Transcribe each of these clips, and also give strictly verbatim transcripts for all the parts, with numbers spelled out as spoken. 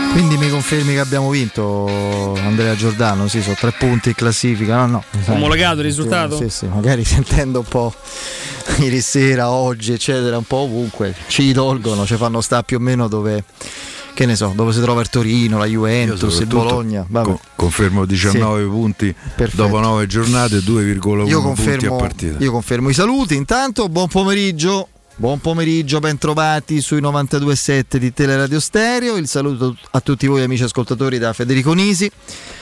Quindi mi confermi che abbiamo vinto, Andrea Giordano? Sì, sono tre punti in classifica. No, no. Omologato il risultato? Sì, sì, magari sentendo un po' ieri sera, oggi, eccetera, un po' ovunque, ci tolgono, ci fanno sta più o meno dove, che ne so, dove si trova il Torino, la Juventus, il Bologna. Con, confermo diciannove sì. punti Perfetto. Dopo nove giornate, due virgola uno punti a partita. Io confermo i saluti. Intanto, buon pomeriggio. Buon pomeriggio, ben trovati sui novantadue virgola sette di Teleradio Stereo. Il saluto a tutti voi amici ascoltatori da Federico Nisi.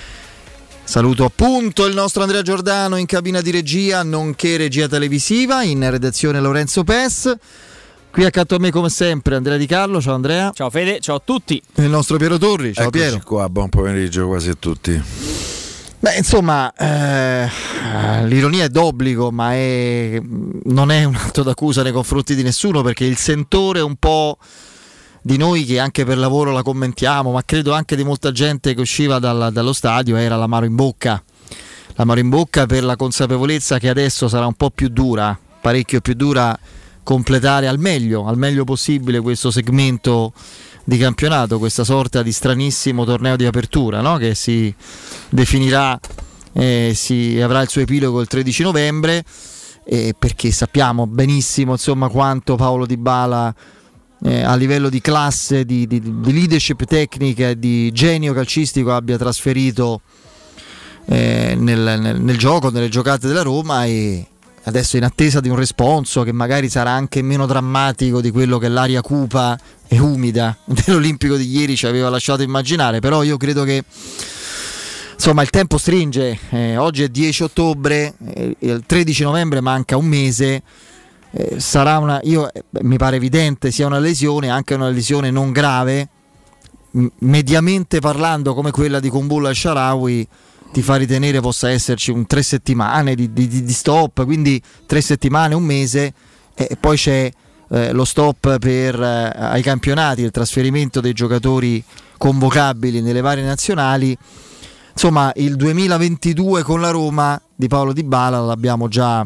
Saluto appunto il nostro Andrea Giordano in cabina di regia, nonché regia televisiva, in redazione Lorenzo Pes. Qui accanto a me come sempre Andrea Di Carlo. Ciao Andrea. Ciao Fede, ciao a tutti. Il nostro Piero Torri. Ciao Eccoci Piero. Qua, buon pomeriggio quasi a tutti. Beh, insomma, eh, l'ironia è d'obbligo, ma è, non è un atto d'accusa nei confronti di nessuno, perché il sentore un po' di noi che anche per lavoro la commentiamo, ma credo anche di molta gente che usciva dal, dallo stadio, era l'amaro in bocca. L'amaro in bocca per la consapevolezza che adesso sarà un po' più dura, parecchio più dura, completare al meglio, al meglio possibile questo segmento di campionato, questa sorta di stranissimo torneo di apertura, no? Che si definirà, eh, si avrà il suo epilogo il tredici novembre, eh, perché sappiamo benissimo insomma quanto Paolo Dybala eh, a livello di classe, di, di, di leadership tecnica e di genio calcistico abbia trasferito eh, nel, nel, nel gioco, nelle giocate della Roma, e adesso in attesa di un responso che magari sarà anche meno drammatico di quello che l'aria cupa e umida dell'Olimpico di ieri ci aveva lasciato immaginare. Però io credo che insomma il tempo stringe, eh, oggi è dieci ottobre, eh, il tredici novembre manca un mese, eh, sarà una, io, eh, mi pare evidente sia una lesione, anche una lesione non grave, m- mediamente parlando come quella di Kumbulla e Shaarawy ti fa ritenere possa esserci un tre settimane di, di, di stop, quindi tre settimane, un mese, e poi c'è eh, lo stop per eh, ai campionati, il trasferimento dei giocatori convocabili nelle varie nazionali. Insomma, il duemilaventidue con la Roma di Paolo Dybala l'abbiamo già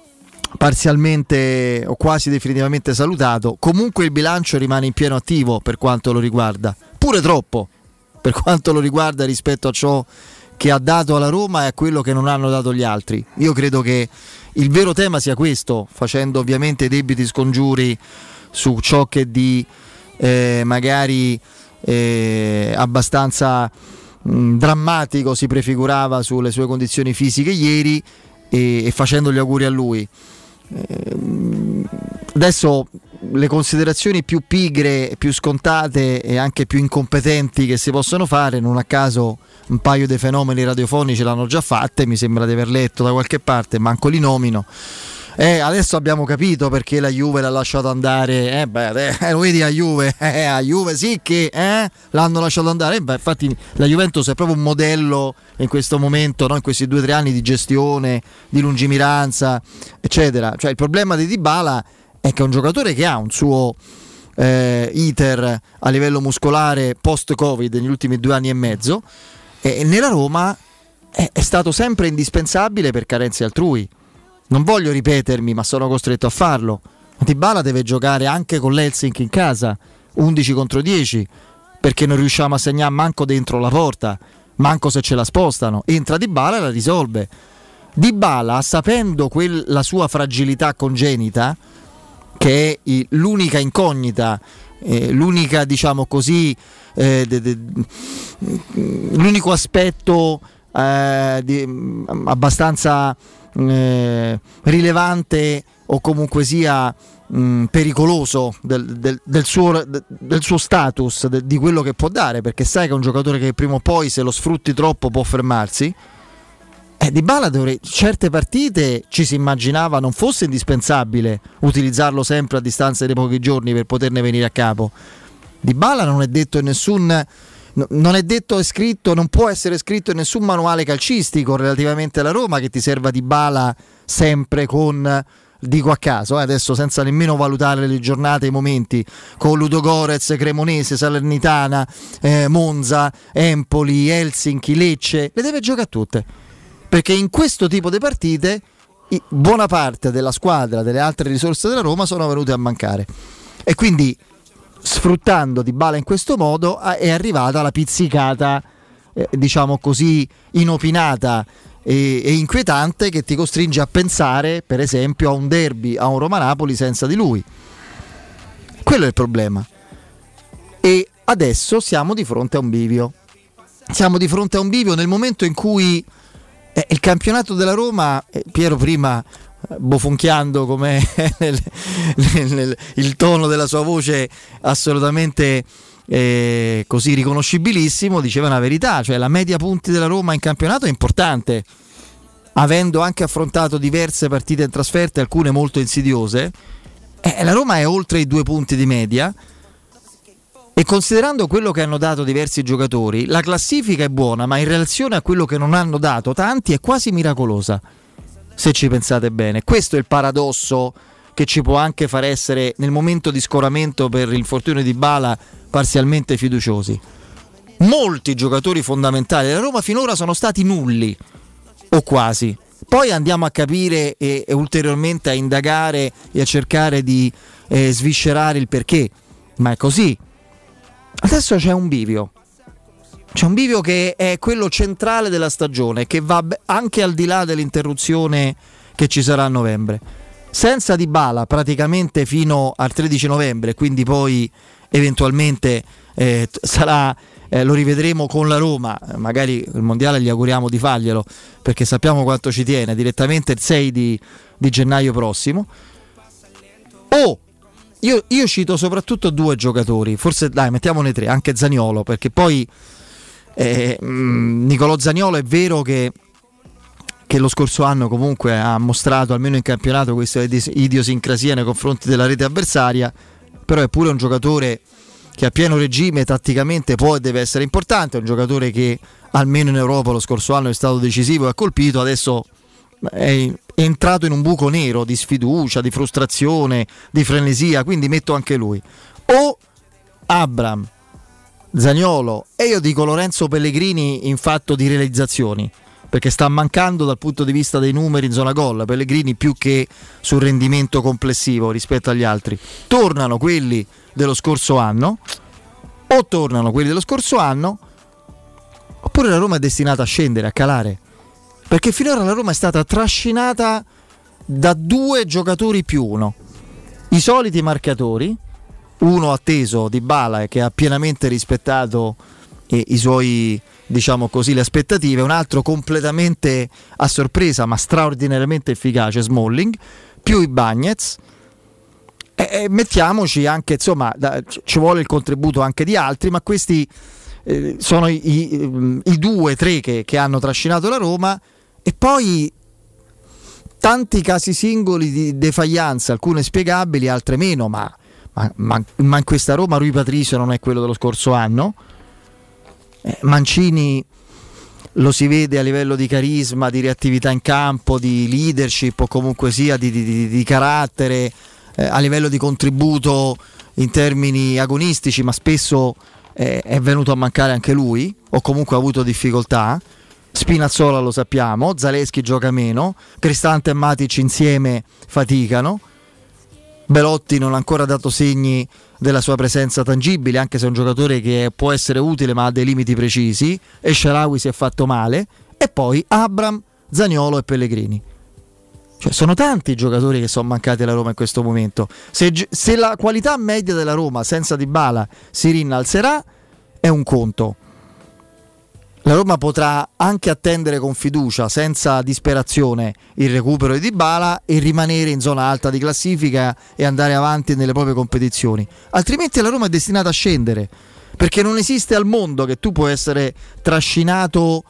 parzialmente o quasi definitivamente salutato. Comunque il bilancio rimane in pieno attivo per quanto lo riguarda, pure troppo per quanto lo riguarda rispetto a ciò che ha dato alla Roma e a quello che non hanno dato gli altri. Io credo che il vero tema sia questo, facendo ovviamente i debiti scongiuri su ciò che di eh, magari eh, abbastanza mh, drammatico si prefigurava sulle sue condizioni fisiche ieri, e, e facendo gli auguri a lui. Eh, adesso le considerazioni più pigre, più scontate e anche più incompetenti che si possono fare, non a caso un paio dei fenomeni radiofonici l'hanno già fatte, mi sembra di aver letto da qualche parte, manco li nomino. Eh, adesso abbiamo capito perché la Juve l'ha lasciato andare, eh, beh, eh, lo vedi a Juve, eh, a Juve sì che eh, l'hanno lasciato andare, eh, beh, infatti la Juventus è proprio un modello in questo momento, no? In questi due o tre anni di gestione, di lungimiranza, eccetera. Cioè il problema di Dybala è che è un giocatore che ha un suo eh, iter a livello muscolare post-Covid negli ultimi due anni e mezzo, e nella Roma è, è stato sempre indispensabile per carenze altrui. Non voglio ripetermi, ma sono costretto a farlo. Dybala deve giocare anche con l'Helsinki in casa, undici contro dieci, perché non riusciamo a segnare manco dentro la porta, manco se ce la spostano. Entra Dybala e la risolve. Dybala, sapendo quel, la sua fragilità congenita, che è il, l'unica incognita, eh, l'unica, diciamo così, eh, de, de, l'unico aspetto eh, di, abbastanza eh, rilevante o comunque sia mh, pericoloso del, del, del, suo, del suo status, de, di quello che può dare, perché sai che è un giocatore che prima o poi, se lo sfrutti troppo, può fermarsi. Eh, Dybala dovrei, certe partite ci si immaginava non fosse indispensabile utilizzarlo sempre a distanza di pochi giorni per poterne venire a capo. Dybala non è detto in nessun, non è detto e scritto, non può essere scritto in nessun manuale calcistico relativamente alla Roma che ti serva Dybala sempre con, dico a caso, eh, adesso senza nemmeno valutare le giornate e i momenti, con Ludogorets, Cremonese, Salernitana, eh, Monza, Empoli, Helsinki, Lecce, le deve giocare tutte. Perché in questo tipo di partite buona parte della squadra, delle altre risorse della Roma sono venute a mancare, e quindi sfruttando Dybala in questo modo è arrivata la pizzicata, eh, diciamo così, inopinata e, e inquietante, che ti costringe a pensare per esempio a un derby, a un Roma-Napoli senza di lui. Quello è il problema. E adesso siamo di fronte a un bivio. Siamo di fronte a un bivio nel momento in cui eh, il campionato della Roma, eh, Piero prima eh, bofonchiando come nel, nel, nel, il tono della sua voce assolutamente eh, così riconoscibilissimo, diceva una verità, cioè la media punti della Roma in campionato è importante, avendo anche affrontato diverse partite in trasferta, alcune molto insidiose. Eh, la Roma è oltre i due punti di media. E considerando quello che hanno dato diversi giocatori, la classifica è buona, ma in relazione a quello che non hanno dato tanti è quasi miracolosa, se ci pensate bene. Questo è il paradosso che ci può anche far essere, nel momento di scoramento per l'infortunio di Dybala, parzialmente fiduciosi. Molti giocatori fondamentali della Roma finora sono stati nulli, o quasi. Poi andiamo a capire e, e ulteriormente a indagare e a cercare di eh, sviscerare il perché, ma è così. Adesso c'è un bivio, c'è un bivio che è quello centrale della stagione, che va anche al di là dell'interruzione che ci sarà a novembre. Senza Dybala praticamente fino al tredici novembre, quindi poi eventualmente eh, sarà, eh, lo rivedremo con la Roma, magari il mondiale gli auguriamo di farglielo perché sappiamo quanto ci tiene, direttamente il sei di, di gennaio prossimo. O Io, io cito soprattutto due giocatori, forse dai mettiamone tre, anche Zaniolo, perché poi eh, mh, Nicolò Zaniolo è vero che, che lo scorso anno comunque ha mostrato almeno in campionato questa idiosincrasia nei confronti della rete avversaria, però è pure un giocatore che a pieno regime tatticamente può e deve essere importante, è un giocatore che almeno in Europa lo scorso anno è stato decisivo e ha colpito, adesso è entrato in un buco nero di sfiducia, di frustrazione, di frenesia, quindi metto anche lui. O Abraham, Zaniolo e io dico Lorenzo Pellegrini in fatto di realizzazioni, perché sta mancando dal punto di vista dei numeri in zona gol Pellegrini più che sul rendimento complessivo rispetto agli altri. Tornano quelli dello scorso anno o tornano quelli dello scorso anno oppure la Roma è destinata a scendere, a calare, perché finora la Roma è stata trascinata da due giocatori più uno, i soliti marcatori, uno atteso Dybala che ha pienamente rispettato eh, i suoi, diciamo così, le aspettative, un altro completamente a sorpresa ma straordinariamente efficace, Smalling, più i Bagnez. E, e mettiamoci anche, insomma, da, ci vuole il contributo anche di altri, ma questi eh, sono i, i, i due, tre che, che hanno trascinato la Roma. E poi tanti casi singoli di defaglianza, alcune spiegabili, altre meno, ma, ma, ma, ma in questa Roma Rui Patricio non è quello dello scorso anno. Eh, Mancini lo si vede a livello di carisma, di reattività in campo, di leadership o comunque sia di, di, di, di carattere, eh, a livello di contributo in termini agonistici, ma spesso eh, è venuto a mancare anche lui o comunque ha avuto difficoltà. Spinazzola lo sappiamo, Zaleschi gioca meno, Cristante e Matic insieme faticano, Belotti non ha ancora dato segni della sua presenza tangibile, anche se è un giocatore che può essere utile ma ha dei limiti precisi, e Shaarawy si è fatto male, e poi Abraham, Zaniolo e Pellegrini. Cioè sono tanti i giocatori che sono mancati alla Roma in questo momento. Se, se la qualità media della Roma senza Dybala si rinnalzerà è un conto. La Roma potrà anche attendere con fiducia, senza disperazione, il recupero di Dybala e rimanere in zona alta di classifica e andare avanti nelle proprie competizioni. Altrimenti la Roma è destinata a scendere, perché non esiste al mondo che tu puoi essere trascinato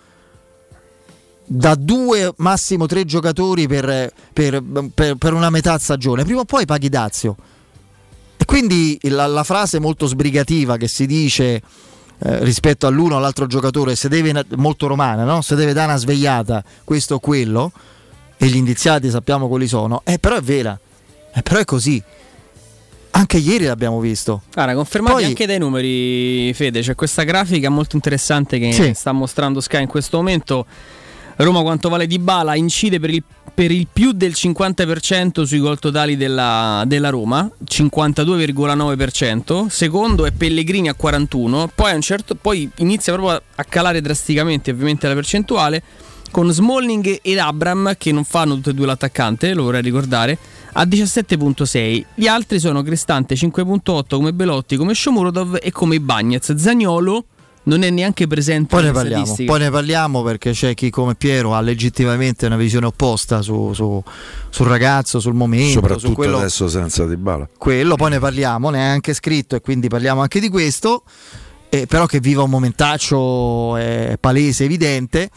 da due, massimo tre giocatori per, per, per, per una metà stagione. Prima o poi paghi dazio. E quindi la, la frase molto sbrigativa che si dice Eh, rispetto all'uno o all'altro giocatore, se deve, molto romana, no? Se deve dare una svegliata questo o quello, e gli indiziati sappiamo quali sono, eh, però è vera, eh, però è così. Anche ieri l'abbiamo visto. Guarda, confermati Poi, anche dai numeri, Fede, c'è questa grafica molto interessante che sì. sta mostrando Sky in questo momento. Roma quanto vale Dybala incide per il, per il più del cinquanta per cento sui gol totali della, della Roma, cinquantadue virgola nove per cento. Secondo è Pellegrini a quarantuno. Poi, a un certo, poi inizia proprio a calare drasticamente ovviamente la percentuale, con Smalling ed Abraham, che non fanno tutti e due l'attaccante, lo vorrei ricordare, a diciassette virgola sei. Gli altri sono Cristante cinque virgola otto, come Belotti, come Shomurodov e come Bagnez. Zaniolo non è neanche presente. Poi ne parliamo, poi ne parliamo perché c'è chi come Piero ha legittimamente una visione opposta su, su, sul ragazzo, sul momento, soprattutto su quello, adesso senza Dybala. Quello poi ne parliamo, ne è anche scritto e quindi parliamo anche di questo, eh, però che viva un momentaccio è palese, evidente,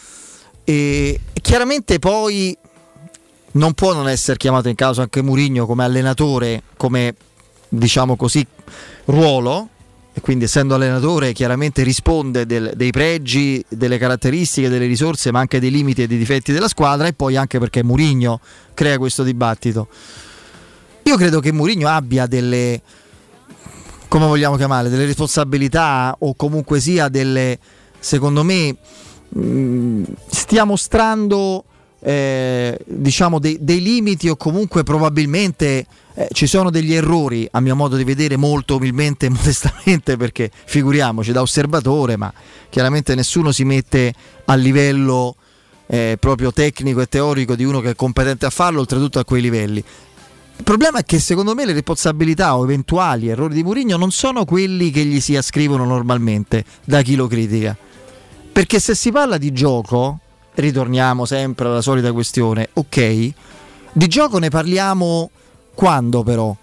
e chiaramente poi non può non essere chiamato in causa anche Mourinho come allenatore, come diciamo così ruolo, e quindi essendo allenatore chiaramente risponde del, dei pregi, delle caratteristiche, delle risorse, ma anche dei limiti e dei difetti della squadra, e poi anche perché Mourinho crea questo dibattito. Io credo che Mourinho abbia delle, come vogliamo chiamarle, delle responsabilità, o comunque sia delle, secondo me mh, stia mostrando eh, diciamo dei, dei limiti, o comunque probabilmente Eh, ci sono degli errori, a mio modo di vedere, molto umilmente e modestamente, perché figuriamoci, da osservatore, ma chiaramente nessuno si mette a livello eh, proprio tecnico e teorico di uno che è competente a farlo, oltretutto a quei livelli. Il problema è che secondo me le responsabilità o eventuali errori di Mourinho non sono quelli che gli si ascrivono normalmente da chi lo critica, perché se si parla di gioco, ritorniamo sempre alla solita questione, ok, di gioco ne parliamo quando però?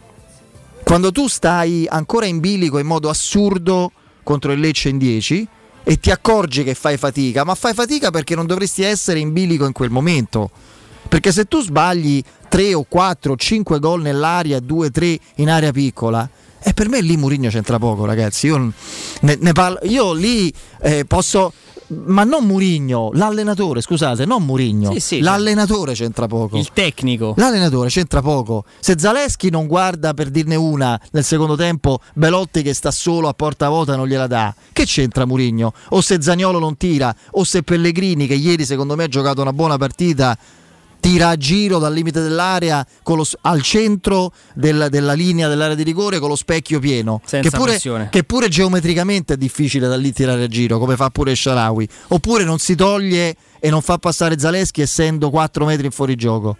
Quando tu stai ancora in bilico in modo assurdo contro il Lecce in dieci e ti accorgi che fai fatica, ma fai fatica perché non dovresti essere in bilico in quel momento, perché se tu sbagli tre o quattro o cinque gol nell'area, due tre in area piccola, e per me lì Mourinho c'entra poco, ragazzi. Io, ne, ne parlo, io lì eh, posso, ma non Mourinho, l'allenatore, scusate, non Mourinho, sì, sì, l'allenatore c'entra poco. Il tecnico. L'allenatore c'entra poco. Se Zalewski non guarda, per dirne una, nel secondo tempo Belotti che sta solo a porta vuota non gliela dà, che c'entra Mourinho? O se Zaniolo non tira, o se Pellegrini, che ieri secondo me ha giocato una buona partita, tira a giro dal limite dell'area con lo, al centro del, della linea dell'area di rigore con lo specchio pieno, senza che pure, pressione, che pure geometricamente è difficile da lì tirare a giro, come fa pure Shaarawy. Oppure non si toglie e non fa passare Zalewski essendo quattro metri in fuorigioco.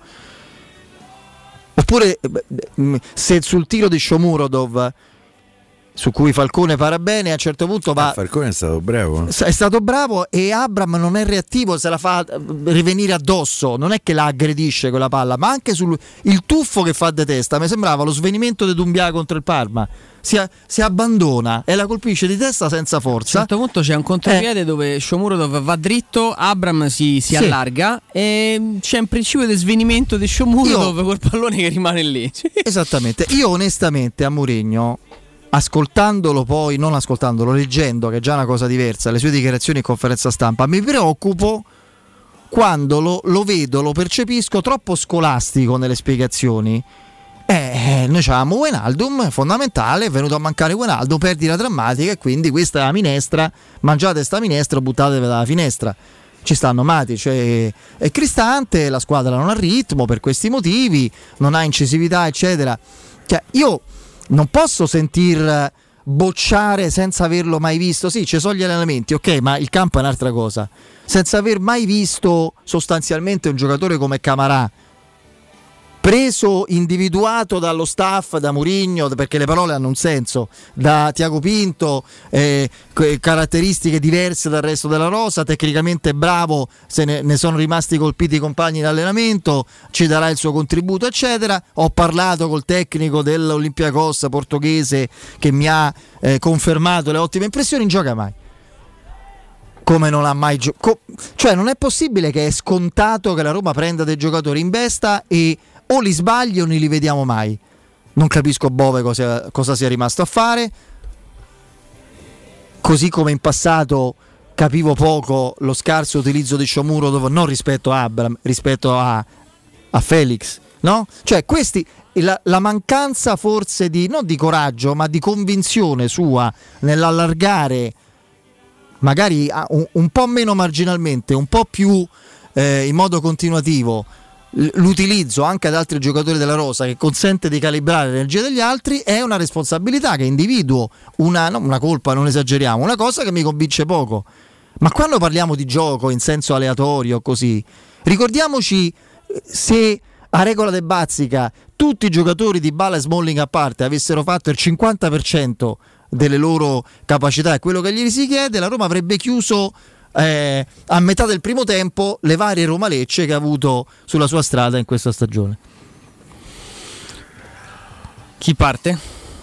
Oppure se sul tiro di Shomurodov, su cui Falcone para bene, a un certo punto va. Eh, Falcone è stato bravo. È stato bravo e Abraham non è reattivo, se la fa rivenire addosso, non è che la aggredisce quella palla, ma anche sul il tuffo che fa de testa. Mi sembrava lo svenimento di Doumbia contro il Parma. Si, si abbandona e la colpisce di testa senza forza. A un certo punto c'è un contropiede eh. dove Shomurodov va dritto, Abraham si, si sì. allarga e c'è un principio di svenimento di Shomurodov Io... col pallone che rimane lì. Esattamente. Io onestamente a Mourinho, ascoltandolo poi, non ascoltandolo, leggendo, che è già una cosa diversa, le sue dichiarazioni in conferenza stampa, mi preoccupo quando lo, lo vedo, lo percepisco troppo scolastico nelle spiegazioni. Eh, noi avevamo Wijnaldum, fondamentale, è venuto a mancare Wijnaldum, perdita drammatica, e quindi questa è la minestra, mangiate sta minestra, buttatevi dalla finestra. Ci stanno Matic e, e Cristante, la squadra non ha ritmo per questi motivi, non ha incisività, eccetera. Cioè, io non posso sentir bocciare senza averlo mai visto. Sì, ci sono gli allenamenti, ok, ma il campo è un'altra cosa. Senza aver mai visto sostanzialmente un giocatore come Camarà preso, individuato dallo staff, da Mourinho, perché le parole hanno un senso, da Tiago Pinto, eh, caratteristiche diverse dal resto della rosa, tecnicamente bravo, se ne, ne sono rimasti colpiti i compagni in allenamento, ci darà il suo contributo, eccetera. Ho parlato col tecnico dell'Olympiacos portoghese che mi ha eh, confermato le ottime impressioni. Non gioca mai come non ha mai giocato, cioè non è possibile che è scontato che la Roma prenda dei giocatori in vesta e o li sbagli o non li vediamo mai. Non capisco Bove cosa, cosa sia rimasto a fare, così come in passato capivo poco lo scarso utilizzo di Shomurodov, non rispetto a Abraham, rispetto a, a Felix, no? Cioè questi, la, la mancanza forse di, non di coraggio, ma di convinzione sua nell'allargare magari un, un po' meno marginalmente, un po' più eh, in modo continuativo l'utilizzo anche ad altri giocatori della rosa, che consente di calibrare l'energia degli altri, è una responsabilità che individuo, una, no, una colpa, non esageriamo, una cosa che mi convince poco. Ma quando parliamo di gioco in senso aleatorio così, ricordiamoci, se a regola de Bazzica tutti i giocatori di Bala e Smalling a parte avessero fatto il cinquanta per cento delle loro capacità e quello che gli si chiede, la Roma avrebbe chiuso Eh, a metà del primo tempo le varie Roma-Lecce che ha avuto sulla sua strada in questa stagione. Chi parte?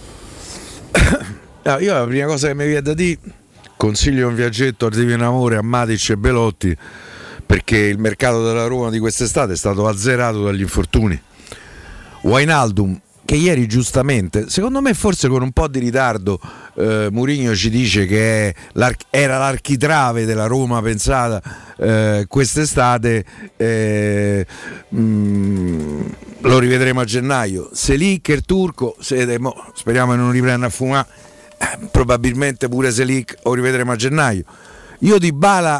No, io la prima cosa che mi viene da dire, consiglio un viaggetto a Divino Amore a Matic e Belotti, perché il mercato della Roma di quest'estate è stato azzerato dagli infortuni. Wijnaldum, che ieri giustamente, secondo me forse con un po' di ritardo, eh, Mourinho ci dice che è l'arch- era l'architrave della Roma pensata eh, quest'estate, eh, mh, lo rivedremo a gennaio. Selic e il turco, se, mo, speriamo che non riprenda a fumare, eh, probabilmente pure Selic lo rivedremo a gennaio. Io di Bala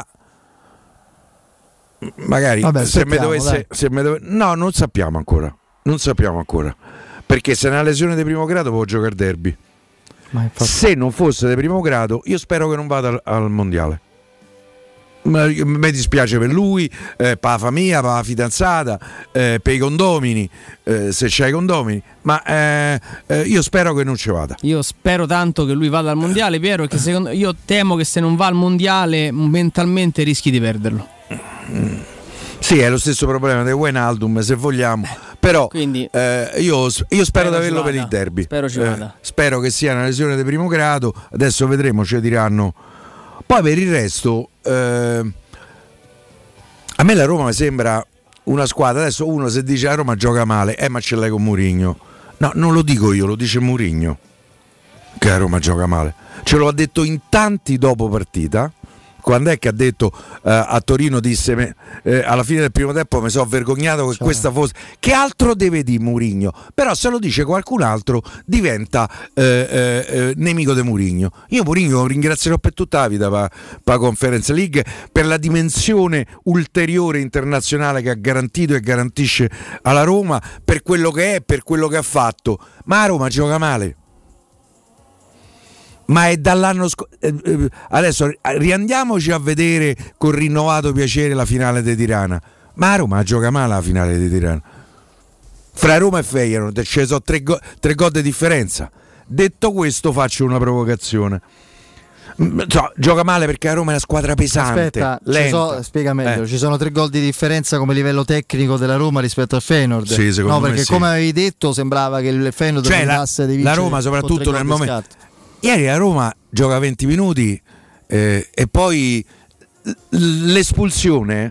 magari Vabbè, se me dovesse, se me dove... no, non sappiamo ancora, non sappiamo ancora. Perché se è una lesione di primo grado può giocare derby. Se non fosse di primo grado, io spero che non vada al, al mondiale. Mi dispiace per lui, eh, per la famiglia, per la fidanzata, eh, per i condomini, eh, se c'è i condomini, ma eh, eh, io spero che non ci vada. Io spero tanto che lui vada al mondiale, Piero, perché secondo io temo che se non va al mondiale mentalmente rischi di perderlo. Mm. Sì, è lo stesso problema di Wijnaldum, se vogliamo. Però Quindi, eh, io, io spero, spero di averlo per il derby. Spero, ci vada. Eh, spero che sia una lesione di primo grado. Adesso vedremo, ci diranno. Poi per il resto, eh, a me la Roma mi sembra una squadra. Adesso uno se dice la Roma gioca male, eh, ma ce l'hai con Mourinho. No, non lo dico io, lo dice Mourinho che la Roma gioca male. Ce lo ha detto in tanti dopo partita. Quando è che ha detto eh, a Torino, disse me, eh, alla fine del primo tempo mi sono vergognato che cioè. questa fosse, che altro deve dire Mourinho? Però se lo dice qualcun altro diventa eh, eh, eh, nemico di Mourinho. Io Mourinho lo ringrazierò per tutta la vita per la Conference League, per la dimensione ulteriore internazionale che ha garantito e garantisce alla Roma, per quello che è, per quello che ha fatto. Ma a Roma gioca male. Ma è dall'anno scorso. Adesso riandiamoci a vedere con rinnovato piacere la finale di Tirana. Ma a Roma gioca male la finale di Tirana. Fra Roma e Feyenoord ci sono tre, go- tre gol di differenza. Detto questo, faccio una provocazione. So, gioca male perché a Roma è una squadra pesante. Aspetta, ci so, spiega meglio. Eh. Ci sono tre gol di differenza come livello tecnico della Roma rispetto al Feyenoord. Sì, no, perché sì. come avevi detto sembrava che il Feyenoord cioè, andasse la, di vincere la Roma soprattutto nel momento. Scatto. Ieri la Roma gioca venti minuti eh, e poi l'espulsione,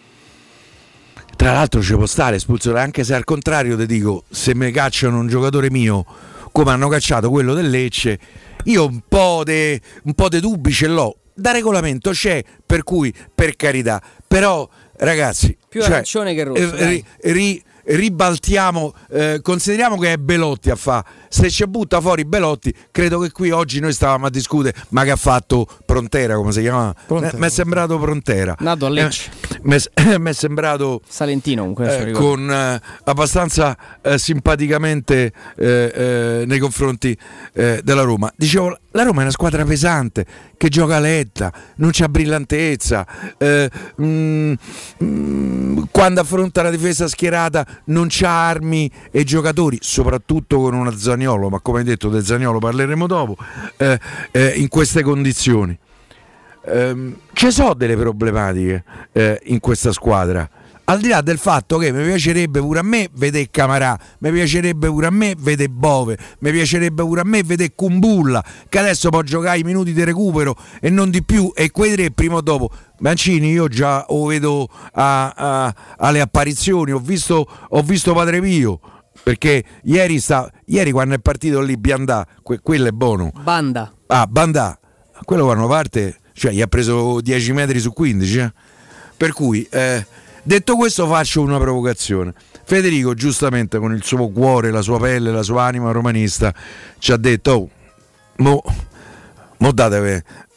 tra l'altro ci può stare espulsione, anche se al contrario ti dico, se mi cacciano un giocatore mio come hanno cacciato quello del Lecce, io un po' de, un po' de dubbi ce l'ho. Da regolamento c'è, per cui per carità, però ragazzi, più cioè, arancione che rosso, ri, ri, ribaltiamo, eh, consideriamo che è Belotti a fa, se ci butta fuori Belotti, credo che qui oggi noi stavamo a discutere, ma che ha fatto Prontera, come si chiama? Mi è sembrato Prontera, nato a Lecce, mi è sembrato Salentino comunque, eh, con eh, abbastanza eh, simpaticamente eh, eh, nei confronti eh, della Roma. Dicevo, la Roma è una squadra pesante che gioca letta, non c'ha brillantezza, eh, mm, mm, quando affronta la difesa schierata non c'ha armi e giocatori, soprattutto con una Zaniolo, ma come hai detto del Zaniolo parleremo dopo, eh, eh, in queste condizioni. Eh, ci sono delle problematiche eh, in questa squadra, al di là del fatto che mi piacerebbe pure a me vedere Camarà, mi piacerebbe pure a me vedere Bove, mi piacerebbe pure a me vedere Kumbulla, che adesso può giocare i minuti di recupero e non di più, e quei tre prima o dopo. Mancini io già lo vedo a, a, alle apparizioni, ho visto, ho visto Padre Pio, perché ieri, sta, ieri quando è partito lì Biandà, que, quello è buono. Banda. Ah, Bandà, quello quando parte, cioè gli ha preso dieci metri su quindici, eh? Per cui eh, detto questo faccio una provocazione. Federico giustamente con il suo cuore, la sua pelle, la sua anima romanista ci ha detto oh, mo, mo datevi,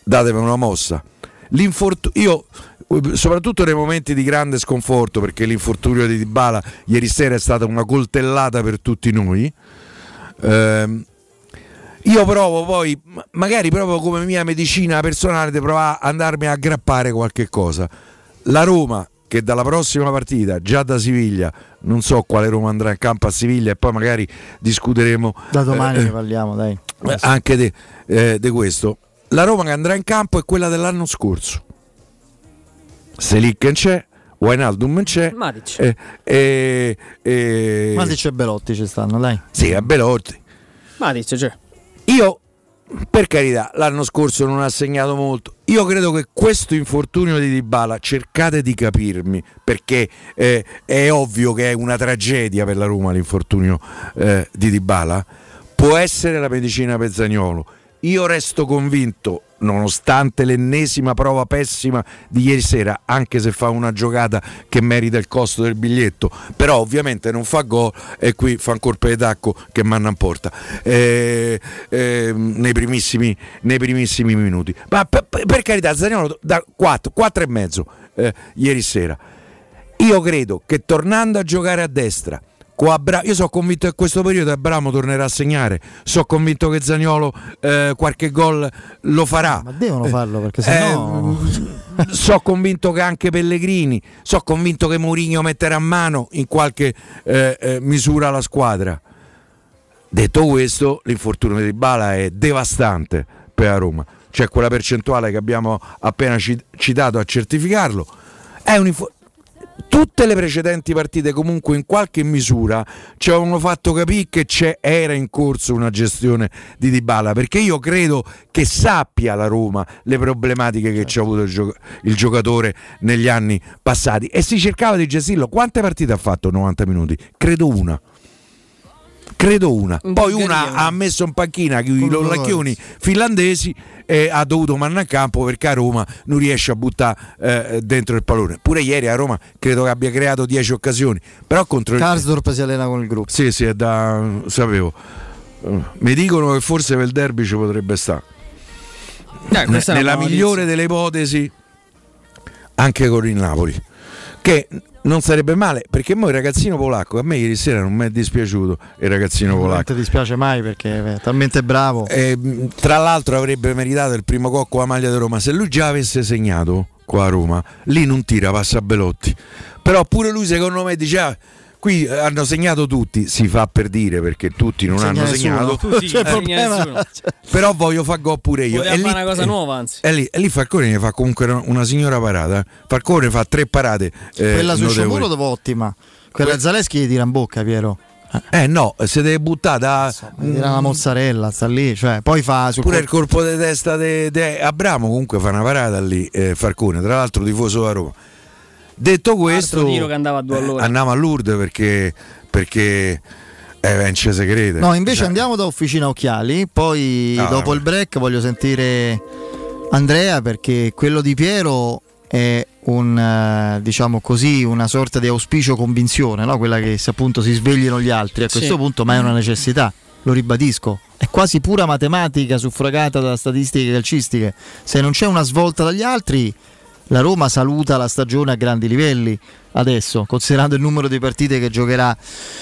datevi una mossa. L'infortu- io soprattutto nei momenti di grande sconforto, perché l'infortunio di Dybala ieri sera è stata una coltellata per tutti noi, ehm, io provo poi, magari proprio come mia medicina personale, di provare a andarmi a aggrappare qualche cosa. La Roma, che dalla prossima partita, già da Siviglia, non so quale Roma andrà in campo a Siviglia e poi magari discuteremo da domani eh, ne parliamo, dai. Eh, anche di eh, questo. La Roma che andrà in campo è quella dell'anno scorso. Selic non c'è, Wijnaldum non c'è, Matic. Eh, eh, eh, Matic e Belotti ci stanno, dai. Sì, a Belotti. Matic c'è. Io, per carità, l'anno scorso non ha segnato molto. Io credo che questo infortunio di Dybala, cercate di capirmi, perché eh, è ovvio che è una tragedia per la Roma l'infortunio eh, di Dybala, può essere la medicina per Zaniolo. Io resto convinto, nonostante l'ennesima prova pessima di ieri sera, anche se fa una giocata che merita il costo del biglietto, però ovviamente non fa gol e qui fa un colpo di tacco che manna in porta eh, eh, nei, primissimi, nei primissimi minuti. Ma per, per carità, Zaniolo da quattro, quattro e mezzo eh, ieri sera. Io credo che tornando a giocare a destra, Abra- io sono convinto che questo periodo Abramo tornerà a segnare, sono convinto che Zaniolo eh, qualche gol lo farà, ma devono farlo perché sennò eh, sono convinto che anche Pellegrini, sono convinto che Mourinho metterà mano in qualche eh, eh, misura la squadra. Detto questo, l'infortunio di Dybala è devastante per la Roma, c'è quella percentuale che abbiamo appena citato a certificarlo. È un inf- tutte le precedenti partite comunque in qualche misura ci avevano fatto capire che c'è, era in corso una gestione di Dybala, perché io credo che sappia la Roma le problematiche che c'ha avuto il, gio- il giocatore negli anni passati e si cercava di gestirlo. Quante partite ha fatto novanta minuti? Credo una. Credo una, poi una ha messo in panchina i lollacchioni finlandesi e ha dovuto mandare in campo perché a Roma non riesce a buttare eh, dentro il pallone. Pure ieri a Roma credo che abbia creato dieci occasioni, però contro il Karsdorp si allena con il gruppo. Sì, sì, è da sapevo. Uh, mi dicono che forse per il derby ci potrebbe stare. Dai, N- nella migliore delle ipotesi anche con il Napoli. Che non sarebbe male, perché mo il ragazzino polacco, a me ieri sera non mi è dispiaciuto il ragazzino polacco. Non ti dispiace mai perché è talmente bravo. Eh, tra l'altro avrebbe meritato il primo gol con la maglia di Roma. Se lui già avesse segnato qua a Roma, lì non tira, passa a Belotti. Però pure lui secondo me dice ah, qui hanno segnato tutti, si fa per dire perché tutti non Segna hanno nessuno. segnato. Sì, C'è problema. Però voglio far gol pure io. Poteva E lì, fare una cosa nuova, anzi. E lì, e lì Falcone ne fa comunque una signora parata. Falcone fa tre parate. Eh, Quella sul notevoli. Sciomuro dove ottima. Quella Que- Zaleschi gli tira in bocca, Piero. Eh no, se deve buttare da Gli tira la mozzarella, sta lì. Cioè, poi fa sul pure col- il colpo di testa di Abramo comunque fa una parata lì, eh, Falcone, tra l'altro tifoso a Roma. Detto questo, Altro tiro che andava a due all'ora. eh, andiamo a Lourdes perché perché eh, vence se crede. No, invece Cioè, andiamo da Officina Occhiali, poi Ah, dopo vabbè. il break voglio sentire Andrea perché quello di Piero è un eh, diciamo così una sorta di auspicio convinzione, no? Quella che se appunto si svegliano gli altri a questo Sì. punto, ma è una necessità, lo ribadisco. È quasi pura matematica suffragata da statistiche calcistiche. Se non c'è una svolta dagli altri, la Roma saluta la stagione a grandi livelli adesso, considerando il numero di partite che giocherà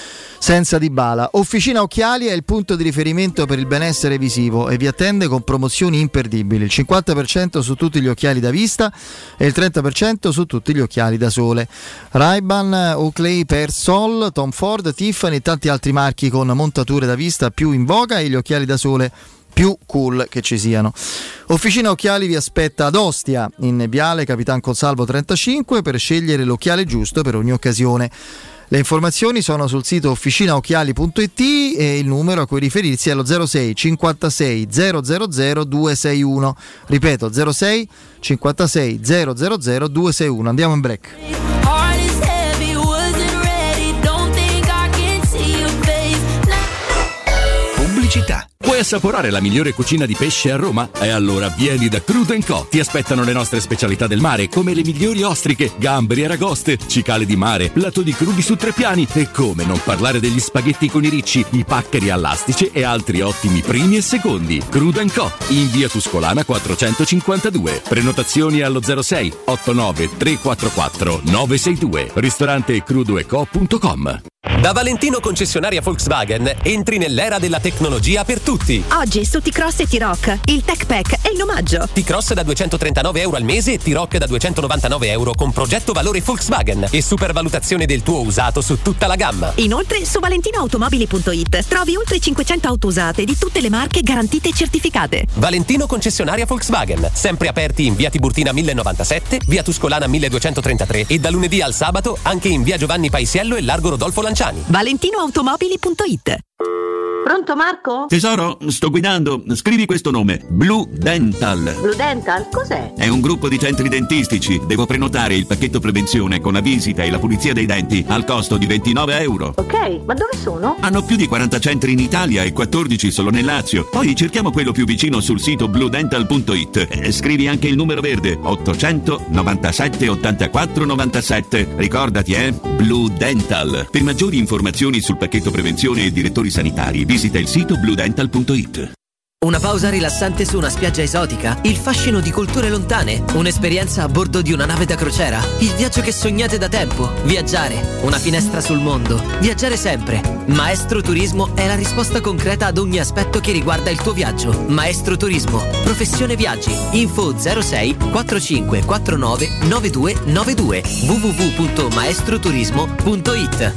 senza Dybala. Officina Occhiali è il punto di riferimento per il benessere visivo e vi attende con promozioni imperdibili, il cinquanta per cento su tutti gli occhiali da vista e il trenta per cento su tutti gli occhiali da sole. Ray-Ban, Oakley, Persol, Tom Ford, Tiffany e tanti altri marchi con montature da vista più in voga e gli occhiali da sole più cool che ci siano. Officina Occhiali vi aspetta ad Ostia in Viale Capitan Consalvo trentacinque per scegliere l'occhiale giusto per ogni occasione. Le informazioni sono sul sito officinaocchiali punto it e il numero a cui riferirsi è lo zero sei cinquantasei zero zero zero due sei uno. Ripeto, zero sei cinquantasei zero zero zero due sei uno. Andiamo in break. Pubblicità. Vuoi assaporare la migliore cucina di pesce a Roma? E allora vieni da Crudo and Co. Ti aspettano le nostre specialità del mare, come le migliori ostriche, gamberi, aragoste, cicale di mare, plato di crudi su tre piani e come non parlare degli spaghetti con i ricci, i paccheri all'astice e altri ottimi primi e secondi. Crudo and Co. in via Tuscolana quattrocentocinquantadue. Prenotazioni allo zero sei otto nove tre quattro quattro nove sei due. Ristorante crudo e co punto com. Da Valentino concessionaria Volkswagen entri nell'era della tecnologia per tutti. Oggi su T-Cross e T-Rock il Tech Pack è in omaggio. T-Cross da duecentotrentanove euro al mese e T-Rock da duecentonovantanove euro con progetto valore Volkswagen e supervalutazione del tuo usato su tutta la gamma. Inoltre su valentinoautomobili punto it trovi oltre cinquecento auto usate di tutte le marche garantite e certificate. Valentino concessionaria Volkswagen, sempre aperti in via Tiburtina mille novantasette, via Tuscolana milleduecentotrentatré e da lunedì al sabato anche in via Giovanni Paisiello e largo Rodolfo Lanciani. valentinoautomobili punto it. Pronto Marco? Tesoro, sto guidando. Scrivi questo nome. Blue Dental. Blue Dental? Cos'è? È un gruppo di centri dentistici. Devo prenotare il pacchetto prevenzione con la visita e la pulizia dei denti al costo di ventinove euro. Ok, ma dove sono? Hanno più di quaranta centri in Italia e quattordici solo nel Lazio. Poi cerchiamo quello più vicino sul sito blue dental punto it. Eh, scrivi anche il numero verde ottocento novantasette ottantaquattro novantasette. Ricordati, eh? Blue Dental. Per maggiori informazioni sul pacchetto prevenzione e direttori sanitari visita il sito blue dental punto it. Una pausa rilassante su una spiaggia esotica? Il fascino di culture lontane? Un'esperienza a bordo di una nave da crociera? Il viaggio che sognate da tempo? Viaggiare, una finestra sul mondo. Viaggiare sempre. Maestro Turismo è la risposta concreta ad ogni aspetto che riguarda il tuo viaggio. Maestro Turismo, professione viaggi. Info zero sei quattrocinque quattronove nove due nove due w w w punto maestro turismo punto it.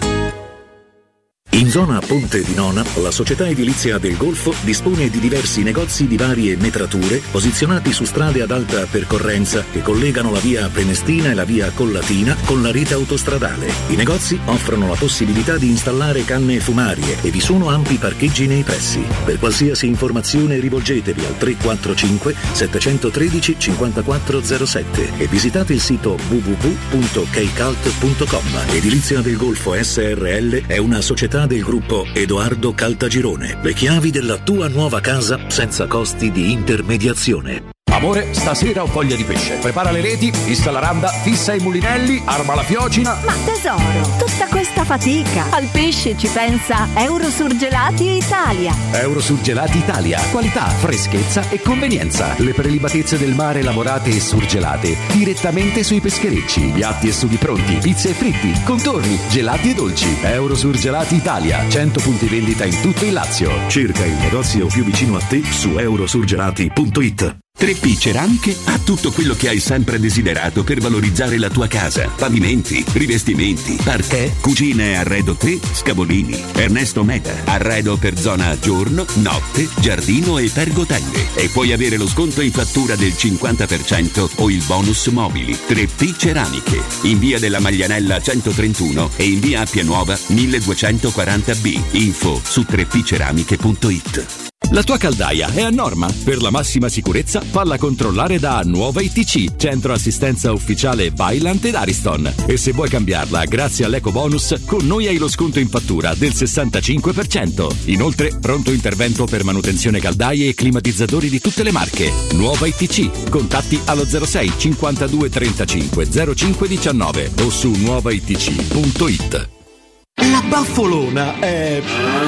In zona Ponte di Nona, la società edilizia del Golfo dispone di diversi negozi di varie metrature posizionati su strade ad alta percorrenza che collegano la via Prenestina e la via Collatina con la rete autostradale. I negozi offrono la possibilità di installare canne fumarie e vi sono ampi parcheggi nei pressi. Per qualsiasi informazione rivolgetevi al tre quattro cinque sette uno tre cinque zero sette e visitate il sito w w w punto keycult punto com. Edilizia del Golfo S R L è una società del gruppo Edoardo Caltagirone. Le chiavi della tua nuova casa senza costi di intermediazione. Amore, stasera ho voglia di pesce. Prepara le reti, fissa la randa, fissa i mulinelli, arma la fiocina. Ma tesoro, tutta questa fatica. Al pesce ci pensa Eurosurgelati Italia. Eurosurgelati Italia. Qualità, freschezza e convenienza. Le prelibatezze del mare lavorate e surgelate direttamente sui pescherecci. Piatti e sughi pronti, pizze e fritti, contorni, gelati e dolci. Eurosurgelati Italia. cento punti vendita in tutto il Lazio. Cerca il negozio più vicino a te su eurosurgelati punto it. tre P Ceramiche ha tutto quello che hai sempre desiderato per valorizzare la tua casa. Pavimenti, rivestimenti, parquet, cucine e arredo tre, Scavolini. Ernesto Meda, arredo per zona giorno, notte, giardino e pergotelle. E puoi avere lo sconto in fattura del cinquanta per cento o il bonus mobili. tre P Ceramiche, in via della Maglianella centotrentuno e in via Appia Nuova milleduecentoquaranta B. Info su tre p ceramiche punto it. La tua caldaia è a norma? Per la massima sicurezza falla controllare da Nuova I T C, centro assistenza ufficiale Vaillant ed Ariston. E se vuoi cambiarla grazie all'eco bonus, con noi hai lo sconto in fattura del sessantacinque per cento. Inoltre pronto intervento per manutenzione caldaie e climatizzatori di tutte le marche. Nuova I T C, contatti allo zero sei cinquantadue trentacinque zero cinque diciannove o su nuova i t c punto it. La Baffolona è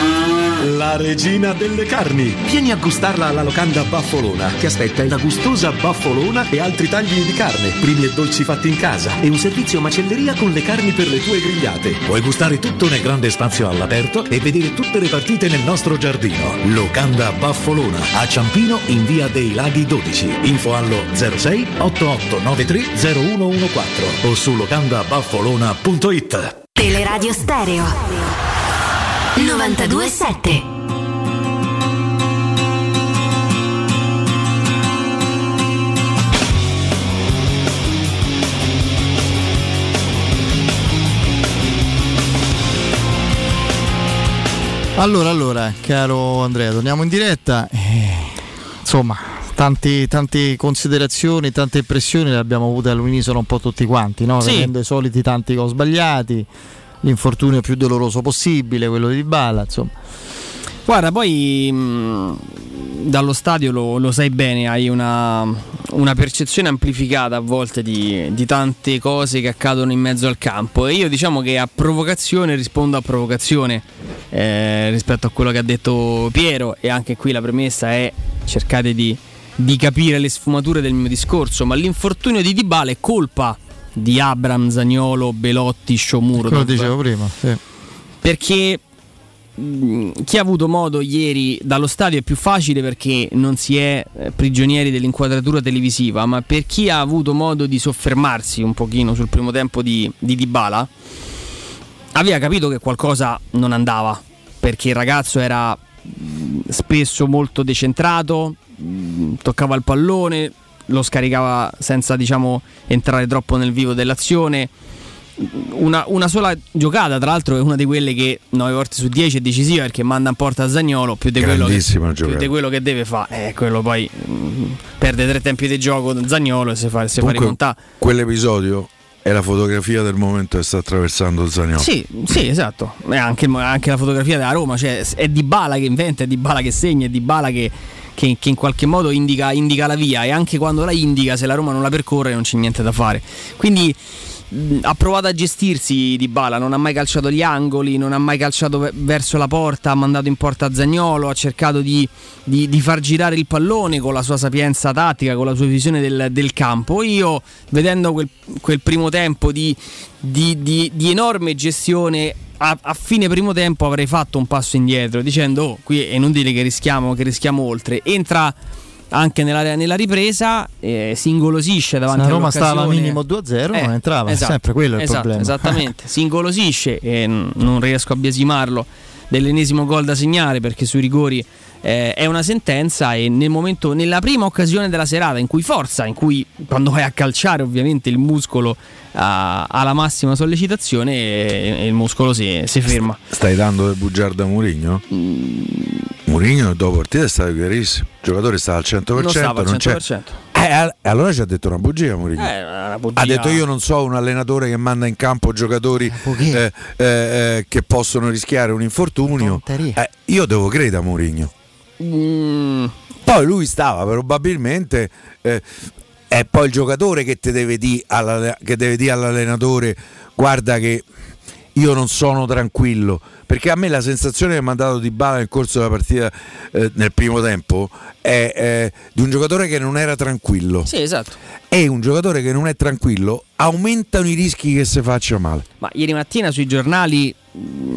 la regina delle carni. Vieni a gustarla alla locanda Baffolona. Ti aspetta una gustosa baffolona e altri tagli di carne, primi e dolci fatti in casa e un servizio macelleria con le carni per le tue grigliate. Puoi gustare tutto nel grande spazio all'aperto e vedere tutte le partite nel nostro giardino. Locanda Baffolona a Ciampino in via dei Laghi dodici. Info allo zero sei otto otto nove tre zero uno uno quattro o su locanda baffolona punto it. Teleradio Stereo novantadue sette. Allora, allora, caro Andrea, torniamo in diretta. Eh, insomma, tanti, tante considerazioni, tante impressioni le abbiamo avute all'unisono un po' tutti quanti, no? Sì. Vedendo i soliti tanti gol sbagliati, l'infortunio più doloroso possibile, quello di Dybala, insomma. Guarda, poi mh, dallo stadio lo, lo sai bene, hai una, una percezione amplificata a volte di, di tante cose che accadono in mezzo al campo, e io diciamo che a provocazione rispondo a provocazione eh, rispetto a quello che ha detto Piero, e anche qui la premessa è: cercate di, di capire le sfumature del mio discorso, ma l'infortunio di Dybala è colpa di Abraham, Zaniolo, Belotti, Shomurodov. Lo dicevo prima, sì. Perché chi ha avuto modo ieri dallo stadio è più facile perché non si è prigionieri dell'inquadratura televisiva, ma per chi ha avuto modo di soffermarsi un pochino sul primo tempo di, di Dybala, aveva capito che qualcosa non andava, perché il ragazzo era spesso molto decentrato, toccava il pallone, lo scaricava senza, diciamo, entrare troppo nel vivo dell'azione. Una, una sola giocata, tra l'altro, è una di quelle che nove volte su dieci è decisiva, perché manda in porta Zaniolo, più di quello che, più di quello che deve fare, eh, quello poi mh, perde tre tempi di gioco Zaniolo e si fa, si fa rimontare. Quell'episodio è la fotografia del momento che sta attraversando Zaniolo. Sì, sì, esatto. È anche, anche la fotografia della Roma, cioè è Dybala che inventa, è Dybala che segna, è Dybala che, che, che in qualche modo indica, indica la via, e anche quando la indica, se la Roma non la percorre non c'è niente da fare. Quindi ha provato a gestirsi Dybala, non ha mai calciato gli angoli, non ha mai calciato verso la porta, ha mandato in porta Zaniolo, ha cercato di, di, di far girare il pallone con la sua sapienza tattica, con la sua visione del, del campo. Io, vedendo quel, quel primo tempo di, di, di, di enorme gestione, a, a fine primo tempo avrei fatto un passo indietro dicendo: oh, qui è inutile che rischiamo, che rischiamo oltre. Entra anche nella, nella ripresa, eh, si ingolosisce davanti a Roma, stava minimo due a zero, eh, non entrava, esatto, sempre quello è il esatto, problema. Esattamente, si ingolosisce e n- non riesco a biasimarlo dell'ennesimo gol da segnare, perché sui rigori eh, è una sentenza, e nel momento, nella prima occasione della serata in cui forza, in cui quando vai a calciare ovviamente il muscolo ha, ha la massima sollecitazione e, e il muscolo si, si ferma. Stai dando del bugiardo a Mourinho? Mm. Mourinho dopo partita è stato chiarissimo, il giocatore stava al cento per cento, non stava al cento per cento. Non c'è... eh, allora ci ha detto una bugia Mourinho. Eh, una bugia. Ha detto: io non so un allenatore che manda in campo giocatori eh, eh, eh, che possono rischiare un infortunio. Eh, io devo credere a Mourinho. Mm. Poi lui stava probabilmente eh, è poi il giocatore che te deve dire alla, che deve dire all'allenatore: guarda che io non sono tranquillo, perché a me la sensazione che mi ha dato Dybala nel corso della partita eh, nel primo tempo è, è di un giocatore che non era tranquillo. Sì, esatto. E un giocatore che non è tranquillo aumentano i rischi che si faccia male. Ma ieri mattina sui giornali mh,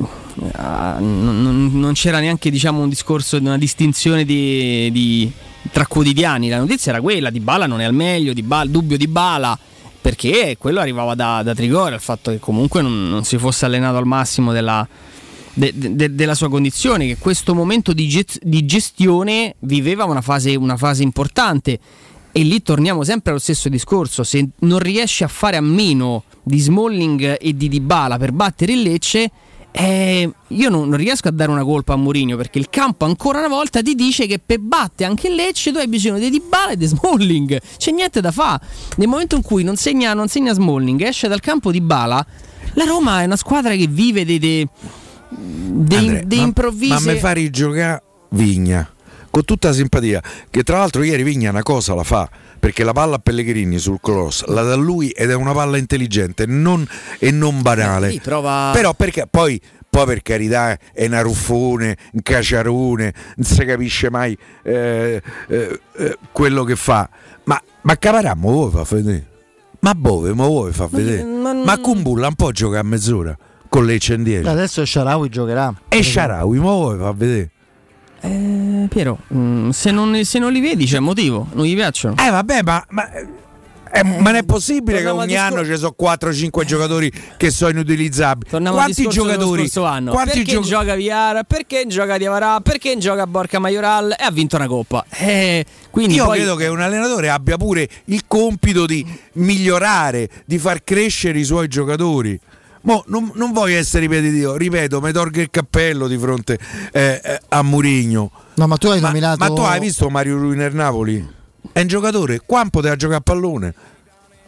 non, non c'era neanche, diciamo, un discorso di una distinzione di, di, tra quotidiani. La notizia era quella: Dybala non è al meglio, Dybala, dubbio Dybala, perché quello arrivava da, da Trigoria, il fatto che comunque non, non si fosse allenato al massimo della, de, de, della sua condizione, che questo momento di, get, di gestione viveva una fase, una fase importante. E lì torniamo sempre allo stesso discorso: se non riesci a fare a meno di Smalling e di Dybala per battere il Lecce, eh, io non, non riesco a dare una colpa a Mourinho, perché il campo ancora una volta ti dice che per battere anche il Lecce tu hai bisogno di Dybala e di Smalling, c'è niente da fare. Nel momento in cui non segna, non segna Smalling, esce dal campo Dybala, la Roma è una squadra che vive dei, dei, dei, dei improvvisi. Ma mi fa rigiocare Vigna, con tutta la simpatia, che tra l'altro ieri Vigna una cosa la fa, perché la palla a Pellegrini sul cross la dà lui ed è una palla intelligente non, e non banale. Eh, prova... Però perché poi, poi per carità è una ruffone, un caciarone, non si capisce mai eh, eh, eh, quello che fa, ma, ma Caparammo voi fa vedere, ma Bove ma voi fa vedere, ma, ma, ma Kumbulla un po' gioca a mezz'ora con Lecce in dieci. Adesso Shaarawy giocherà e Shaarawy ma voi fa vedere. Eh, Piero, mh, se, non, se non li vedi c'è motivo, non gli piacciono. Eh vabbè, ma, ma, eh, ma non è possibile Torniamo che ogni discor- anno ci sono quattro cinque giocatori che sono inutilizzabili. Torniamo quanti giocatori? Anno. Quanti perché gio- gioca Viara? Perché gioca Diavarà? Perché gioca Borca Majoral e ha vinto una coppa? Eh, quindi Io poi... credo che un allenatore abbia pure il compito di migliorare, di far crescere i suoi giocatori. Mo, non, non voglio essere ripetitivo, ripeto, mi tolgo il cappello di fronte eh, eh, a Mourinho. No, ma tu hai ma, nominato. Ma tu hai visto Mario Rui nel Napoli? È un giocatore, qua poteva giocare a pallone.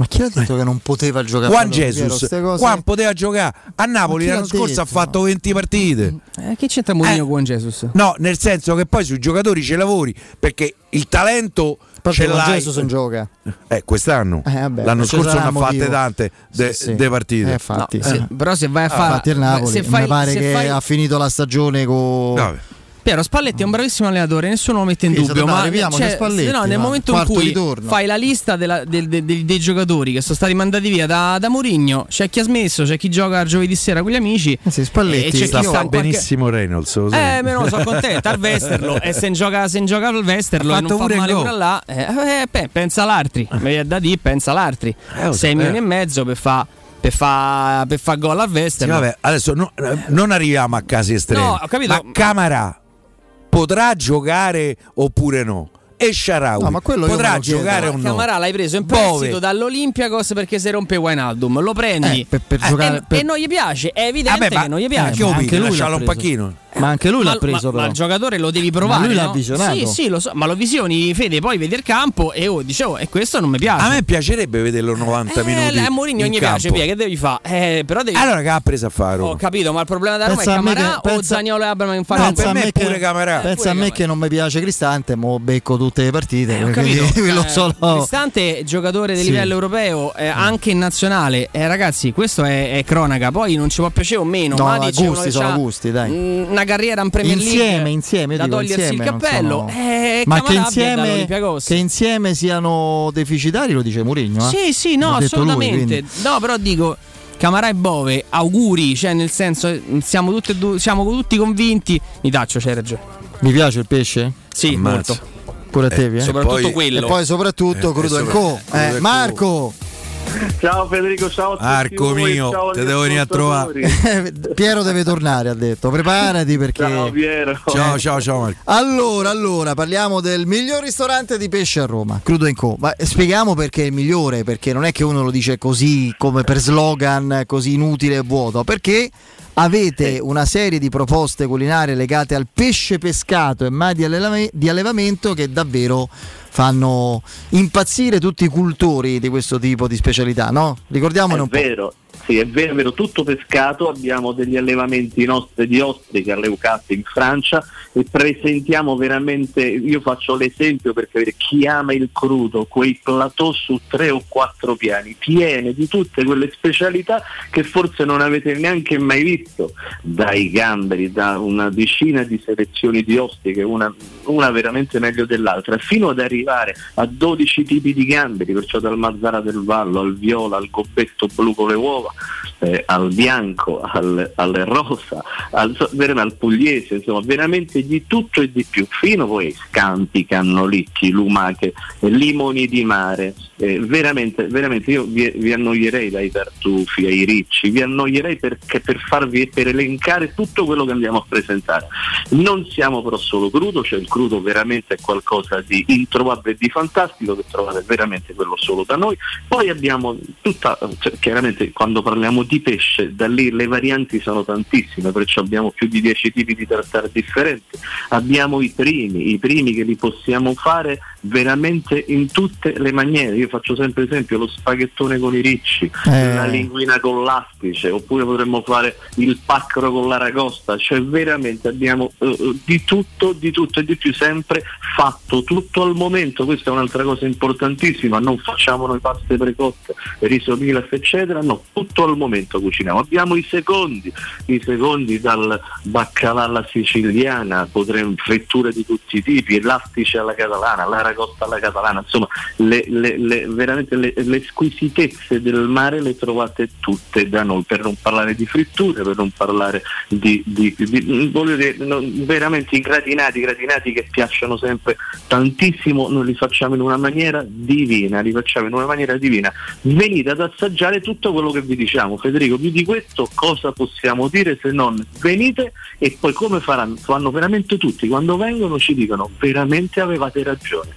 Ma chi ha detto che non poteva giocare? Juan Jesus, Juan poteva giocare a Napoli l'anno scorso, ha fatto venti partite. Eh, che c'entra Mourinho eh, con Jesus? No, nel senso che poi sui giocatori ci lavori, perché il talento ce l'hai. Jesus non gioca. Eh, quest'anno. Eh, vabbè, l'anno scorso ne ha fatte tante de, sì, sì. de partite. Eh, infatti, no, se, eh. Però se vai a fare ah, il Napoli, se fai, mi pare che fai... ha finito la stagione con no, Piero Spalletti è un bravissimo allenatore, nessuno lo mette in sì, dubbio, ma cioè, Spalletti, no, nel ma momento in cui ritorno. fai la lista della, del, del, del, dei giocatori che sono stati mandati via da, da Mourinho, c'è chi ha smesso, c'è chi gioca giovedì sera con gli amici. Eh sì, Spalletti e c'è sta chi sta benissimo qualche... Reynolds. Lo eh, me lo sono contento al Vesterlo e se in gioca se in gioca al Vesterlo e non fa male pure là, eh, eh, beh, pensa l'altri, mi viene da dire, pensa l'altri. Eh, sei milioni e mezzo per fa per fare per fa gol al Vesterlo. Sì, vabbè, adesso no, non arriviamo a casi estremi. No, ho capito. Ma Camarà potrà giocare oppure no? E Shaarawy no, potrà giocare o no? Camarà l'hai preso in prestito Bove. dall'Olympiakos perché si rompe Wijnaldum, lo prendi eh, per, per giocare, e, per... e non gli piace, è evidente Vabbè, che non gli piace. Eh, ma anche lui lascialo un pacchino. Ma anche lui ma, l'ha preso ma, però. Ma il giocatore lo devi provare, ma lui no? l'ha visionato. Sì, sì, lo so, ma lo visioni, Fede, poi vedi il campo e oh, dicevo, e questo non mi piace. A me piacerebbe vederlo novanta eh, minuti. A Mourinho gli piace, via, che devi fare? Eh, però devi... Allora che ha preso a fare? Ho capito, ma il problema da Roma è Camarà o pensa... Zaniolo e Abraham in fare no, per me pure Camarà. Pensa a me che non mi piace Cristante, mo becco tutte le partite. Eh, ho capito. Lo solo... Cristante, giocatore di sì. livello europeo, eh, anche in nazionale. Eh, ragazzi, questo è, è cronaca. Poi non ci può piacere o meno. No, Matic gusti sono gusti, dai. Una carriera in Premier League insieme, insieme, da dico, togliersi insieme, il cappello. Sono... Eh, ma che insieme, che insieme siano deficitari, lo dice Mourinho. Eh? Sì, sì, no, assolutamente. Lui, no, però dico. Camarà e Bove, auguri, cioè nel senso siamo tutti, siamo tutti convinti. Mi taccio, c'hai ragione. Mi piace il pesce? Sì, Ammazzo. molto. Pure a te, eh? Soprattutto poi, quello. E poi soprattutto eh, Crudo and Co. Eh, Marco. Ciao Federico, ciao a tutti. Marco voi, mio, ciao te devo venire a trovare. Piero deve tornare, ha detto. Preparati perché. Ciao Piero. Ciao, ciao, ciao Marco. Allora, allora, parliamo del miglior ristorante di pesce a Roma, Crudo and Co. Ma spieghiamo perché è il migliore, perché non è che uno lo dice così come per slogan, così inutile e vuoto, perché avete una serie di proposte culinarie legate al pesce pescato e mai di, alleva- di allevamento che davvero fanno impazzire tutti i cultori di questo tipo di specialità, no? Ricordiamone è un vero. po'. Sì, è vero, è vero, tutto pescato, abbiamo degli allevamenti nostri di ostriche allevate in Francia e presentiamo veramente, io faccio l'esempio perché chi ama il crudo, quei plateau su tre o quattro piani, piene di tutte quelle specialità che forse non avete neanche mai visto, dai gamberi, da una decina di selezioni di ostriche, una, una veramente meglio dell'altra, fino ad arrivare a dodici tipi di gamberi, perciò dal Mazzara del Vallo al viola, al gobbetto blu con le uova, Eh, al bianco, al, al rosa, al, al pugliese, insomma veramente di tutto e di più, fino poi scampi, cannolicchi, lumache, limoni di mare, eh, veramente, veramente io vi, vi annoierei dai tartufi ai ricci, vi annoierei perché per farvi per elencare tutto quello che andiamo a presentare. Non siamo però solo crudo, cioè il crudo veramente è qualcosa di introvabile e di fantastico che trovate veramente quello solo da noi. Poi abbiamo tutta, cioè, chiaramente quando parliamo di pesce, da lì le varianti sono tantissime, perciò abbiamo più di dieci tipi di tartare differenti, abbiamo i primi, i primi che li possiamo fare veramente in tutte le maniere. Io faccio sempre esempio lo spaghettone con i ricci, eh. la linguina con l'astice, oppure potremmo fare il pacro con l'aragosta, cioè veramente abbiamo uh, di tutto, di tutto e di più, sempre fatto tutto al momento. Questa è un'altra cosa importantissima, non facciamo noi paste precotte, riso pilaf eccetera, no, tutto al momento cuciniamo. Abbiamo i secondi, i secondi dal baccalà alla siciliana, potremmo fritture di tutti i tipi, l'astice alla catalana, l'aragosta alla catalana, insomma le, le, le, veramente le, le squisitezze del mare le trovate tutte da noi, per non parlare di fritture, per non parlare di, di, di voglio dire, no, veramente i gratinati, gratinati che piacciono sempre tantissimo, noi li facciamo in una maniera divina, li facciamo in una maniera divina. Venite ad assaggiare tutto quello che vi diciamo, Federico, più di questo cosa possiamo dire se non venite e poi come faranno, fanno veramente tutti, quando vengono ci dicono veramente avevate ragione,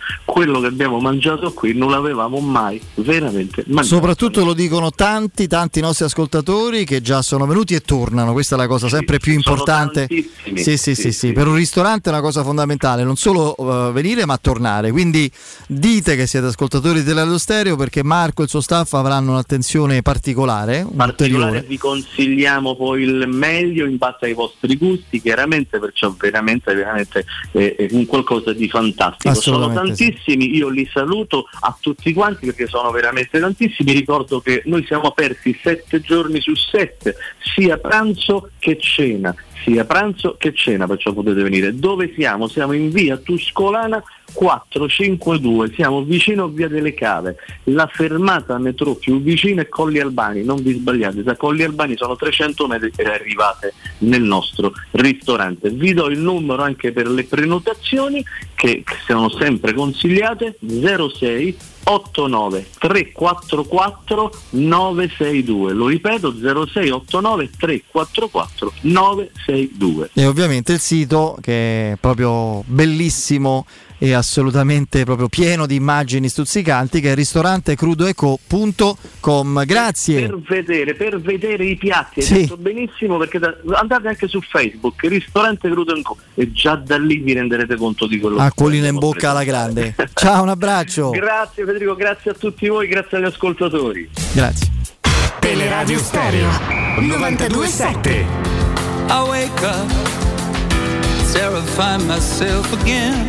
quello che abbiamo mangiato qui non l'avevamo mai veramente mangiato. Soprattutto lo dicono tanti tanti nostri ascoltatori che già sono venuti e tornano, questa è la cosa sempre più importante. Sì sì, sì sì sì per un ristorante è una cosa fondamentale, non solo uh, venire ma tornare, quindi dite che siete ascoltatori dell'Elio Stereo, perché Marco e il suo staff avranno un'attenzione particolare, particolare. Vi consigliamo poi il meglio in base ai vostri gusti, chiaramente, perciò veramente veramente eh, è un qualcosa di fantastico. Sono tantissimi, sì. Io li saluto a tutti quanti perché sono veramente tantissimi. Ricordo che noi siamo aperti sette giorni su sette, sia pranzo che cena, sia pranzo che cena, perciò potete venire. Dove siamo? Siamo in via Tuscolana quattrocentocinquantadue, siamo vicino a via delle Cave, la fermata metro più vicina è Colli Albani, non vi sbagliate, da Colli Albani sono trecento metri e arrivate nel nostro ristorante. Vi do il numero anche per le prenotazioni che sono sempre consigliate: zero sei ottantanove tre quattro quattro nove sei due, lo ripeto zero sei ottantanove tre quattro quattro nove sei due. E ovviamente il sito che è proprio bellissimo e assolutamente proprio pieno di immagini stuzzicanti, che è ristorante crudo eco punto com. Grazie. Per vedere, per vedere i piatti, hai sì. detto benissimo, perché da, andate anche su Facebook, ristorante crudo eco, e già da lì vi renderete conto di quello. Acquolina in bocca alla grande. Ciao, un abbraccio. Grazie Federico, grazie a tutti voi, grazie agli ascoltatori. Grazie. Teleradio Stereo novantadue sette. I wake up, terrify myself again.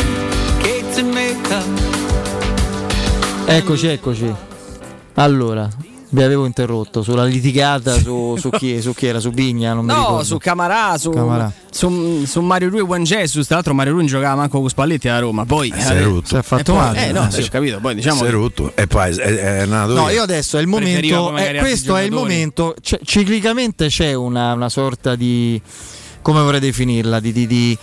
Eccoci, eccoci. Allora, vi avevo interrotto sulla litigata su, su, chi, su chi era, su Vigna, non mi no, ricordo. su Camarà, su, Camarà. su, su Mario Rui e Juan Jesus. Tra l'altro Mario Rui giocava manco con Spalletti a Roma, poi eh, si è rotto, si è fatto poi, male. Eh no, sì, ho capito, poi diciamo si è rotto e poi è, è, è nato. No, io adesso è il momento, è, questo è il momento, c- ciclicamente c'è una, una sorta di, come vorrei definirla, di, di, di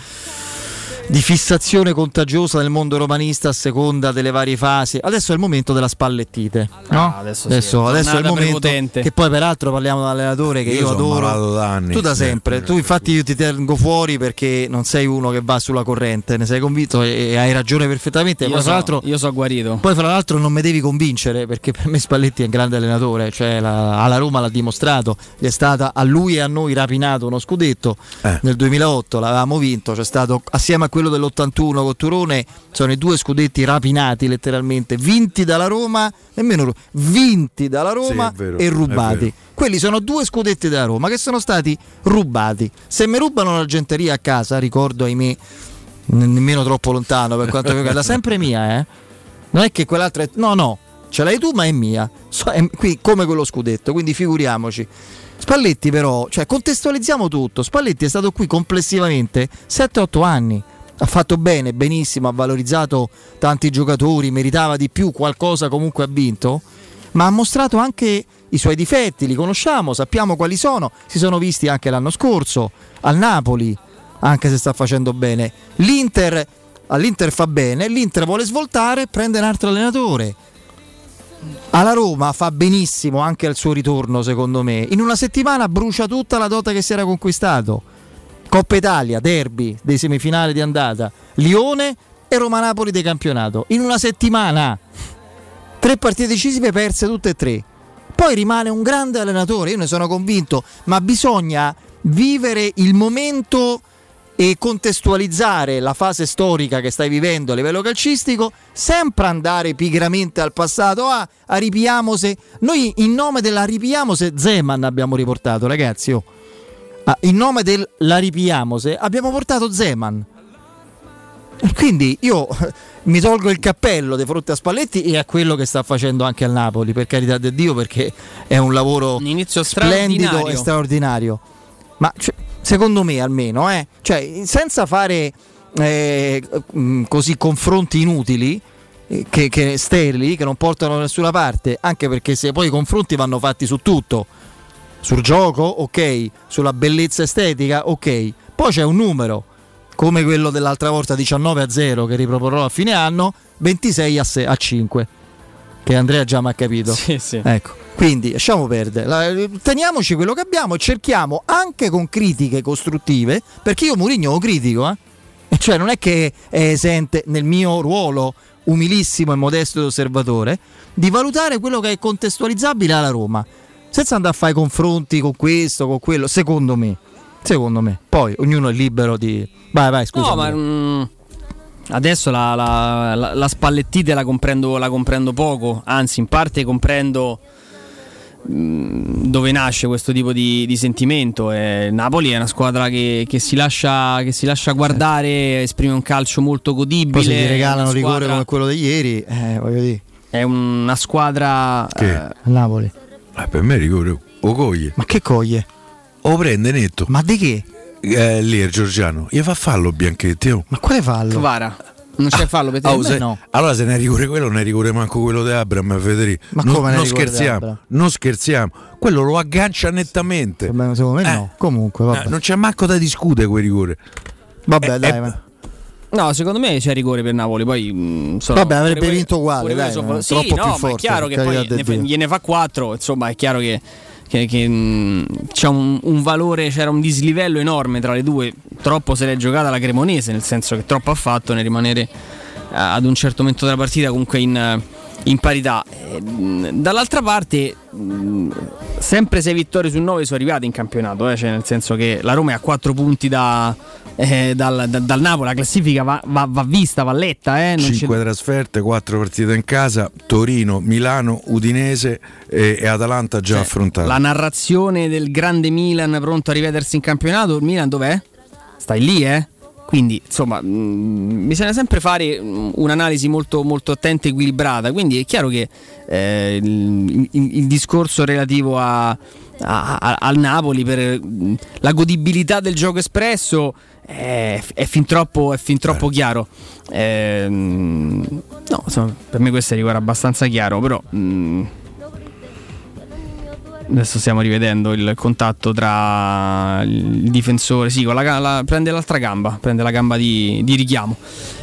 di fissazione contagiosa nel mondo romanista a seconda delle varie fasi. Adesso è il momento della spallettite, no? Ah, adesso sì, adesso, adesso è il momento prepotente. che poi peraltro parliamo di un allenatore che io, io adoro da anni. Tu da sempre, eh, tu infatti io ti tengo fuori perché non sei uno che va sulla corrente, ne sei convinto e, e hai ragione perfettamente. Io poi, so, fra l'altro, io so guarito. Poi fra l'altro non mi devi convincere, perché per me Spalletti è un grande allenatore, cioè la, alla Roma l'ha dimostrato, gli è stata a lui e a noi rapinato uno scudetto eh. nel duemilaotto, l'avevamo vinto, c'è stato assieme a quello dell'ottantuno con Turone, sono i due scudetti rapinati letteralmente, vinti dalla Roma, nemmeno vinti dalla Roma sì, vero, e rubati. Quelli sono due scudetti della Roma che sono stati rubati. Se mi rubano l'argenteria a casa, ricordo ahimè, nemmeno troppo lontano per quanto mi riguarda, sempre mia, eh. Non è che quell'altra è... no no, ce l'hai tu ma è mia. So, è qui come quello scudetto, quindi figuriamoci. Spalletti però, cioè contestualizziamo tutto. Spalletti è stato qui complessivamente sette otto anni. Ha fatto bene, benissimo, ha valorizzato tanti giocatori, meritava di più, qualcosa comunque ha vinto, ma ha mostrato anche i suoi difetti, li conosciamo, sappiamo quali sono, si sono visti anche l'anno scorso al Napoli, anche se sta facendo bene. L'Inter, all'Inter fa bene, l'Inter vuole svoltare, prende un altro allenatore. Alla Roma fa benissimo anche al suo ritorno, secondo me. In una settimana brucia tutta la dote che si era conquistato. Coppa Italia, derby dei semifinali di andata, Lione e Roma-Napoli di campionato. In una settimana, tre partite decisive perse tutte e tre. Poi rimane un grande allenatore, io ne sono convinto, ma bisogna vivere il momento e contestualizzare la fase storica che stai vivendo a livello calcistico, sempre andare pigramente al passato. Ah, arripiamose. Noi in nome della ripiamose Zeman abbiamo riportato, ragazzi, oh. Ah, in nome del la ripiamose abbiamo portato Zeman. Quindi io mi tolgo il cappello di fronte a Spalletti e a quello che sta facendo anche al Napoli, per carità di Dio, perché è un lavoro un inizio splendido straordinario. e straordinario. Ma cioè, secondo me almeno, eh, cioè, senza fare eh, così confronti inutili, eh, che, che sterili, che non portano da nessuna parte, anche perché se poi i confronti vanno fatti su tutto. Sul gioco, ok, sulla bellezza estetica, ok. Poi c'è un numero, come quello dell'altra volta, diciannove a zero, che riproporrò a fine anno, ventisei a cinque, che Andrea già mi ha capito. Sì, sì. Ecco, quindi lasciamo perdere. La, teniamoci quello che abbiamo e cerchiamo anche con critiche costruttive, perché io Mourinho lo critico, eh. Cioè non è che è esente nel mio ruolo umilissimo e modesto osservatore, di valutare quello che è contestualizzabile alla Roma, senza andare a fare confronti con questo, con quello, secondo me. Secondo me. Poi ognuno è libero di... Vai, vai, scusa. No, ma mh, adesso la, la, la, la spallettite la comprendo, la comprendo poco, anzi in parte comprendo mh, dove nasce questo tipo di, di sentimento. Eh, Napoli è una squadra che, che, si, lascia, che si lascia guardare, eh. esprime un calcio molto godibile. Poi se ti regalano rigore come quello di ieri, eh, voglio dire. È una squadra... Che? Eh, Napoli. Eh, per me rigore o coglie. Ma che coglie? O prende netto. Ma di che? Eh, lì è il Giorgiano. Gli fa fallo Bianchetti. Oh. Ma quale fallo? Kvara. Non c'è fallo per te? Oh, se, no. Allora se ne è rigore quello, non è rigore manco quello di Abram, Federico. Ma non, come non scherziamo, non scherziamo. Quello lo aggancia nettamente. Secondo me eh. no. Comunque, vabbè. Eh, non c'è manco da discutere quel rigore. Vabbè, eh, dai, eh, ma... No, secondo me c'è rigore per Napoli. Poi mh, sono, vabbè, avrebbe pure vinto uguale, dai, sono, eh, sì, troppo no, più ma forte, è chiaro che poi ne fa, gliene fa quattro. Insomma, è chiaro che, che, che mh, c'è un, un valore, c'era un dislivello enorme tra le due. Troppo se l'è giocata la Cremonese, nel senso che troppo ha fatto nel rimanere uh, ad un certo momento della partita comunque in, uh, in parità. E, mh, dall'altra parte, mh, sempre sei vittorie su nove sono arrivate in campionato, eh, cioè nel senso che la Roma è a quattro punti da. Eh, dal, da, dal Napoli. La classifica va, va, va vista, va letta, eh? Non cinque c'è... trasferte, quattro partite in casa, Torino, Milano, Udinese e, e Atalanta già cioè, affrontate. La narrazione del grande Milan pronto a rivedersi in campionato. Il Milan dov'è? Stai lì, eh? Quindi insomma mh, bisogna sempre fare mh, un'analisi molto, molto attenta e equilibrata. Quindi è chiaro che eh, il, il, il discorso relativo a, a, a, al Napoli per mh, la godibilità del gioco espresso è, è fin troppo, è fin troppo chiaro. Eh, no, insomma, per me questo è rigore abbastanza chiaro, però mh, adesso stiamo rivedendo il contatto tra il difensore, sì, con la, la, prende l'altra gamba, prende la gamba di, di richiamo.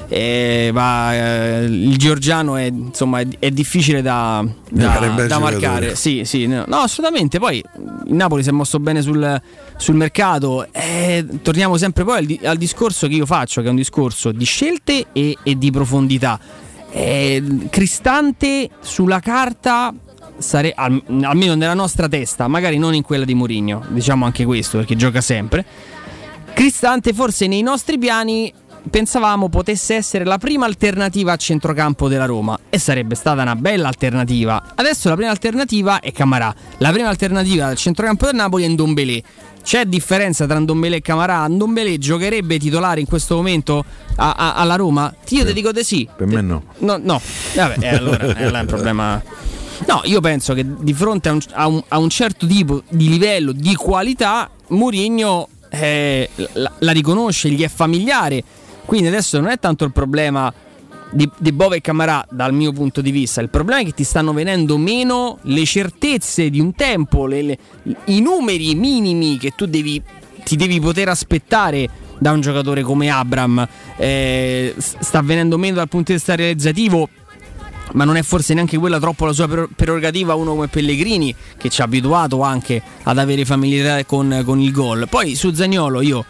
E va, eh, il Giorgiano è, insomma, è, è difficile da, da, da marcare. Sì, sì, no, no, assolutamente. Poi il Napoli si è mosso bene sul, sul mercato. E torniamo sempre poi al, al discorso che io faccio, che è un discorso di scelte e, e di profondità. E Cristante sulla carta. Sare, al, almeno nella nostra testa, magari non in quella di Mourinho, diciamo anche questo perché gioca sempre. Cristante forse nei nostri piani pensavamo potesse essere la prima alternativa a centrocampo della Roma e sarebbe stata una bella alternativa. Adesso la prima alternativa è Camarà, la prima alternativa al centrocampo del Napoli è Ndombélé. C'è differenza tra Ndombélé e Camarà? Ndombélé giocherebbe titolare in questo momento a, a, alla Roma? Io ti dico di sì. Per me no. No, no. Vabbè, eh, allora, eh, allora è un problema. No, io penso che di fronte a un, a un, a un certo tipo di livello, di qualità, Mourinho eh, la, la riconosce, gli è familiare. Quindi adesso non è tanto il problema di, di Bove e Camarà dal mio punto di vista. Il problema è che ti stanno venendo meno le certezze di un tempo, le, le, i numeri minimi che tu devi, ti devi poter aspettare da un giocatore come Abram. Eh, sta venendo meno dal punto di vista realizzativo, ma non è forse neanche quella troppo la sua prerogativa uno come Pellegrini, che ci ha abituato anche ad avere familiarità con, con il gol. Poi su Zaniolo io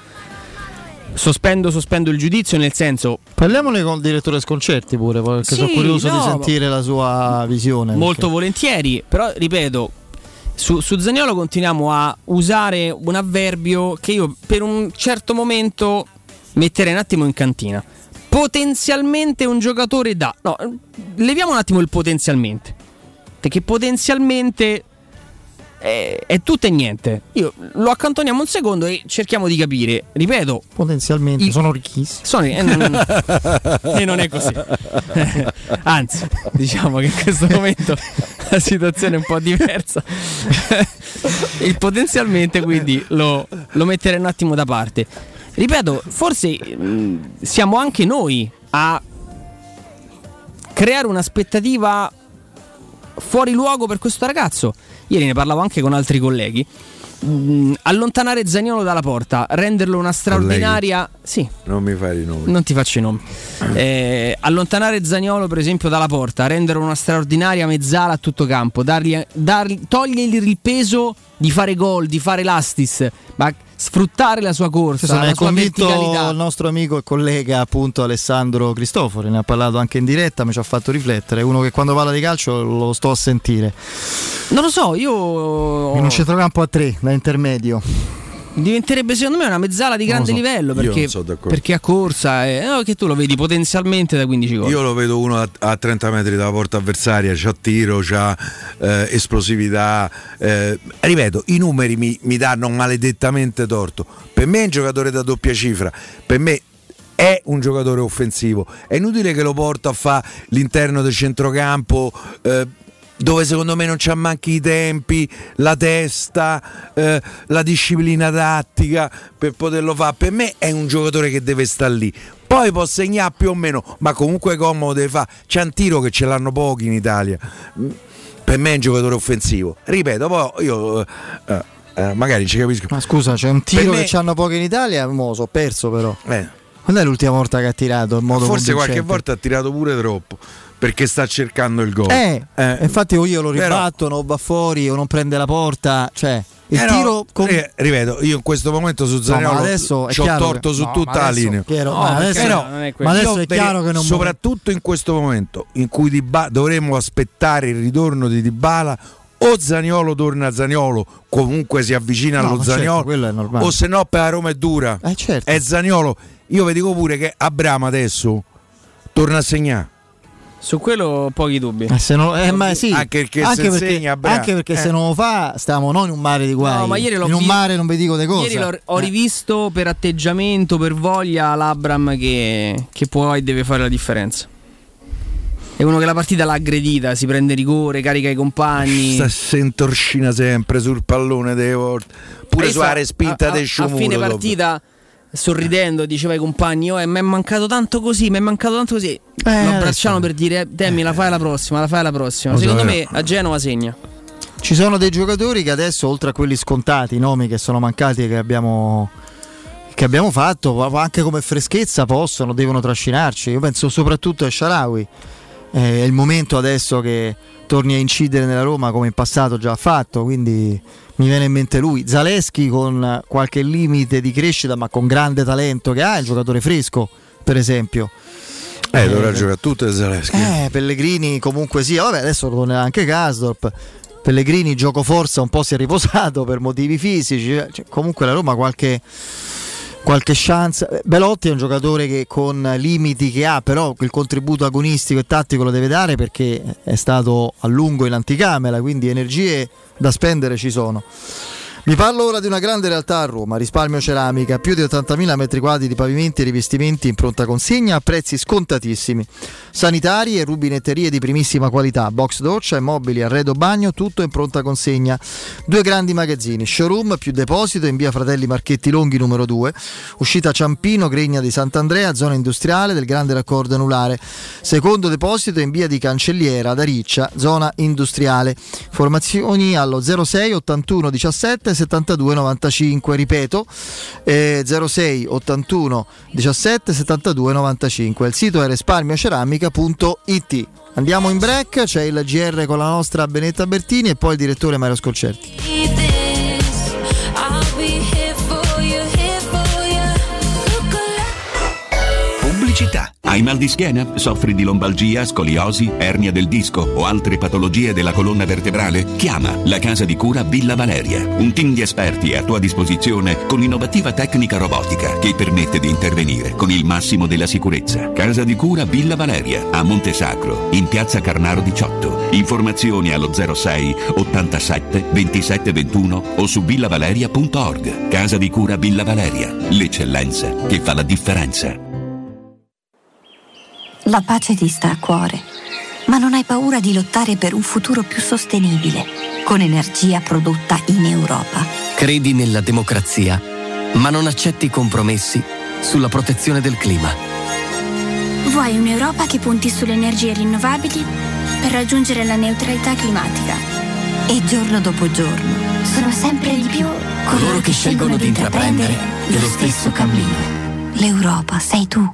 sospendo, sospendo il giudizio, nel senso, parliamone con il direttore Sconcerti pure, perché sì, sono curioso no, di sentire la sua visione. Molto perché... volentieri, però ripeto, su, su Zaniolo continuiamo a usare un avverbio che io per un certo momento metterei un attimo in cantina. Potenzialmente un giocatore da... No, leviamo un attimo il potenzialmente, perché potenzialmente è, è tutto e niente. Io lo accantoniamo un secondo e cerchiamo di capire. Ripeto, potenzialmente il, sono ricchissimo. Sono, e, non, e non è così. Anzi, diciamo che in questo momento la situazione è un po' diversa. Il potenzialmente quindi lo, lo metterei un attimo da parte. Ripeto, forse mh, siamo anche noi a creare un'aspettativa fuori luogo per questo ragazzo. Ieri ne parlavo anche con altri colleghi. mh, allontanare Zaniolo dalla porta, renderlo una straordinaria. Sì. Non mi fai i nomi. Non ti faccio i nomi. Eh, allontanare Zaniolo, per esempio, dalla porta, renderlo una straordinaria mezzala a tutto campo, dargli, dargli, togliergli il peso di fare gol, di fare l'astis, ma sfruttare la sua corsa, se la ne è sua convinto verticalità. Il nostro amico e collega appunto Alessandro Cristofori, ne ha parlato anche in diretta, mi ci ha fatto riflettere. È uno che quando parla di calcio lo sto a sentire. Non lo so, io in un centrocampo a tre da intermedio diventerebbe secondo me una mezzala di grande so. livello, perché, so perché a corsa è, no, che tu lo vedi potenzialmente da quindici gol. Io lo vedo uno a, a trenta metri dalla porta avversaria, c'ha tiro, c'ha eh, esplosività, eh, ripeto, i numeri mi, mi danno maledettamente torto. Per me è un giocatore da doppia cifra, per me è un giocatore offensivo, è inutile che lo porto a fare l'interno del centrocampo, eh, dove secondo me non c'ha manchi i tempi, la testa, eh, la disciplina tattica per poterlo fare. Per me è un giocatore che deve stare lì. Poi può segnare più o meno, ma comunque comodo deve fare. C'è un tiro che ce l'hanno pochi in Italia. Per me è un giocatore offensivo. Ripeto, poi io eh, eh, magari ci capisco. Ma scusa, c'è un tiro me... che ci hanno pochi in Italia, mo so perso però. Eh. Quando è l'ultima volta che ha tirato in modo Forse convincente? Qualche volta ha tirato pure troppo, perché sta cercando il gol. Eh, eh. Infatti o io lo ribattono, Però... o va fuori o non prende la porta, cioè il eh tiro no, con... eh, ripeto, io in questo momento su Zaniolo no, adesso è ci ho torto che... su no, tutta la linea. Piero, no, ma adesso, no, no, ma adesso è chiaro che non soprattutto in questo momento in cui Dybala, dovremmo aspettare il ritorno di Dybala, o Zaniolo torna a Zaniolo, comunque si avvicina no, allo Zaniolo, certo, o se no per la Roma è dura. Eh, certo. È Zaniolo. Io vi dico pure che Abramo adesso torna a segnare. Su quello pochi dubbi. Eh, se non, eh, ma sì, anche perché, anche se, perché, segna, anche perché eh. se non lo fa stiamo non in un mare di guai. No, ma ieri l'ho in un vi- mare non vi dico di cosa. Ieri l'ho, ho rivisto per atteggiamento, per voglia l'Abram che, che poi deve fare la differenza. È uno che la partita l'ha aggredita, si prende rigore, carica i compagni. Sta si intorcina sempre sul pallone delle volte. Pure sulla respinta del Sciumulo. A fine partita, sorridendo, diceva ai compagni: oh, mi è mancato tanto così, mi è mancato tanto così. Eh, lo abbracciano per dire: Demi, la fai la prossima, la fai la prossima. Secondo me a Genova segna. Ci sono dei giocatori che adesso, oltre a quelli scontati, i nomi che sono mancati e che abbiamo che abbiamo fatto, anche come freschezza possono, devono trascinarci. Io penso soprattutto a Shaarawy. È il momento adesso che torni a incidere nella Roma come in passato già ha fatto, quindi mi viene in mente lui. Zalewski con qualche limite di crescita ma con grande talento che ha, il giocatore fresco per esempio. Eh, dovrà giocare tutte Zalewski. Eh, Pellegrini comunque sì, vabbè adesso tornerà anche Kasdorp. Pellegrini gioco forza un po' si è riposato per motivi fisici, cioè, comunque la Roma qualche qualche chance. Belotti è un giocatore che con limiti che ha, però il contributo agonistico e tattico lo deve dare perché è stato a lungo in anticamera, quindi energie da spendere ci sono. Vi parlo ora di una grande realtà a Roma, Risparmio Ceramica, più di ottantamila metri quadri di pavimenti e rivestimenti in pronta consegna a prezzi scontatissimi. Sanitari e rubinetterie di primissima qualità, box doccia, mobili, arredo bagno, tutto in pronta consegna. Due grandi magazzini, showroom più deposito in via Fratelli Marchetti Longhi numero due, uscita Ciampino, Gregna di Sant'Andrea, zona industriale del grande raccordo anulare. Secondo deposito in via di Cancelliera da Riccia, zona industriale. Informazioni allo zero sei ottantuno diciassette settantadue novantacinque, ripeto eh, zero sei ottantuno diciassette settantadue novantacinque. Il sito è risparmioceramica punto it. Andiamo in break, c'è il G R con la nostra Benetta Bertini e poi il direttore Mario Scolcerti. Pubblicità. Hai mal di schiena? Soffri di lombalgia, scoliosi, ernia del disco o altre patologie della colonna vertebrale? Chiama la Casa di Cura Villa Valeria. Un team di esperti è a tua disposizione con l'innovativa tecnica robotica che permette di intervenire con il massimo della sicurezza. Casa di Cura Villa Valeria a Montesacro, in piazza Carnaro diciotto. Informazioni allo zero sei ottantasette ventisette ventuno o su villavaleria punto org. Casa di Cura Villa Valeria, l'eccellenza che fa la differenza. La pace ti sta a cuore, ma non hai paura di lottare per un futuro più sostenibile, con energia prodotta in Europa. Credi nella democrazia, ma non accetti compromessi sulla protezione del clima. Vuoi un'Europa che punti sulle energie rinnovabili per raggiungere la neutralità climatica, E giorno dopo giorno sono sempre di più coloro che scelgono di intraprendere lo stesso cammino. L'Europa sei tu.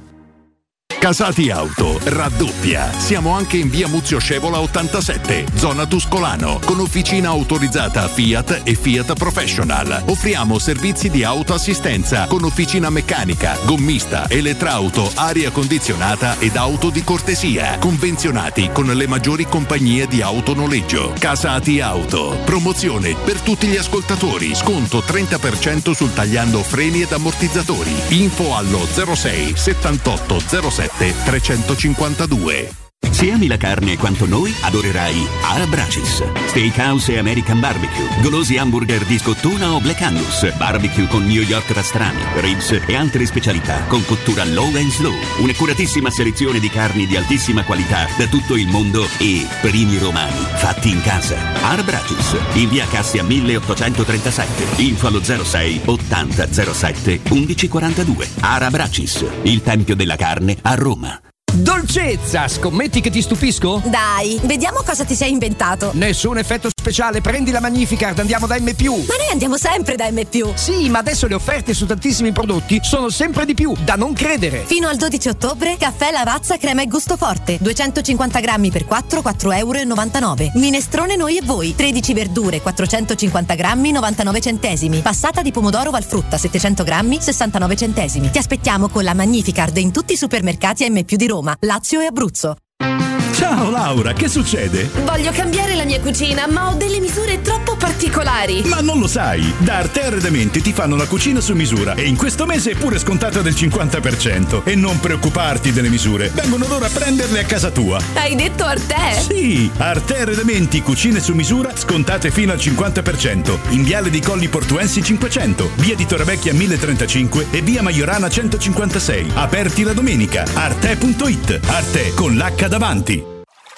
Casati Auto raddoppia. Siamo anche in via Muzio Scevola ottantasette, zona Tuscolano, con officina autorizzata Fiat e Fiat Professional. Offriamo servizi di autoassistenza con officina meccanica, gommista, elettrauto, aria condizionata ed auto di cortesia. Convenzionati con le maggiori compagnie di autonoleggio. Casati Auto. Promozione per tutti gli ascoltatori. Sconto trenta per cento sul tagliando freni ed ammortizzatori. Info allo zero sei settantotto zero sette trecentocinquantadue. Se ami la carne quanto noi, adorerai Arabracis. Steakhouse e American Barbecue, golosi hamburger di scottuna o Black Angus, barbecue con New York pastrami, ribs e altre specialità con cottura low and slow. Un'accuratissima selezione di carni di altissima qualità da tutto il mondo e primi romani fatti in casa. Arabracis, in via Cassia milleottocentotrentasette. Info allo zero sei ottanta zero sette undici quarantadue. Arabracis, il tempio della carne a Roma. Dolcezza, scommetti che ti stupisco? Dai, vediamo cosa ti sei inventato. Nessun effetto speciale, prendi la Magnificard, andiamo da M più. Ma noi andiamo sempre da M più. Sì, ma adesso le offerte su tantissimi prodotti sono sempre di più, da non credere. Fino al dodici ottobre, caffè Lavazza crema e gusto forte, duecentocinquanta grammi per quattro, quattro virgola novantanove euro. Minestrone noi e voi, tredici verdure, quattrocentocinquanta grammi, novantanove centesimi. Passata di pomodoro Valfrutta, settecento grammi, sessantanove centesimi. Ti aspettiamo con la Magnificard in tutti i supermercati M più di Roma, Lazio e Abruzzo. Ciao Laura, che succede? Voglio cambiare la mia cucina, ma ho delle misure troppo particolari. Ma non lo sai, da Arte Arredamenti ti fanno la cucina su misura e in questo mese è pure scontata del cinquanta per cento. E non preoccuparti delle misure, vengono loro a prenderle a casa tua. Hai detto Arte? Sì, Arte Arredamenti, cucine su misura, scontate fino al cinquanta per cento. In Viale dei Colli Portuensi cinquecento, via di Torrevecchia mille trentacinque e via Maiorana centocinquantasei. Aperti la domenica. Arte punto it. Arte con l'H davanti.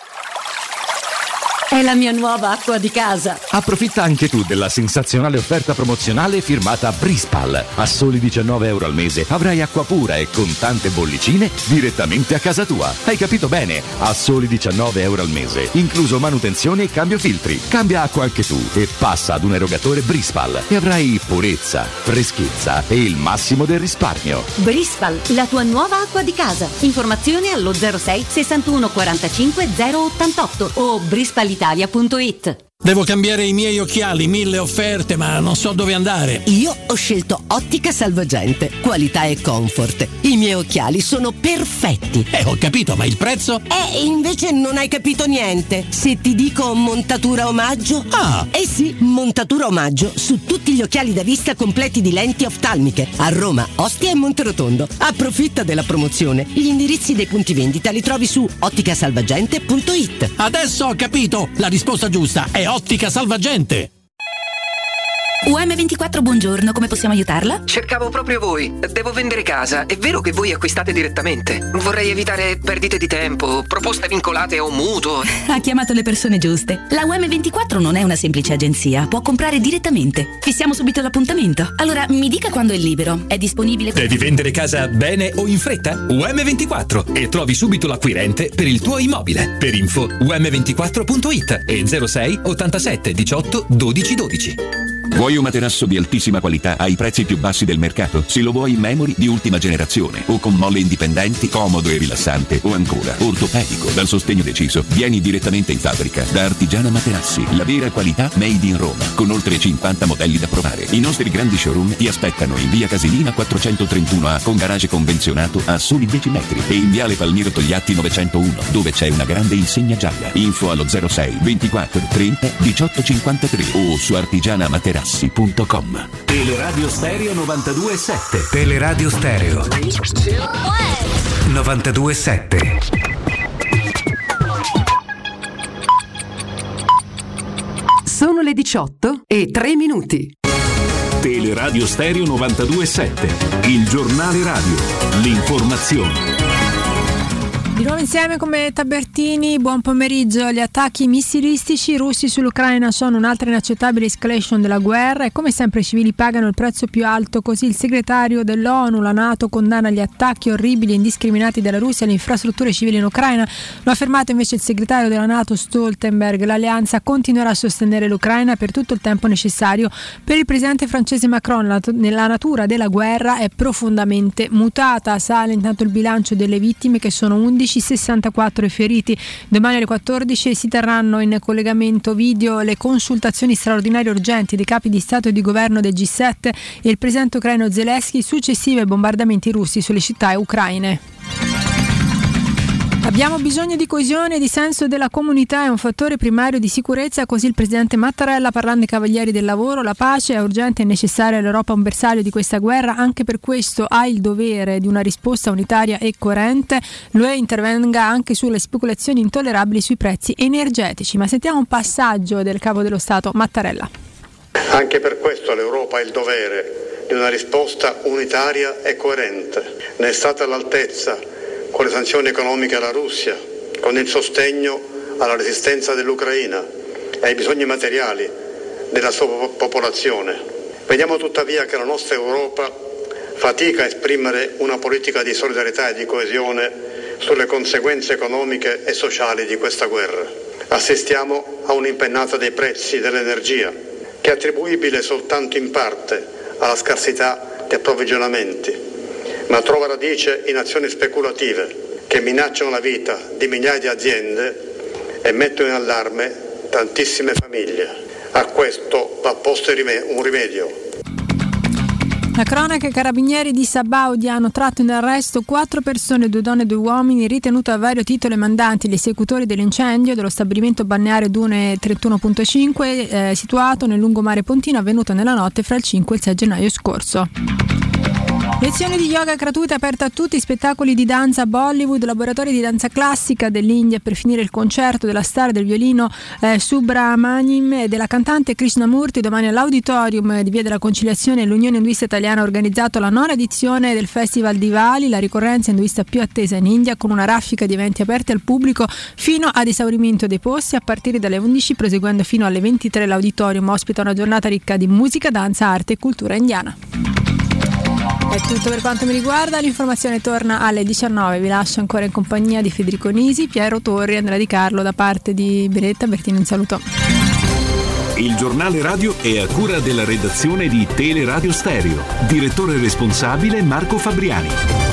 È la mia nuova acqua di casa. Approfitta anche tu della sensazionale offerta promozionale firmata Brispal. A soli diciannove euro al mese avrai acqua pura e con tante bollicine direttamente a casa tua. Hai capito bene? A soli diciannove euro al mese, incluso manutenzione e cambio filtri. Cambia acqua anche tu e passa ad un erogatore Brispal e avrai purezza, freschezza e il massimo del risparmio. Brispal, la tua nuova acqua di casa. Informazioni allo zero sei sessantuno quarantacinque zero ottantotto o brispal italia punto it. Devo cambiare i miei occhiali, mille offerte, ma non so dove andare. Io ho scelto Ottica Salvagente, qualità e comfort. I miei occhiali sono perfetti. Eh, ho capito, ma il prezzo? Eh, invece non hai capito niente. Se ti dico montatura omaggio? Ah! Eh sì, montatura omaggio su tutti gli occhiali da vista completi di lenti oftalmiche. A Roma, Ostia e Monterotondo. Approfitta della promozione. Gli indirizzi dei punti vendita li trovi su ottica salvagente punto it. Adesso ho capito! La risposta giusta è Ottica Salvagente. U M ventiquattro, buongiorno, come possiamo aiutarla? Cercavo proprio voi. Devo vendere casa. È vero che voi acquistate direttamente? Vorrei evitare perdite di tempo, proposte vincolate o mutuo. Ha chiamato le persone giuste. La U M ventiquattro non è una semplice agenzia, può comprare direttamente. Fissiamo subito l'appuntamento. Allora, mi dica quando è libero. È disponibile? Devi vendere casa bene o in fretta? U M ventiquattro e trovi subito l'acquirente per il tuo immobile. Per info u m ventiquattro punto it e zero sei ottantasette diciotto dodici dodici. Vuoi un materasso di altissima qualità ai prezzi più bassi del mercato? Se lo vuoi in memory di ultima generazione o con molle indipendenti, comodo e rilassante o ancora ortopedico dal sostegno deciso, vieni direttamente in fabbrica da Artigiana Materassi, la vera qualità made in Roma, con oltre cinquanta modelli da provare. I nostri grandi showroom ti aspettano in via Casilina quattrocentotrentuno A con garage convenzionato a soli dieci metri e in viale Palmiro Togliatti novecentouno dove c'è una grande insegna gialla. Info allo zero sei ventiquattro trenta diciotto cinquantatré o su artigiana materassi punto com. Teleradio Stereo novantadue virgola sette. Teleradio Stereo novantadue virgola sette. Sono le diciotto e tre minuti. Teleradio Stereo novantadue virgola sette. Il giornale radio. L'informazione. Di nuovo insieme come Tabertini, buon pomeriggio. Gli attacchi missilistici russi sull'Ucraina sono un'altra inaccettabile escalation della guerra e come sempre i civili pagano il prezzo più alto. Così il segretario dell'ONU, la NATO, condanna gli attacchi orribili e indiscriminati della Russia alle infrastrutture civili in Ucraina. Lo ha affermato invece il segretario della NATO Stoltenberg. L'alleanza continuerà a sostenere l'Ucraina per tutto il tempo necessario. Per il presidente francese Macron la, la natura della guerra è profondamente mutata. Sale intanto il bilancio delle vittime, che sono undici, sessantaquattro i feriti. Domani alle quattordici si terranno in collegamento video le consultazioni straordinarie urgenti dei capi di Stato e di governo del G sette e il presidente ucraino Zelensky successive ai bombardamenti russi sulle città ucraine. Abbiamo bisogno di coesione e di senso della comunità, è un fattore primario di sicurezza, così il presidente Mattarella parlando ai cavalieri del lavoro. La pace è urgente e necessaria, l'Europa è un bersaglio di questa guerra, anche per questo ha il dovere di una risposta unitaria e coerente. L'U E intervenga anche sulle speculazioni intollerabili sui prezzi energetici. Ma sentiamo un passaggio del capo dello Stato Mattarella. Anche per questo l'Europa ha il dovere di una risposta unitaria e coerente. Ne è stata all'altezza con le sanzioni economiche alla Russia, con il sostegno alla resistenza dell'Ucraina e ai bisogni materiali della sua popolazione. Vediamo tuttavia che la nostra Europa fatica a esprimere una politica di solidarietà e di coesione sulle conseguenze economiche e sociali di questa guerra. Assistiamo a un'impennata dei prezzi dell'energia, che è attribuibile soltanto in parte alla scarsità di approvvigionamenti, ma trova radice in azioni speculative che minacciano la vita di migliaia di aziende e mettono in allarme tantissime famiglie. A questo va posto un rimedio. La cronaca: carabinieri di Sabaudi hanno tratto in arresto quattro persone, due donne e due uomini, ritenuti a vario titolo e mandanti gli esecutori dell'incendio dello stabilimento balneare Dune trentuno punto cinque eh, situato nel lungomare pontino, avvenuto nella notte fra il cinque e il sei gennaio scorso. Lezioni di yoga gratuite aperte a tutti, spettacoli di danza Bollywood, laboratori di danza classica dell'India per finire il concerto della star del violino eh, Subramaniam e della cantante Krishnamurti. Domani all'Auditorium di Via della Conciliazione l'Unione Induista Italiana ha organizzato la nona edizione del Festival di Vali, la ricorrenza induista più attesa in India, con una raffica di eventi aperti al pubblico fino ad esaurimento dei posti a partire dalle undici, proseguendo fino alle ventitré. L'Auditorium ospita una giornata ricca di musica, danza, arte e cultura indiana. È tutto per quanto mi riguarda, l'informazione torna alle diciannove, vi lascio ancora in compagnia di Federico Nisi, Piero Torri e Andrea Di Carlo. Da parte di Benedetta Bertini un saluto. Il giornale radio è a cura della redazione di Teleradio Stereo, direttore responsabile Marco Fabriani.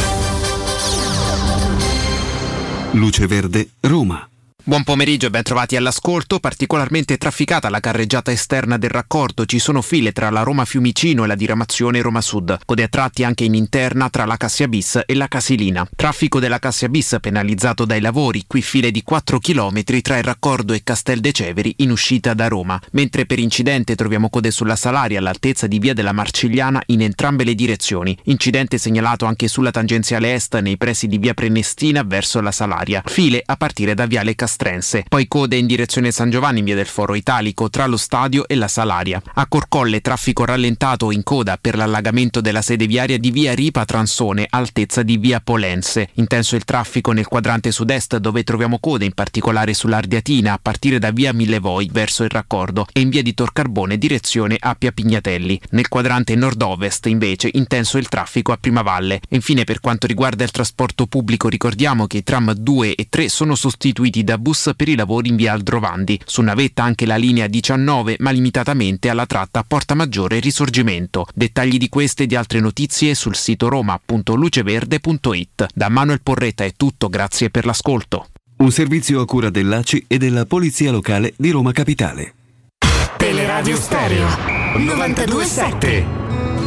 Luce Verde, Roma. Buon pomeriggio e ben trovati all'ascolto. Particolarmente trafficata la carreggiata esterna del raccordo, ci sono file tra la Roma Fiumicino e la diramazione Roma Sud, code a tratti anche in interna tra la Cassia Bis e la Casilina. Traffico della Cassia Bis penalizzato dai lavori, qui file di quattro chilometri tra il raccordo e Castel de Ceveri in uscita da Roma, mentre per incidente troviamo code sulla Salaria all'altezza di via della Marcigliana in entrambe le direzioni. Incidente segnalato anche sulla tangenziale est nei pressi di via Prenestina verso la Salaria, file a partire da viale Castrense. Poi code in direzione San Giovanni in via del Foro Italico tra lo stadio e la Salaria. A Corcolle traffico rallentato in coda per l'allagamento della sede viaria di via Ripa Transone altezza di via Polense. Intenso il traffico nel quadrante sud-est, dove troviamo code in particolare sull'Ardiatina a partire da via Millevoi verso il raccordo e in via di Tor Carbone direzione Appia Pignatelli. Nel quadrante nord-ovest invece intenso il traffico a Primavalle. Infine, per quanto riguarda il trasporto pubblico, ricordiamo che i tram due e tre sono sostituiti da bus per i lavori in via Aldrovandi. Su navetta anche la linea diciannove, ma limitatamente alla tratta Porta Maggiore Risorgimento. Dettagli di queste e di altre notizie sul sito roma punto luceverde punto it. Da Manuel Porretta è tutto, grazie per l'ascolto. Un servizio a cura dell'A C I e della Polizia Locale di Roma Capitale. Teleradio Stereo novantadue sette.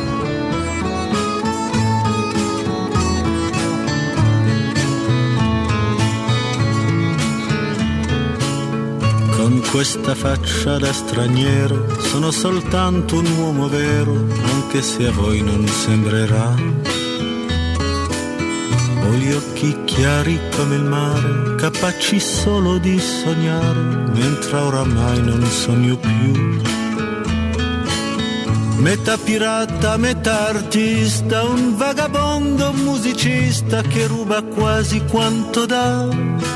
Con questa faccia da straniero sono soltanto un uomo vero, anche se a voi non sembrerà. Ho gli occhi chiari come il mare, capaci solo di sognare, mentre oramai non sogno più. Metà pirata, metà artista, un vagabondo musicista che ruba quasi quanto dà.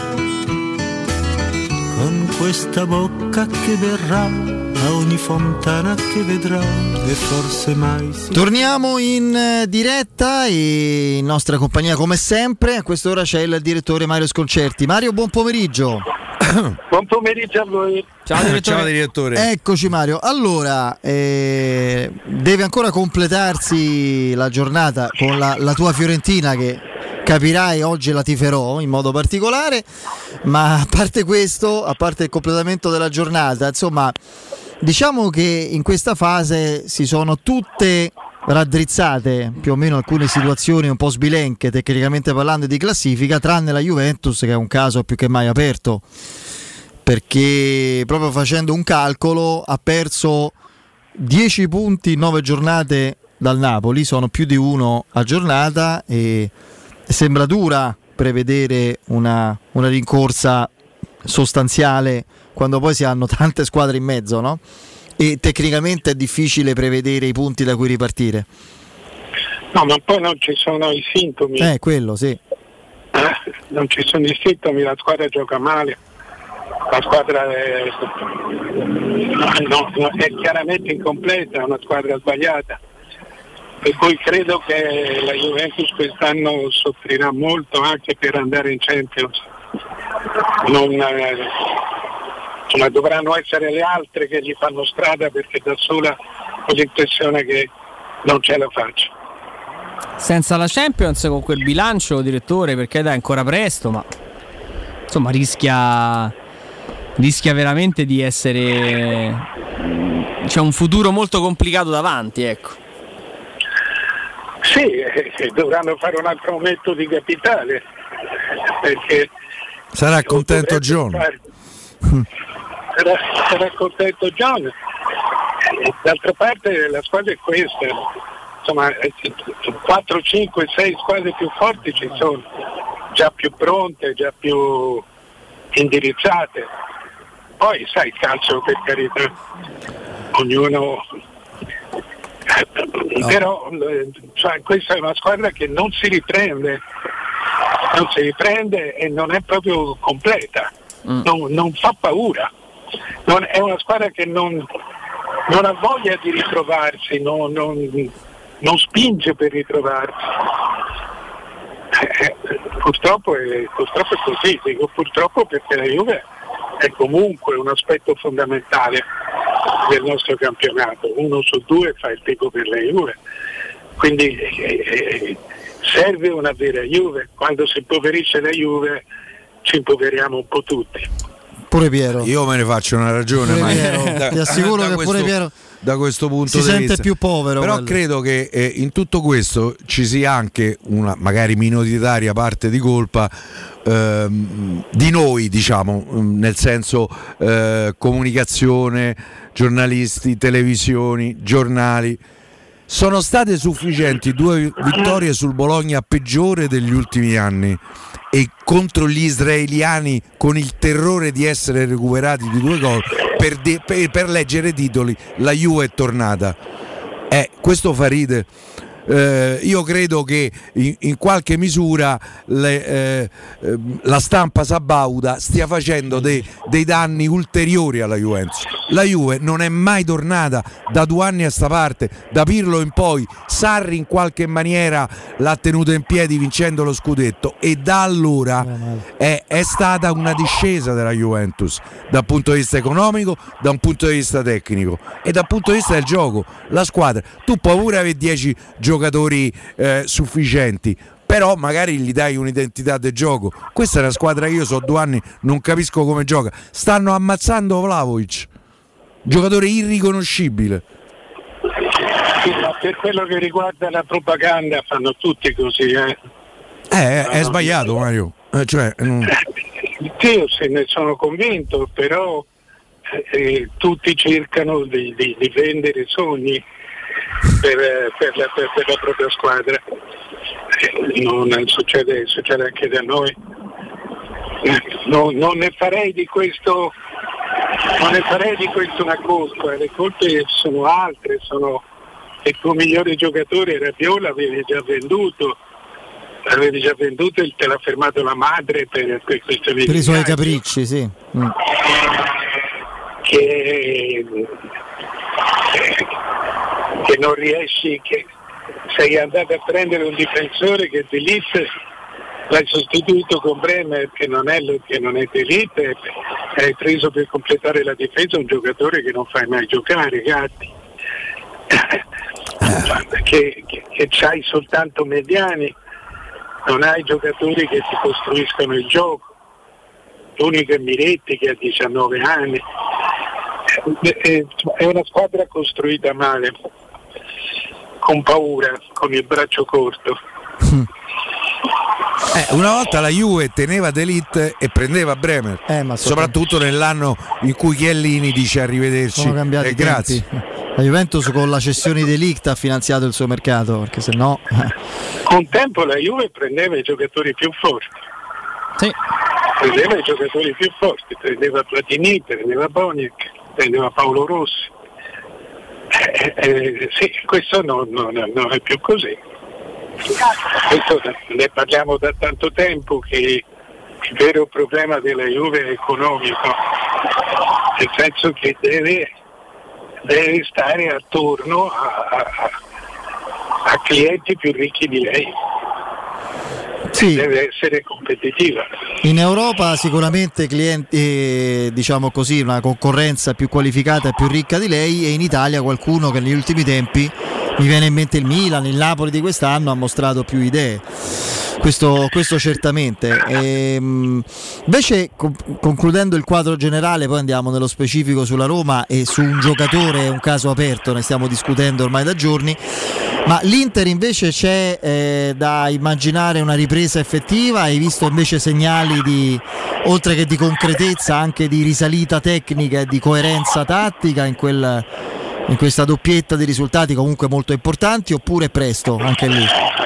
Con questa bocca che verrà a ogni fontana che vedrà e forse mai si... Torniamo in diretta e in nostra compagnia come sempre. A quest'ora c'è il direttore Mario Sconcerti. Mario, buon pomeriggio. Buon pomeriggio a voi. Ciao direttore. Ciao, direttore. Eccoci Mario. Allora, eh, deve ancora completarsi la giornata con la, la tua Fiorentina che capirai oggi la tiferò in modo particolare, ma a parte questo, a parte il completamento della giornata, insomma, diciamo che in questa fase si sono tutte raddrizzate più o meno alcune situazioni un po' sbilenche tecnicamente parlando di classifica, tranne la Juventus che è un caso più che mai aperto, perché proprio facendo un calcolo ha perso dieci punti in nove giornate dal Napoli, sono più di uno a giornata e sembra dura prevedere una, una rincorsa sostanziale quando poi si hanno tante squadre in mezzo, no? E tecnicamente è difficile prevedere i punti da cui ripartire. No, ma poi non ci sono i sintomi. Eh, quello sì. Eh, non ci sono i sintomi, la squadra gioca male, la squadra è, no, no, è chiaramente incompleta, è una squadra sbagliata. Per cui credo che la Juventus quest'anno soffrirà molto anche per andare in Champions. Non, eh, ma dovranno essere le altre che gli fanno strada, perché da sola ho l'impressione che non ce la faccio. Senza la Champions, con quel bilancio, direttore, perché dai, è ancora presto, ma insomma rischia rischia veramente di essere, c'è un futuro molto complicato davanti, ecco. Sì, eh, dovranno fare un altro aumento di capitale, perché sarà contento John. Fare... sarà, sarà contento John. D'altra parte la squadra è questa, insomma quattro, cinque, sei squadre più forti ci sono, già più pronte, già più indirizzate. Poi sai, il calcio, per carità, ognuno... No. Però cioè, questa è una squadra che non si riprende, non si riprende e non è proprio completa, mm. non, non fa paura, non, è una squadra che non, non ha voglia di ritrovarsi, non, non, non spinge per ritrovarsi. Eh, purtroppo, è, purtroppo è così, dico purtroppo perché la Juve è comunque un aspetto fondamentale del nostro campionato, uno su due fa il tifo per la Juve, quindi eh, serve una vera Juve. Quando si impoverisce la Juve ci impoveriamo un po' tutti. Pure Piero. Io me ne faccio una ragione, ma da, ti assicuro che questo, pure Piero da questo punto si di sente vista più povero. Però quello. credo che eh, in tutto questo ci sia anche una magari minoritaria parte di colpa ehm, di noi, diciamo, nel senso eh, comunicazione, giornalisti, televisioni, giornali. Sono state sufficienti due vittorie sul Bologna peggiore degli ultimi anni e contro gli israeliani con il terrore di essere recuperati di due gol per, de- per, per leggere titoli la Juve è tornata. Eh, questo fa ride. Eh, io credo che in, in qualche misura le, eh, eh, la stampa sabauda stia facendo dei, dei danni ulteriori alla Juventus. La Juve non è mai tornata da due anni a sta parte, da Pirlo in poi. Sarri in qualche maniera l'ha tenuta in piedi vincendo lo scudetto e da allora è, è stata una discesa della Juventus dal punto di vista economico, da un punto di vista tecnico e dal punto di vista del gioco. La squadra, tu puoi pure avere dieci giocatori eh, sufficienti, però magari gli dai un'identità del gioco. Questa è una squadra che io so due anni non capisco come gioca. Stanno ammazzando Vlahovic, giocatore irriconoscibile. Sì, ma per quello che riguarda la propaganda fanno tutti così, eh. Eh, è sbagliato, Mario. Eh, cioè, non... Io se ne sono convinto, però eh, tutti cercano di, di, di vendere sogni per, per, la, per, per la propria squadra. Eh, non succede, succede anche da noi. Eh, non, non ne farei di questo non ne farei di questo una colpa, le colpe sono altre, sono il tuo migliore giocatore era Viola, avevi già venduto, avevi già venduto e te l'ha fermato la madre per, per questo per i suoi capricci, sì. Mm. Che, che non riesci, che sei andato a prendere un difensore che De Ligt l'hai sostituito con Bremer che non è, che non è De Ligt, e hai preso per completare la difesa un giocatore che non fai mai giocare, Gatti, che, che, che c'hai soltanto mediani, non hai giocatori che ti costruiscono il gioco. L'unico è Miretti che ha diciannove anni. È una squadra costruita male, con paura, con il braccio corto. Eh, una volta la Juve teneva De Ligt e prendeva Bremer, eh, ma soprattutto nell'anno in cui Chiellini dice arrivederci. Sono cambiati e grazie. La Juventus con la cessione di De Ligt ha finanziato il suo mercato, perché se no con tempo la Juve prendeva i giocatori più forti. Sì. Prendeva i giocatori più forti, prendeva Platini, prendeva Boniek, prendeva Paolo Rossi. Eh, eh, sì, questo non, non, non è più così. Questo ne parliamo da tanto tempo, che il vero problema della Juve è economico, nel senso che deve, deve stare attorno a, a, a clienti più ricchi di lei. Sì. Deve essere competitiva. In Europa sicuramente clienti, eh, diciamo così, una concorrenza più qualificata e più ricca di lei, e in Italia qualcuno che negli ultimi tempi, mi viene in mente il Milan, il Napoli di quest'anno, ha mostrato più idee. Questo, questo certamente. E, invece, co- concludendo il quadro generale, poi andiamo nello specifico sulla Roma e su un giocatore, un caso aperto, ne stiamo discutendo ormai da giorni. Ma l'Inter invece c'è eh, da immaginare una ripresa effettiva? Hai visto invece segnali di, oltre che di concretezza, anche di risalita tecnica e di coerenza tattica in, quel, in questa doppietta di risultati comunque molto importanti, oppure è presto anche lì?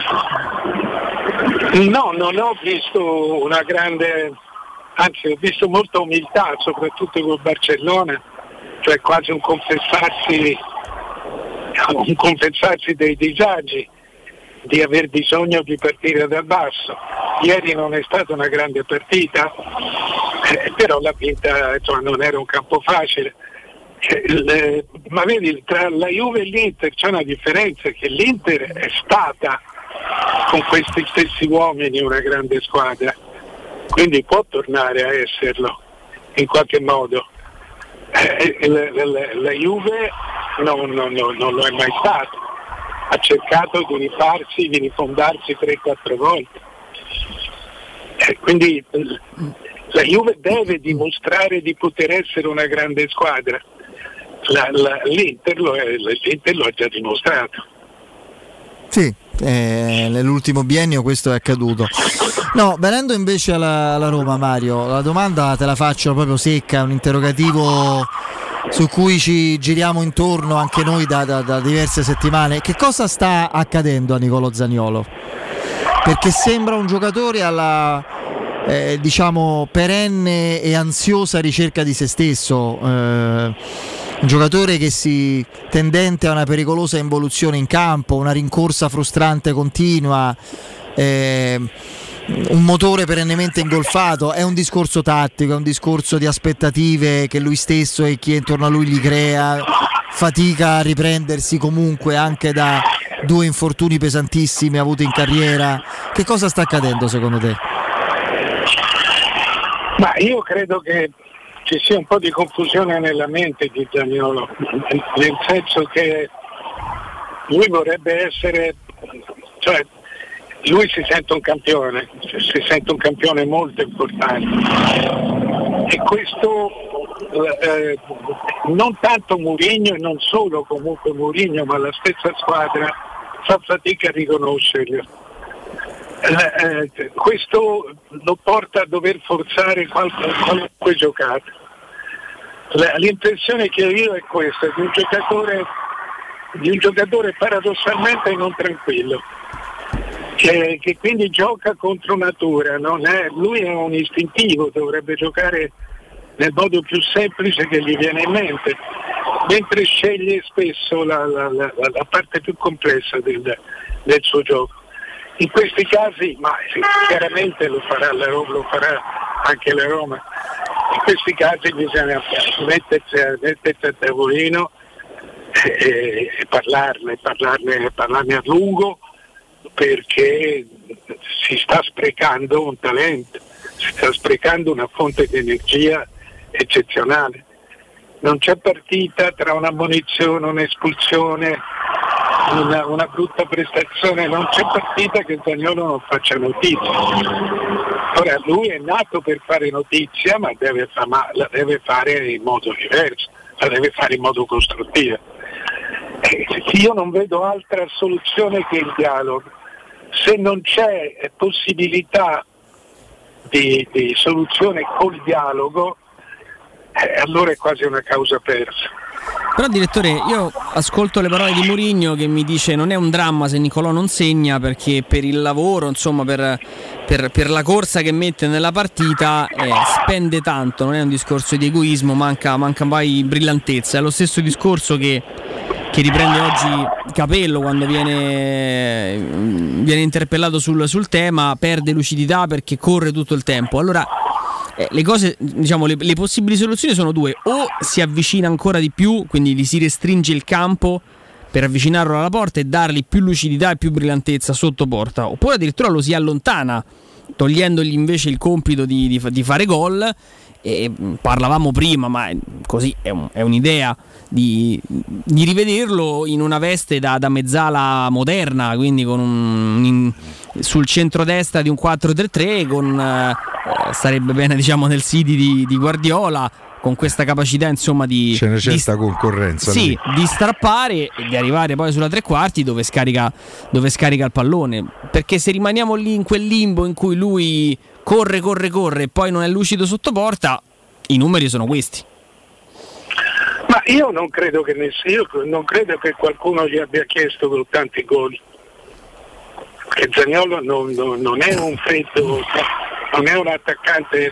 No, non ho visto una grande, anzi ho visto molta umiltà, soprattutto col Barcellona, cioè quasi un confessarsi un confessarsi dei disagi, di aver bisogno di partire dal basso. Ieri non è stata una grande partita, eh, però l'ha vinta, insomma, non era un campo facile. Eh, le, ma vedi, tra la Juve e l'Inter c'è una differenza, che l'Inter è stata con questi stessi uomini una grande squadra, quindi può tornare a esserlo in qualche modo. Eh, la, la, la Juve non, non, non, non lo è mai stato, ha cercato di rifarsi, di rifondarsi tre quattro volte, eh, quindi la Juve deve dimostrare di poter essere una grande squadra. La, la, l'Inter, lo è, l'Inter lo ha già dimostrato. Sì, eh, nell'ultimo biennio questo è accaduto. No, venendo invece alla, alla Roma, Mario, la domanda te la faccio proprio secca, è un interrogativo su cui ci giriamo intorno anche noi da, da, da diverse settimane. Che cosa sta accadendo a Nicolò Zaniolo? Perché sembra un giocatore alla eh, diciamo perenne e ansiosa ricerca di se stesso, eh, un giocatore che si tendente a una pericolosa involuzione in campo, una rincorsa frustrante continua, eh, un motore perennemente ingolfato. È un discorso tattico, è un discorso di aspettative che lui stesso e chi è intorno a lui gli crea, fatica a riprendersi comunque anche da due infortuni pesantissimi avuti in carriera. Che cosa sta accadendo secondo te? Ma io credo che ci sia un po' di confusione nella mente di Zaniolo, nel senso che lui vorrebbe essere, cioè lui si sente un campione, si sente un campione molto importante, e questo eh, non tanto Mourinho e non solo comunque Mourinho, ma la stessa squadra fa fatica a riconoscerlo. Eh, eh, questo lo porta a dover forzare qualche, qualche giocata. La, l'impressione che io è questa, di un giocatore di un giocatore paradossalmente non tranquillo, che, che quindi gioca contro natura, non è, lui è un istintivo, dovrebbe giocare nel modo più semplice che gli viene in mente, mentre sceglie spesso la, la, la, la parte più complessa del, del suo gioco. In questi casi, ma chiaramente lo farà, la Roma, lo farà anche la Roma, in questi casi bisogna mettersi a, mettersi a tavolino e, e parlarne, parlarne, parlarne a lungo, perché si sta sprecando un talento, si sta sprecando una fonte di energia eccezionale. Non c'è partita tra un'ammonizione, un'espulsione, una, una brutta prestazione, non c'è partita che Zaniolo non faccia notizia. Ora lui è nato per fare notizia, ma, deve fa, ma la deve fare in modo diverso, la deve fare in modo costruttivo. Eh, io non vedo altra soluzione che il dialogo. Se non c'è possibilità di, di soluzione col dialogo, eh, allora è quasi una causa persa. Però direttore, io ascolto le parole di Mourinho che mi dice non è un dramma se Nicolò non segna, perché per il lavoro, insomma per, per, per la corsa che mette nella partita eh, spende tanto, non è un discorso di egoismo, manca, manca poi brillantezza. È lo stesso discorso che, che riprende oggi Capello quando viene, viene interpellato sul, sul tema, perde lucidità perché corre tutto il tempo. Allora Eh, le cose, diciamo, le, le possibili soluzioni sono due: o si avvicina ancora di più, quindi gli si restringe il campo per avvicinarlo alla porta e dargli più lucidità e più brillantezza sotto porta, oppure addirittura lo si allontana togliendogli invece il compito di, di, di fare gol. E parlavamo prima, ma così è, un, è un'idea di, di rivederlo in una veste da, da mezzala moderna, quindi con un in, sul centrodestra di un quattro tre tre, con eh, sarebbe bene, diciamo, nel City di, di Guardiola, con questa capacità, insomma, di c'è una certa di, concorrenza sì, lì. di strappare e di arrivare poi sulla tre quarti dove scarica, dove scarica il pallone, perché se rimaniamo lì in quel limbo in cui lui corre, corre, corre e poi non è lucido sotto porta, i numeri sono questi. Ma io non credo che nessuno, non credo che qualcuno gli abbia chiesto con tanti gol. Che Zaniolo non, non, non è un freddo, non è un attaccante,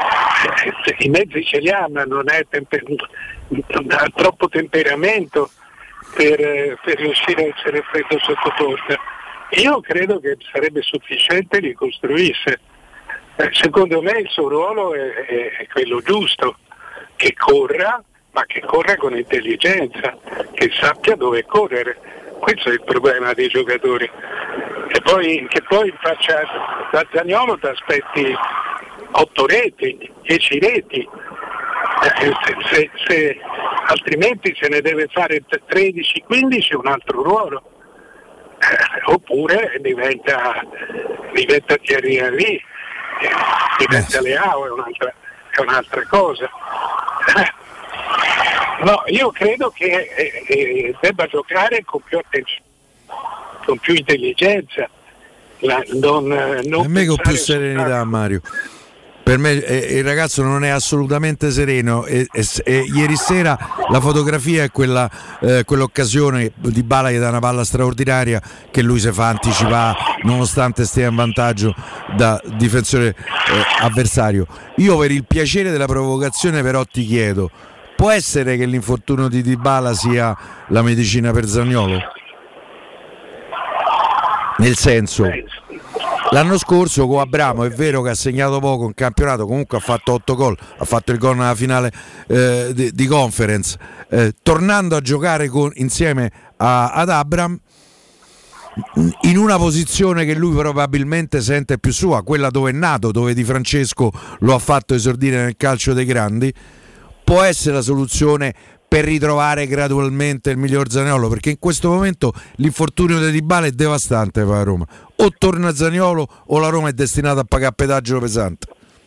i mezzi ce li ha, ma non, è temper, non ha troppo temperamento per, per riuscire a essere freddo sotto porta. Io credo che sarebbe sufficiente ricostruirsi. Secondo me il suo ruolo è, è quello giusto, che corra, ma che corra con intelligenza, che sappia dove correre. Questo è il problema dei giocatori. E poi, che poi faccia da Zaniolo ti aspetti otto reti, dieci reti, eh, se, se, se, altrimenti se ne deve fare tredici quindici un altro ruolo. Eh, oppure diventa, diventa Thierry Henry. Diventa Leao è un'altra, è un'altra cosa. No, io credo che eh, eh, debba giocare con più attenzione, con più intelligenza, la, non, non per me con più serenità soltanto. Mario, per me eh, il ragazzo non è assolutamente sereno e, e, e ieri sera la fotografia è quella, eh, quell'occasione di Dybala che dà una palla straordinaria che lui si fa anticipare nonostante stia in vantaggio da difensore eh, avversario. Io per il piacere della provocazione però ti chiedo, può essere che l'infortunio di Dybala sia la medicina per Zaniolo? Nel senso, l'anno scorso con Abramo è vero che ha segnato poco in campionato, comunque ha fatto otto gol, ha fatto il gol nella finale eh, di, di Conference, eh, tornando a giocare con, insieme a, ad Abram in una posizione che lui probabilmente sente più sua, quella dove è nato, dove Di Francesco lo ha fatto esordire nel calcio dei grandi. Può essere la soluzione per ritrovare gradualmente il miglior Zaniolo, perché in questo momento l'infortunio di Dybala è devastante per la Roma. O torna Zaniolo o la Roma è destinata a pagare pedaggio pesante.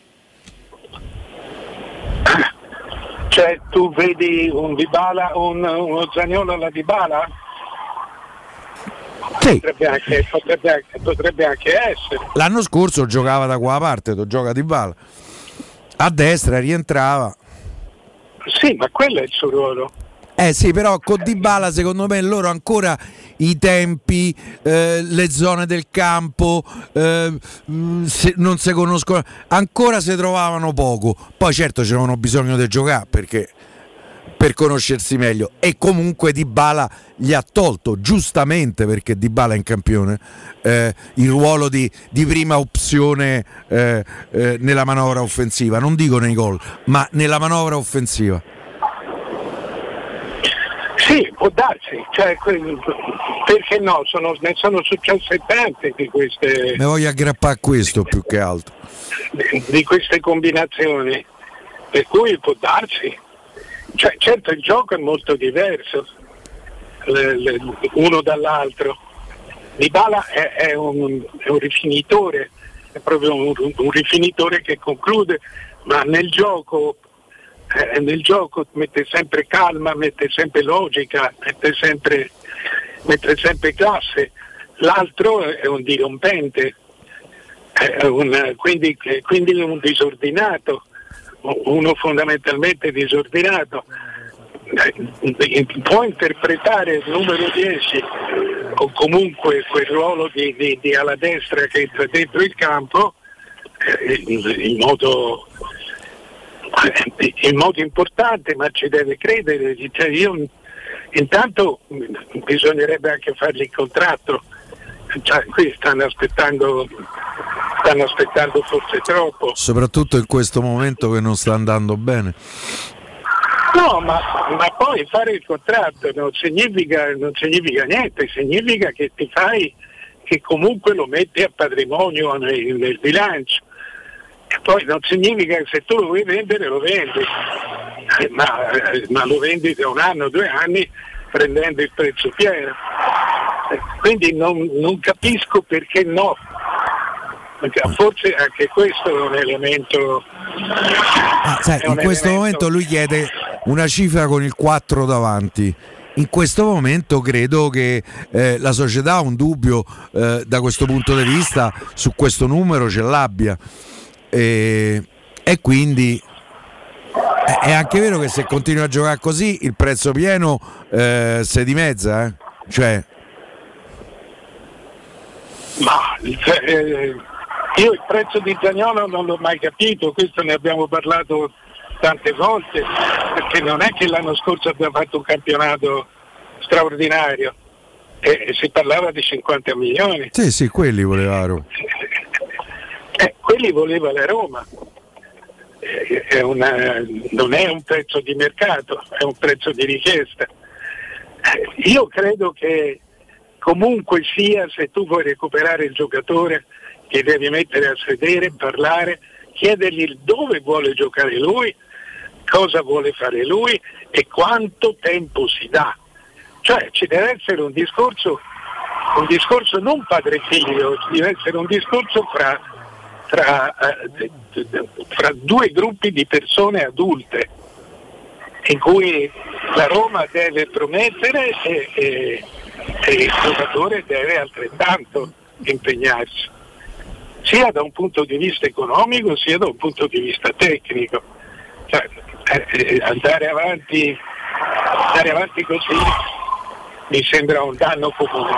Cioè tu vedi un Dybala, un, uno Zaniolo alla Dybala? Sì. Potrebbe anche, potrebbe, anche, potrebbe anche essere. L'anno scorso giocava da quella parte, lo gioca Dybala a destra, rientrava. Sì, ma quello è il suo ruolo. Eh sì, però con Dybala secondo me loro ancora i tempi, eh, le zone del campo eh, se, non si conoscono, ancora si trovavano poco. Poi certo c'erano bisogno di giocare, perché per conoscersi meglio, e comunque Dybala gli ha tolto, giustamente, perché Dybala è in campione, eh, il ruolo di, di prima opzione eh, eh, nella manovra offensiva, non dico nei gol, ma nella manovra offensiva. Sì, può darsi, cioè, perché no? Sono, ne sono successe tante di queste. Me voglio aggrappare a questo più che altro. Di, di queste combinazioni, per cui può darsi. Cioè, certo, il gioco è molto diverso le, le, uno dall'altro. Dybala è, è, un, è un rifinitore, è proprio un, un rifinitore che conclude, ma nel gioco eh, nel gioco mette sempre calma, mette sempre logica, mette sempre, mette sempre classe. L'altro è un dirompente, è un, quindi, quindi un disordinato, uno fondamentalmente disordinato. Può interpretare il numero dieci o comunque quel ruolo di, di, di ala destra che entra dentro il campo eh, in, in modo in modo importante, ma ci deve credere. Cioè io, intanto bisognerebbe anche fargli il contratto, cioè, qui stanno aspettando stanno aspettando forse troppo, soprattutto in questo momento che non sta andando bene. No, ma, ma poi fare il contratto non significa, non significa niente, significa che ti fai, che comunque lo metti a patrimonio nel, nel bilancio. E poi non significa che se tu lo vuoi vendere lo vendi, eh, ma, eh, ma lo vendi da un anno, due anni prendendo il prezzo pieno. Eh, quindi non, non capisco perché no. Forse anche questo è un elemento. Ah, sai, in questo elemento... momento lui chiede una cifra con il quattro davanti. In questo momento credo che eh, la società ha un dubbio eh, da questo punto di vista su questo numero, ce l'abbia, e, e quindi è anche vero che se continua a giocare così il prezzo pieno eh, si dimezza, eh? Cioè ma eh, io il prezzo di Zaniolo non l'ho mai capito, questo ne abbiamo parlato tante volte, perché non è che l'anno scorso abbiamo fatto un campionato straordinario e, e si parlava di cinquanta milioni. Sì, sì, quelli voleva Roma. Eh, quelli voleva la Roma. Eh, è una, non è un prezzo di mercato, è un prezzo di richiesta. Eh, io credo che comunque sia, se tu vuoi recuperare il giocatore, ti devi mettere a sedere, parlare, chiedergli dove vuole giocare lui, cosa vuole fare lui e quanto tempo si dà. Cioè ci deve essere un discorso, un discorso non padre-figlio, deve essere un discorso fra, fra, eh, fra due gruppi di persone adulte, in cui la Roma deve promettere e, e, e il giocatore deve altrettanto impegnarsi, sia da un punto di vista economico sia da un punto di vista tecnico. Cioè, eh, andare avanti andare avanti così mi sembra un danno comune.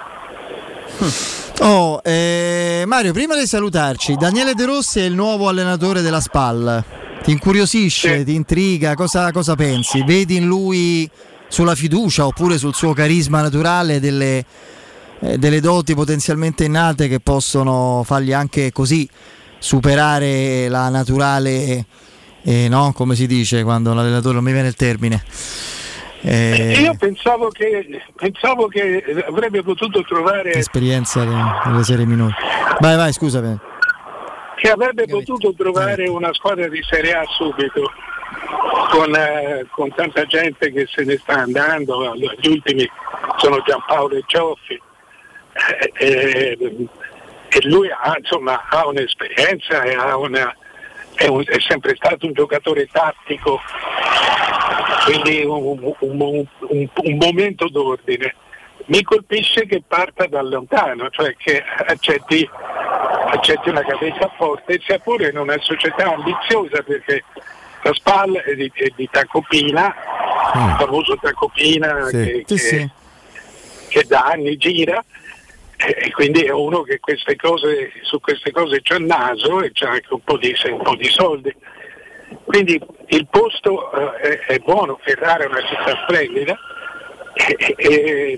Oh, eh, Mario, prima di salutarci, Daniele De Rossi è il nuovo allenatore della Spal. Ti incuriosisce, sì. Ti intriga? Cosa, cosa pensi? Vedi in lui, sulla fiducia oppure sul suo carisma naturale, delle Eh, delle doti potenzialmente innate che possono fargli anche così superare la naturale, eh, no? Come si dice quando l'allenatore, non mi viene il termine. Eh, Io pensavo che pensavo che avrebbe potuto trovare esperienza nelle serie minori. Vai, vai, scusami. Che avrebbe potuto trovare una squadra di Serie A subito, con, eh, con tanta gente che se ne sta andando. Gli ultimi sono Giampaolo e Cioffi. Eh, eh, e lui ha, insomma, ha un'esperienza e ha una, è, un, è sempre stato un giocatore tattico, quindi un, un, un, un, un momento d'ordine. Mi colpisce che parta da lontano, cioè che accetti, accetti una cabeza forte, sia pure in una società ambiziosa, perché la Spal è di, è di Tacopina, mm. il famoso Tacopina, sì. che, sì, che, sì. che da anni gira. E quindi è uno che queste cose, su queste cose c'ha il naso e c'ha anche un po' di, un po' di soldi. Quindi il posto eh, è, è buono, Ferrara è una città splendida e, e,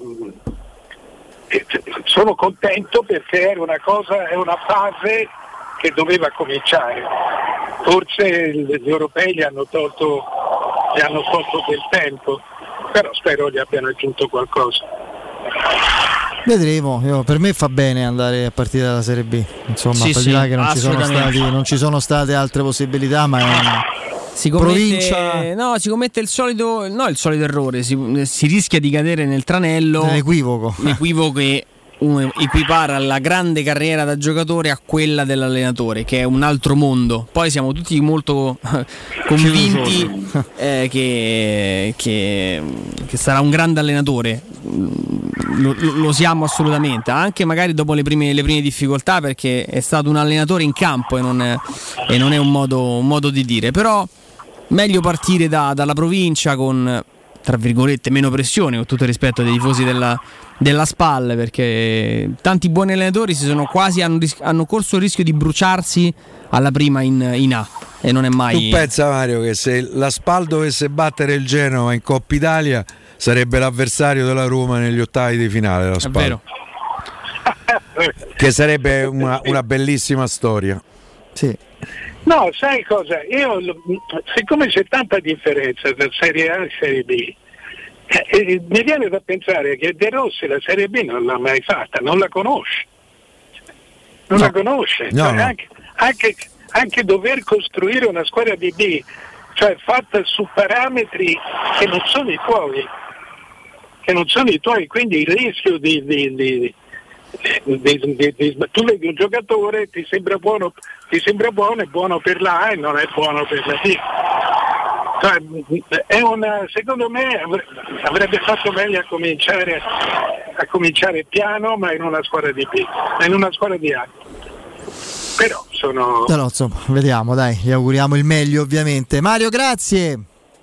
e sono contento perché era una cosa, è una fase che doveva cominciare. Forse gli europei gli hanno tolto, gli hanno tolto del tempo, però spero gli abbiano aggiunto qualcosa. Vedremo, io, per me fa bene andare a partire dalla Serie B, insomma, sì, per sì, di là che non ci, sono stati, non ci sono state altre possibilità, ma è una si commette, provincia... no, si commette il solito, no, il solito errore, si, si rischia di cadere nel tranello, nell'equivoco, l'equivoco che equipara la grande carriera da giocatore a quella dell'allenatore, che è un altro mondo. Poi siamo tutti molto convinti eh, che, che, che sarà un grande allenatore, lo, lo siamo assolutamente, anche magari dopo le prime, le prime difficoltà, perché è stato un allenatore in campo e non è, e non è un, modo, un modo di dire. Però meglio partire da, dalla provincia con, tra virgolette, meno pressione, con tutto il rispetto dei tifosi della, della Spal, perché tanti buoni allenatori si sono quasi hanno, hanno corso il rischio di bruciarsi alla prima in, in A, e non è mai. Tu pensa, Mario, che se la Spal dovesse battere il Genova in Coppa Italia sarebbe l'avversario della Roma negli ottavi di finale, la Spal. È vero. Che sarebbe una, una bellissima storia. Sì. No, sai cosa? Io, siccome c'è tanta differenza tra Serie A e Serie B, eh, mi viene da pensare che De Rossi la Serie B non l'ha mai fatta, non la conosce. Non no. la conosce. No, cioè, no. Anche, anche, anche dover costruire una squadra di B, cioè fatta su parametri che non sono i tuoi, che non sono i tuoi, quindi il rischio di... di, di Di, di, di, di, tu vedi un giocatore, ti sembra buono, ti sembra buono, è buono per la A e non è buono per la B. Cioè, è una, secondo me avrebbe fatto meglio a cominciare a cominciare piano, ma in una squadra di B, in una squadra di A. Però sono. Però insomma, vediamo, dai, gli auguriamo il meglio, ovviamente. Mario, grazie.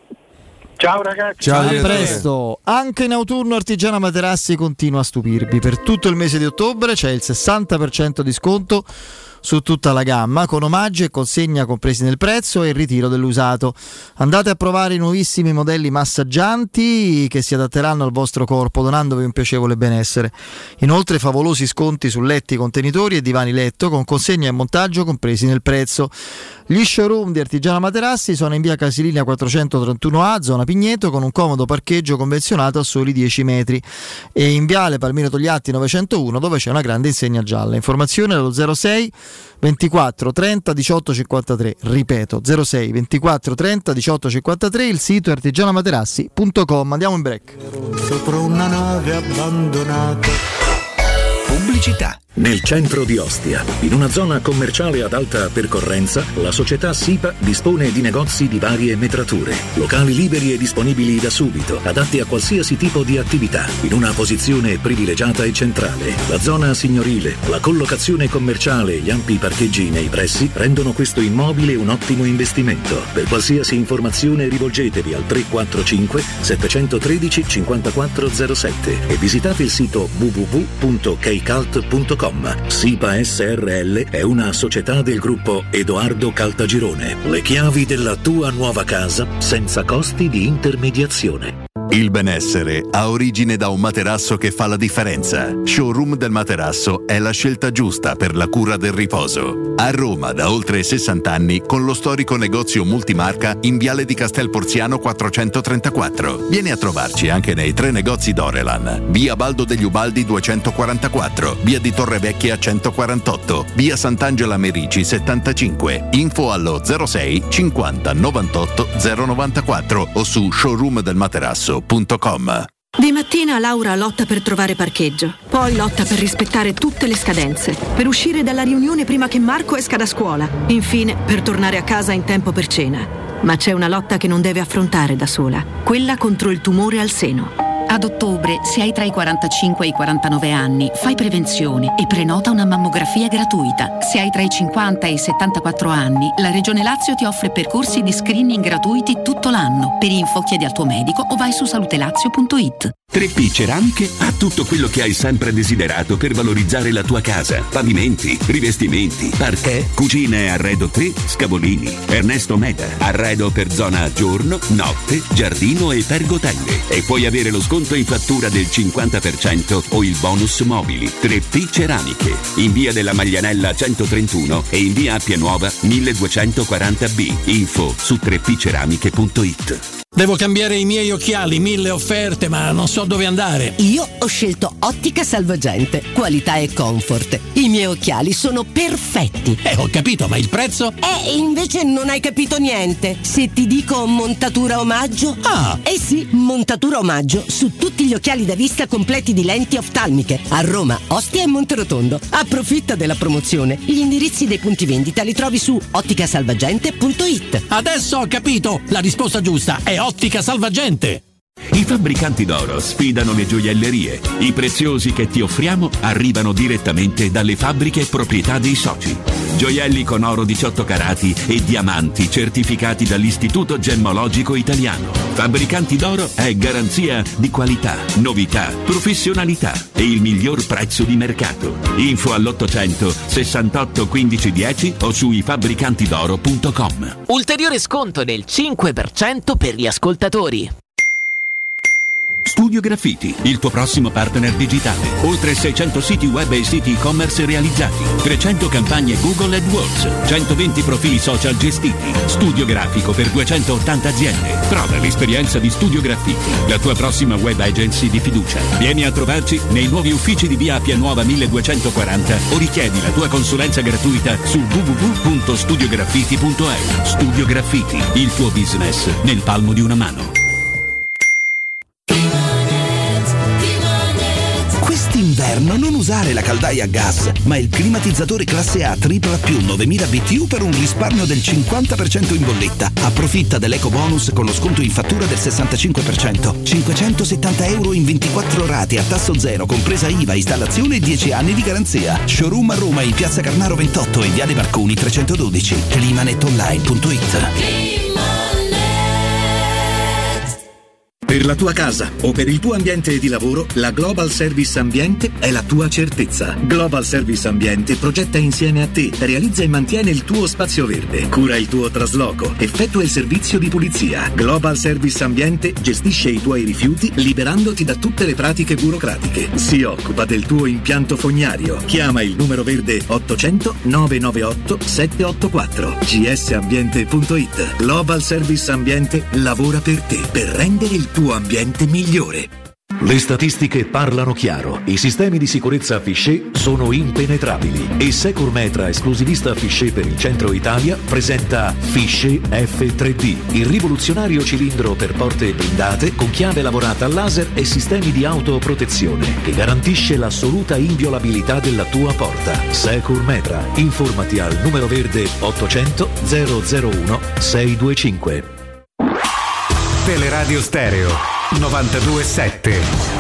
Ciao ragazzi. Ciao, a presto. Anche in autunno Artigiana Materassi continua a stupirvi. Per tutto il mese di ottobre c'è il sessanta per cento di sconto su tutta la gamma, con omaggio e consegna compresi nel prezzo e il ritiro dell'usato. Andate a provare i nuovissimi modelli massaggianti che si adatteranno al vostro corpo, donandovi un piacevole benessere. Inoltre favolosi sconti su letti, contenitori e divani letto, con consegna e montaggio compresi nel prezzo. Gli showroom di Artigiana Materassi sono in via Casilina quattrocentotrentuno A, zona Pigneto, con un comodo parcheggio convenzionato a soli dieci metri, e in viale Palmiro Togliatti novecentouno, dove c'è una grande insegna gialla. Informazione allo zero sei ventiquattro trenta diciotto cinquantatré, ripeto zero sei ventiquattro trenta diciotto cinquantatré, il sito è artigianamaterassi punto com. Andiamo in break. Sopra una nave abbandonata. Pubblicità. Nel centro di Ostia, in una zona commerciale ad alta percorrenza, la società SIPA dispone di negozi di varie metrature, locali liberi e disponibili da subito, adatti a qualsiasi tipo di attività, in una posizione privilegiata e centrale. La zona signorile, la collocazione commerciale e gli ampi parcheggi nei pressi rendono questo immobile un ottimo investimento. Per qualsiasi informazione rivolgetevi al tre quattro cinque sette uno tre cinque zero sette e visitate il sito w w w punto keicalt punto com. SIPA S R L è una società del gruppo Edoardo Caltagirone. Le chiavi della tua nuova casa senza costi di intermediazione. Il benessere ha origine da un materasso che fa la differenza. Showroom del Materasso è la scelta giusta per la cura del riposo. A Roma da oltre sessanta anni con lo storico negozio multimarca in Viale di Castel Porziano quattrocentotrentaquattro. Vieni a trovarci anche nei tre negozi Dorelan: via Baldo degli Ubaldi duecentoquarantaquattro, via di Torrevecchia centoquarantotto, via Sant'Angela Merici settantacinque. Info allo zero sei cinquanta novantotto zero novantaquattro o su showroom del materasso punto com. Di mattina Laura lotta per trovare parcheggio, poi lotta per rispettare tutte le scadenze, per uscire dalla riunione prima che Marco esca da scuola, infine per tornare a casa in tempo per cena. Ma c'è una lotta che non deve affrontare da sola, quella contro il tumore al seno. Ad ottobre, se hai tra i quarantacinque e i quarantanove anni, fai prevenzione e prenota una mammografia gratuita. Se hai tra i cinquanta e i settantaquattro anni, la Regione Lazio ti offre percorsi di screening gratuiti tutto l'anno. Per info chiedi al tuo medico o vai su salutelazio punto it. tre P Ceramiche ha tutto quello che hai sempre desiderato per valorizzare la tua casa. Pavimenti, rivestimenti, parquet, cucine e arredo tre, Scavolini. Ernesto Meda, arredo per zona giorno, notte, giardino e pergotelle. E puoi avere lo sconto in fattura del cinquanta per cento o il bonus mobili. tre P Ceramiche, in via della Maglianella centotrentuno e in via Appia Nuova milleduecentoquaranta B. Info su tre p ceramiche punto it. Devo cambiare i miei occhiali, mille offerte, ma non so dove andare. Io ho scelto Ottica Salvagente, qualità e comfort. I miei occhiali sono perfetti. Eh, ho capito, ma il prezzo? Eh, invece non hai capito niente. Se ti dico montatura omaggio? Ah! Eh sì, montatura omaggio su tutti gli occhiali da vista completi di lenti oftalmiche. A Roma, Ostia e Monterotondo. Approfitta della promozione. Gli indirizzi dei punti vendita li trovi su ottica salvagente punto it. Adesso ho capito! La risposta giusta è Ottica Salvagente. I fabbricanti d'oro sfidano le gioiellerie. I preziosi che ti offriamo arrivano direttamente dalle fabbriche proprietà dei soci. Gioielli con oro diciotto carati e diamanti certificati dall'Istituto Gemmologico Italiano. Fabbricanti d'oro è garanzia di qualità, novità, professionalità e il miglior prezzo di mercato. Info all'ottocento sessantotto quindici dieci o su i fabbricantidoro punto com. Ulteriore sconto del cinque per cento per gli ascoltatori. Studio Graffiti, il tuo prossimo partner digitale. Oltre seicento siti web e siti e-commerce realizzati, trecento campagne Google AdWords, centoventi profili social gestiti. Studio grafico per duecentottanta aziende. Prova l'esperienza di Studio Graffiti, la tua prossima web agency di fiducia. Vieni a trovarci nei nuovi uffici di via Appia Nuova milleduecentoquaranta o richiedi la tua consulenza gratuita su w w w punto studio graffiti punto e u. Studio Graffiti, il tuo business nel palmo di una mano. Quest'inverno non usare la caldaia a gas, ma il climatizzatore classe A tripla più novemila B T U per un risparmio del cinquanta per cento in bolletta. Approfitta dell'eco bonus con lo sconto in fattura del sessantacinque per cento. cinquecentosettanta euro in ventiquattro rate a tasso zero, compresa I V A, installazione e dieci anni di garanzia. Showroom a Roma in piazza Carnaro ventotto e viale Marconi trecentododici. climanet online punto it. Per la tua casa o per il tuo ambiente di lavoro, la Global Service Ambiente è la tua certezza. Global Service Ambiente progetta insieme a te, realizza e mantiene il tuo spazio verde, cura il tuo trasloco, effettua il servizio di pulizia. Global Service Ambiente gestisce i tuoi rifiuti liberandoti da tutte le pratiche burocratiche. Si occupa del tuo impianto fognario. Chiama il numero verde ottocento nove nove otto sette otto quattro. g s ambiente punto it. Global Service Ambiente lavora per te, per rendere il tuo tuo ambiente migliore. Le statistiche parlano chiaro. I sistemi di sicurezza Fichet sono impenetrabili e Securmetra, esclusivista Fichet per il centro Italia, presenta Fichet F tre D, il rivoluzionario cilindro per porte blindate con chiave lavorata a laser e sistemi di autoprotezione che garantisce l'assoluta inviolabilità della tua porta. Securmetra, informati al numero verde ottocento zero zero uno sei due cinque. Teleradio Stereo novantadue sette.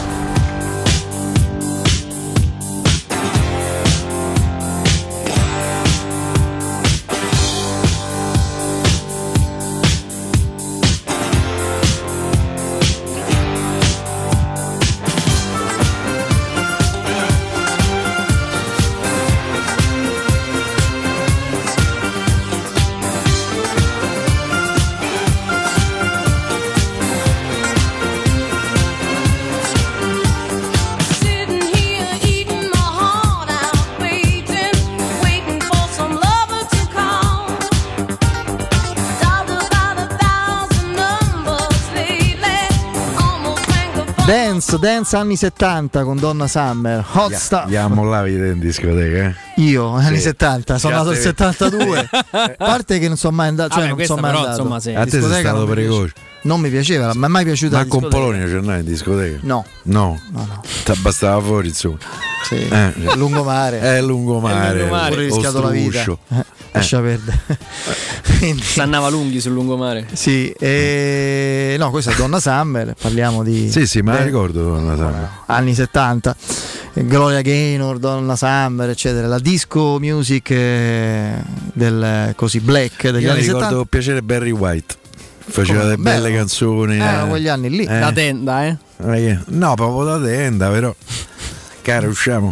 Dance, dance anni settanta con Donna Summer, Hot Stuff. Andiamo là in discoteca, eh? Io, sì. anni settanta, sono nato nel settantadue. A parte che non sono mai andato, cioè ah, non sono mai però, andato. Insomma, sì. A te sei stato precoce. Non mi piaceva, non mi è mai piaciuta. Ma con Polonia c'è andare in discoteca? No. No. No, no. Ti abbastava fuori, insomma. Sì. Eh, lungomare. È lungomare. È lungomare. Pure rischiato la vita. Eh, lascia perdere. Quindi... Sannava lunghi sul lungomare. Sì, e... no, questa è Donna Summer, parliamo di... Sì, sì, ma la ricordo Donna Summer. Anni settanta, Gloria Gaynor, Donna Summer, eccetera. La disco music del così black degli Io anni ricordo settanta. piacere Barry White. Faceva delle belle canzoni. Erano eh, quegli anni lì. Eh. La tenda, eh? No, proprio da tenda, però. Caro, usciamo.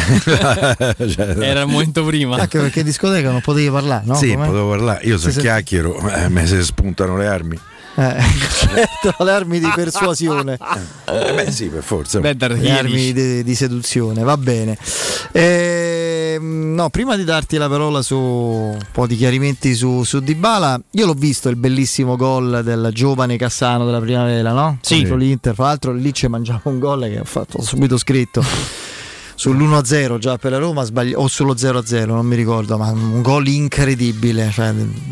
Cioè, era il momento prima. Anche perché in discoteca non potevi parlare, no? Sì, Com'è? potevo parlare. Io se Se- chiacchiero, eh, mi si spuntano le armi. Eh, certo, le armi di persuasione. Eh beh, sì, per forza. Beh, da Le armi di, di seduzione, va bene. Ehm, no, prima di darti la parola su un po' di chiarimenti su, su Dybala, io l'ho visto il bellissimo gol del giovane Cassano della Primavera, no? Sì. Contro l'Inter, fra l'altro lì ci mangiamo un gol che ho fatto, ho subito scritto sull'uno a zero già per la Roma, sbagli- o sullo zero a zero, non mi ricordo, ma un gol incredibile, cioè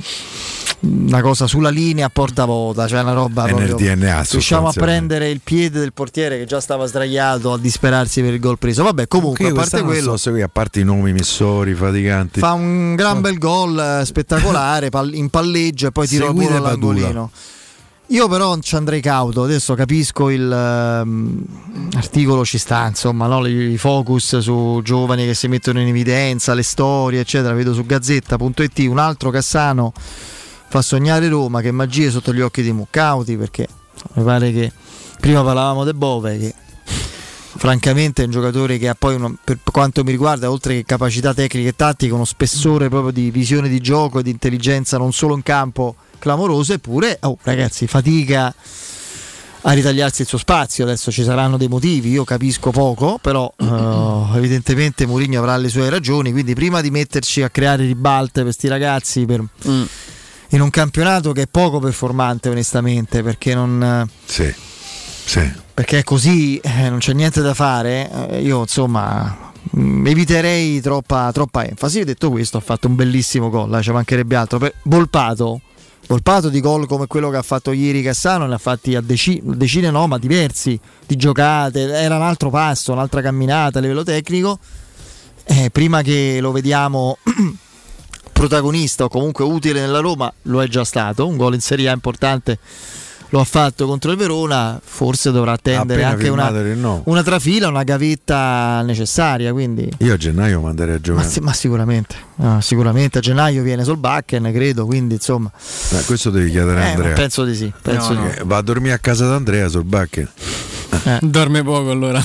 una cosa sulla linea a porta vuota, cioè una roba È proprio. nel D N A Riusciamo a sostanzialmente. prendere il piede del portiere che già stava sdraiato a disperarsi per il gol preso. Vabbè, comunque, Che a parte quello, so seguire, a parte i nomi missori, faticanti. fa un gran bel gol eh, spettacolare pal- in palleggio e poi tira il Seguite volo Padula. all'angolino. Io però ci andrei cauto, adesso capisco il ehm, articolo ci sta, insomma, no? I i focus su giovani che si mettono in evidenza, le storie, eccetera. Vedo su gazzetta punto it un altro Cassano fa sognare Roma, che magie sotto gli occhi di Muccauti, perché mi pare che prima parlavamo De Bove, che francamente è un giocatore che ha poi uno, per quanto mi riguarda, oltre che capacità tecniche e tattiche, uno spessore proprio di visione di gioco e di intelligenza non solo in campo clamoroso, eppure oh, ragazzi, fatica a ritagliarsi il suo spazio. Adesso ci saranno dei motivi, io capisco poco, però uh, evidentemente Mourinho avrà le sue ragioni, quindi prima di metterci a creare ribalte per sti ragazzi per, mm. in un campionato che è poco performante onestamente, perché non sì, sì. perché è così, eh, non c'è niente da fare, eh, io insomma mh, eviterei troppa, troppa enfasi. Detto questo, ha fatto un bellissimo gol, eh, ci mancherebbe altro. Per, Volpato Volpato di gol come quello che ha fatto ieri Cassano ne ha fatti a deci- decine, no, ma diversi, di giocate, era un altro passo, un'altra camminata a livello tecnico, eh, prima che lo vediamo protagonista o comunque utile nella Roma, lo è già stato, un gol in Serie A importante lo ha fatto contro il Verona, forse dovrà attendere Appena anche una, firmato il rinnovo. una trafila, una gavetta necessaria, quindi Io a gennaio manderei a ma, giocare. si- ma sicuramente no, sicuramente a gennaio viene Solbakken, credo, quindi insomma Eh, questo devi chiedere a eh, Andrea. penso di sì, penso No, di no. sì. Eh, Va a dormire a casa d'Andrea sul Bacche. Eh. Dorme poco allora.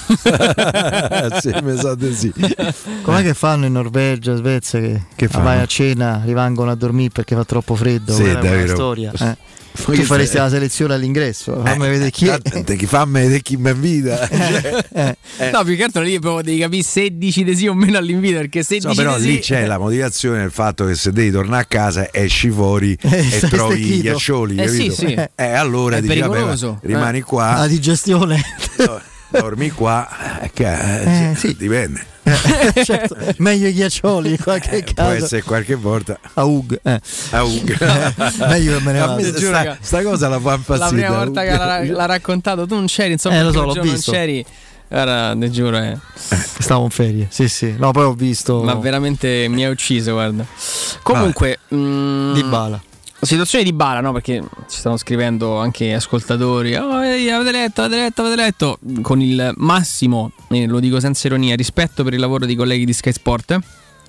Sì, mi sa di sì. Com'è che fanno in Norvegia, Svezia, che, Che vai fanno? a cena, rimangono a dormire perché fa troppo freddo? Sì, Quella è una davvero. storia. Eh. Poi Tu che faresti fai? la selezione all'ingresso, fammi vedere chi è. Tanto, Chi fammi vedere chi mi invita. Cioè, Eh. eh. No, più che altro lì proprio devi capire se decide sì o meno all'invito, perché se So, decide però sì, lì c'è la motivazione del fatto che se devi tornare a casa esci fuori e stai trovi i stecchito. ghiaccioli, Eh, capito? sì, sì. Eh, allora È dici, vabbè, pericoloso. va, rimani Eh. qua, La digestione. dormi qua, eh, che, eh, Eh, sì. dipende. Certo, meglio i ghiaccioli in qualche Eh, può caso. essere qualche volta A Ug. Eh. a Ug. Meglio che me ne A vado. me sta, sta cosa la fa impazzire. la prima volta che l'ha, l'ha raccontato tu non c'eri, insomma, Eh, lo so, perché l'ho quel giorno visto. non c'eri. Guarda, te giuro, eh. Stavo in ferie, sì sì. No, poi ho visto Ma veramente mi ha ucciso, guarda. Comunque, mm, Dybala. situazione di Bala, no? Perché ci stanno scrivendo anche ascoltatori. Oh, avete avete letto, avete letto, avete letto. Con il massimo, eh, lo dico senza ironia, rispetto per il lavoro dei colleghi di Sky Sport.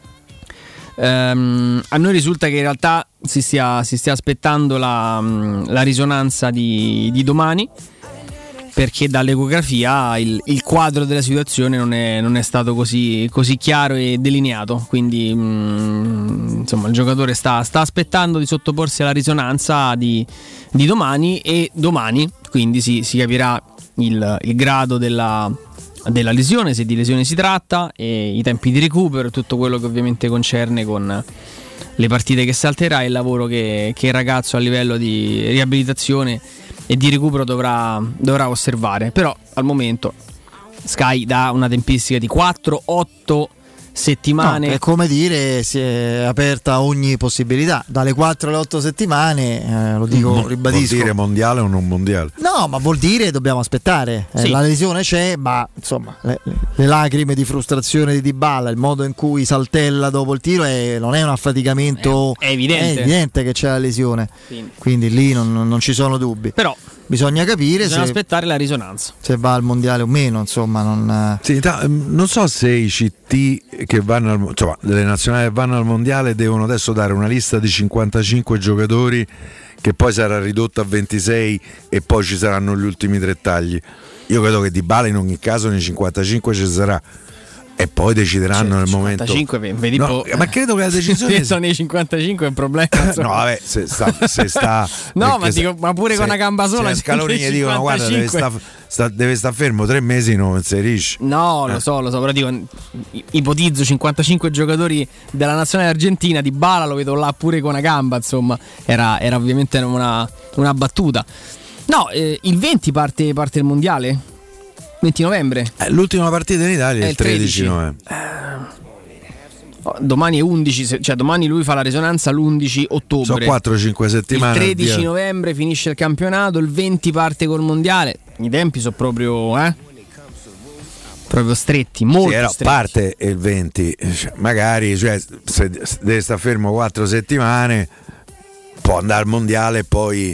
Ehm, a noi risulta che in realtà si stia, si stia aspettando la, la risonanza di, di domani, perché dall'ecografia il, il quadro della situazione non è, non è stato così, così chiaro e delineato, quindi mh, insomma il giocatore sta, sta aspettando di sottoporsi alla risonanza di, di domani, e domani quindi si, si capirà il, il grado della, della lesione, se di lesione si tratta, e i tempi di recupero, tutto quello che ovviamente concerne con le partite che salterà e il lavoro che, che il ragazzo a livello di riabilitazione e di recupero dovrà, dovrà osservare. Però al momento Sky dà una tempistica di quattro otto settimane. No, è come dire, si è aperta ogni possibilità dalle quattro alle otto settimane, eh, lo dico, Vuol ribadisco. dire mondiale o non mondiale? No, ma vuol dire dobbiamo aspettare. Eh, Sì. La lesione c'è, ma insomma, le, le lacrime di frustrazione di Dybala, il modo in cui saltella dopo il tiro è, non è un affaticamento. È evidente. È evidente che c'è la lesione. Quindi. Quindi lì non, non ci sono dubbi. Però bisogna capire bisogna se, aspettare la risonanza. se va al mondiale o meno. Insomma, non. Sì, ta- non so se i C T che vanno al, insomma, delle nazionali che vanno al mondiale devono adesso dare una lista di cinquantacinque giocatori che poi sarà ridotta a ventisei e poi ci saranno gli ultimi tre tagli. io credo che Dybala in ogni caso nei cinquantacinque ci sarà. E poi decideranno cioè, nel momento. cinquantacinque, vedi no, ma credo che la decisione sono nei cinquantacinque è un problema. No, vabbè, se sta, se sta no, ma, dico, ma pure se, con una gamba sola. Se Scaloni gli dicono guarda, deve stare sta, deve sta fermo tre mesi, non inserisci. No, eh. lo so, lo so, però dico, ipotizzo cinquantacinque giocatori della nazionale argentina, Dybala lo vedo là pure con una gamba, insomma, era, era ovviamente una, una battuta. No, eh, il venti parte, parte il mondiale? venti novembre. Eh, l'ultima partita in Italia è il tredici novembre. Oh, domani è undici, cioè domani lui fa la risonanza l'undici ottobre. Sono quattro cinque settimane. Il tredici novembre finisce il campionato, il venti parte col mondiale. I tempi sono proprio eh? proprio stretti, molto sì, stretti. Parte il venti, cioè, magari cioè, se deve stare fermo quattro settimane può andare al mondiale e poi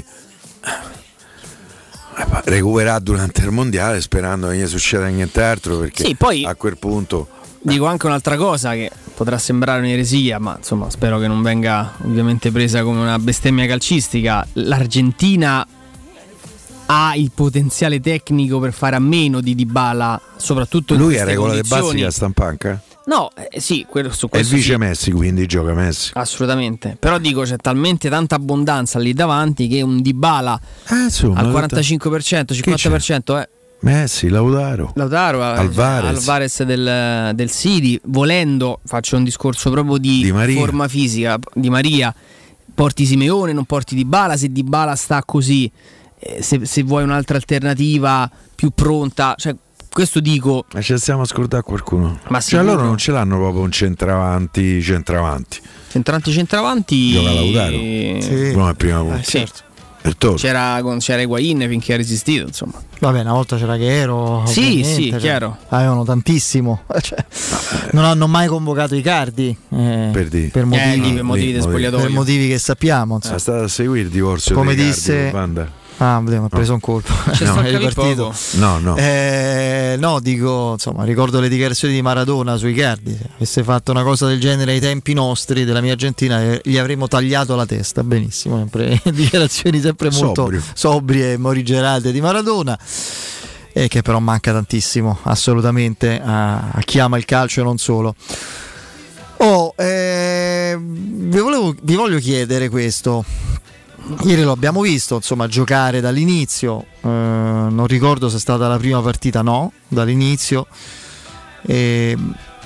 recuperare durante il mondiale sperando che non succeda nient'altro, perché sì, poi, a quel punto dico anche un'altra cosa che potrà sembrare un'eresia, ma insomma spero che non venga ovviamente presa come una bestemmia calcistica. L'Argentina ha il potenziale tecnico per fare a meno di Dybala, soprattutto in lui queste è regola dei condizioni. Bassi che sta in panca? No, eh, sì, quello, su è il questo vice sì. Messi, quindi gioca Messi. Assolutamente. Però dico, c'è talmente tanta abbondanza lì davanti che un Dybala eh, insomma, al quarantacinque per cento, cinquanta per cento è Messi, Lautaro, Lautaro Alvarez, Alvarez del, del City, volendo, faccio un discorso proprio di, di forma fisica, Di Maria, porti Simeone, non porti Dybala, se Dybala sta così, eh, se, se vuoi un'altra alternativa più pronta, cioè questo dico. Ma ci stiamo a scordare qualcuno. Ma cioè loro non ce l'hanno proprio un centravanti, centravanti. Centranti centravanti. Gioca Lautaro. Sì. Come prima volta. Eh, certo. C'era, c'era Higuain finché ha resistito, insomma. Vabbè, una volta c'era Ghero. Sì, sì, cioè, chiaro. Avevano tantissimo. Cioè, non hanno mai convocato Icardi eh, per, di. per motivi, eh, per motivi di spogliatoio. Per motivi che sappiamo. È stato a seguire il divorzio come di disse. Icardi, Ah, mi ha preso no. un colpo. No, è partito. No, no. Eh, no, dico, insomma, ricordo le dichiarazioni di Maradona su Icardi. Se avesse fatto una cosa del genere ai tempi nostri della mia Argentina, gli avremmo tagliato la testa. Benissimo, sempre dichiarazioni sempre molto Sobrio. sobrie e morigerate di Maradona. E che però manca tantissimo, assolutamente, a, a chi ama il calcio e non solo. Oh, eh, vi, volevo, vi voglio chiedere questo. Ieri lo abbiamo visto, insomma, giocare dall'inizio, eh, non ricordo se è stata la prima partita, no, dall'inizio. Eh,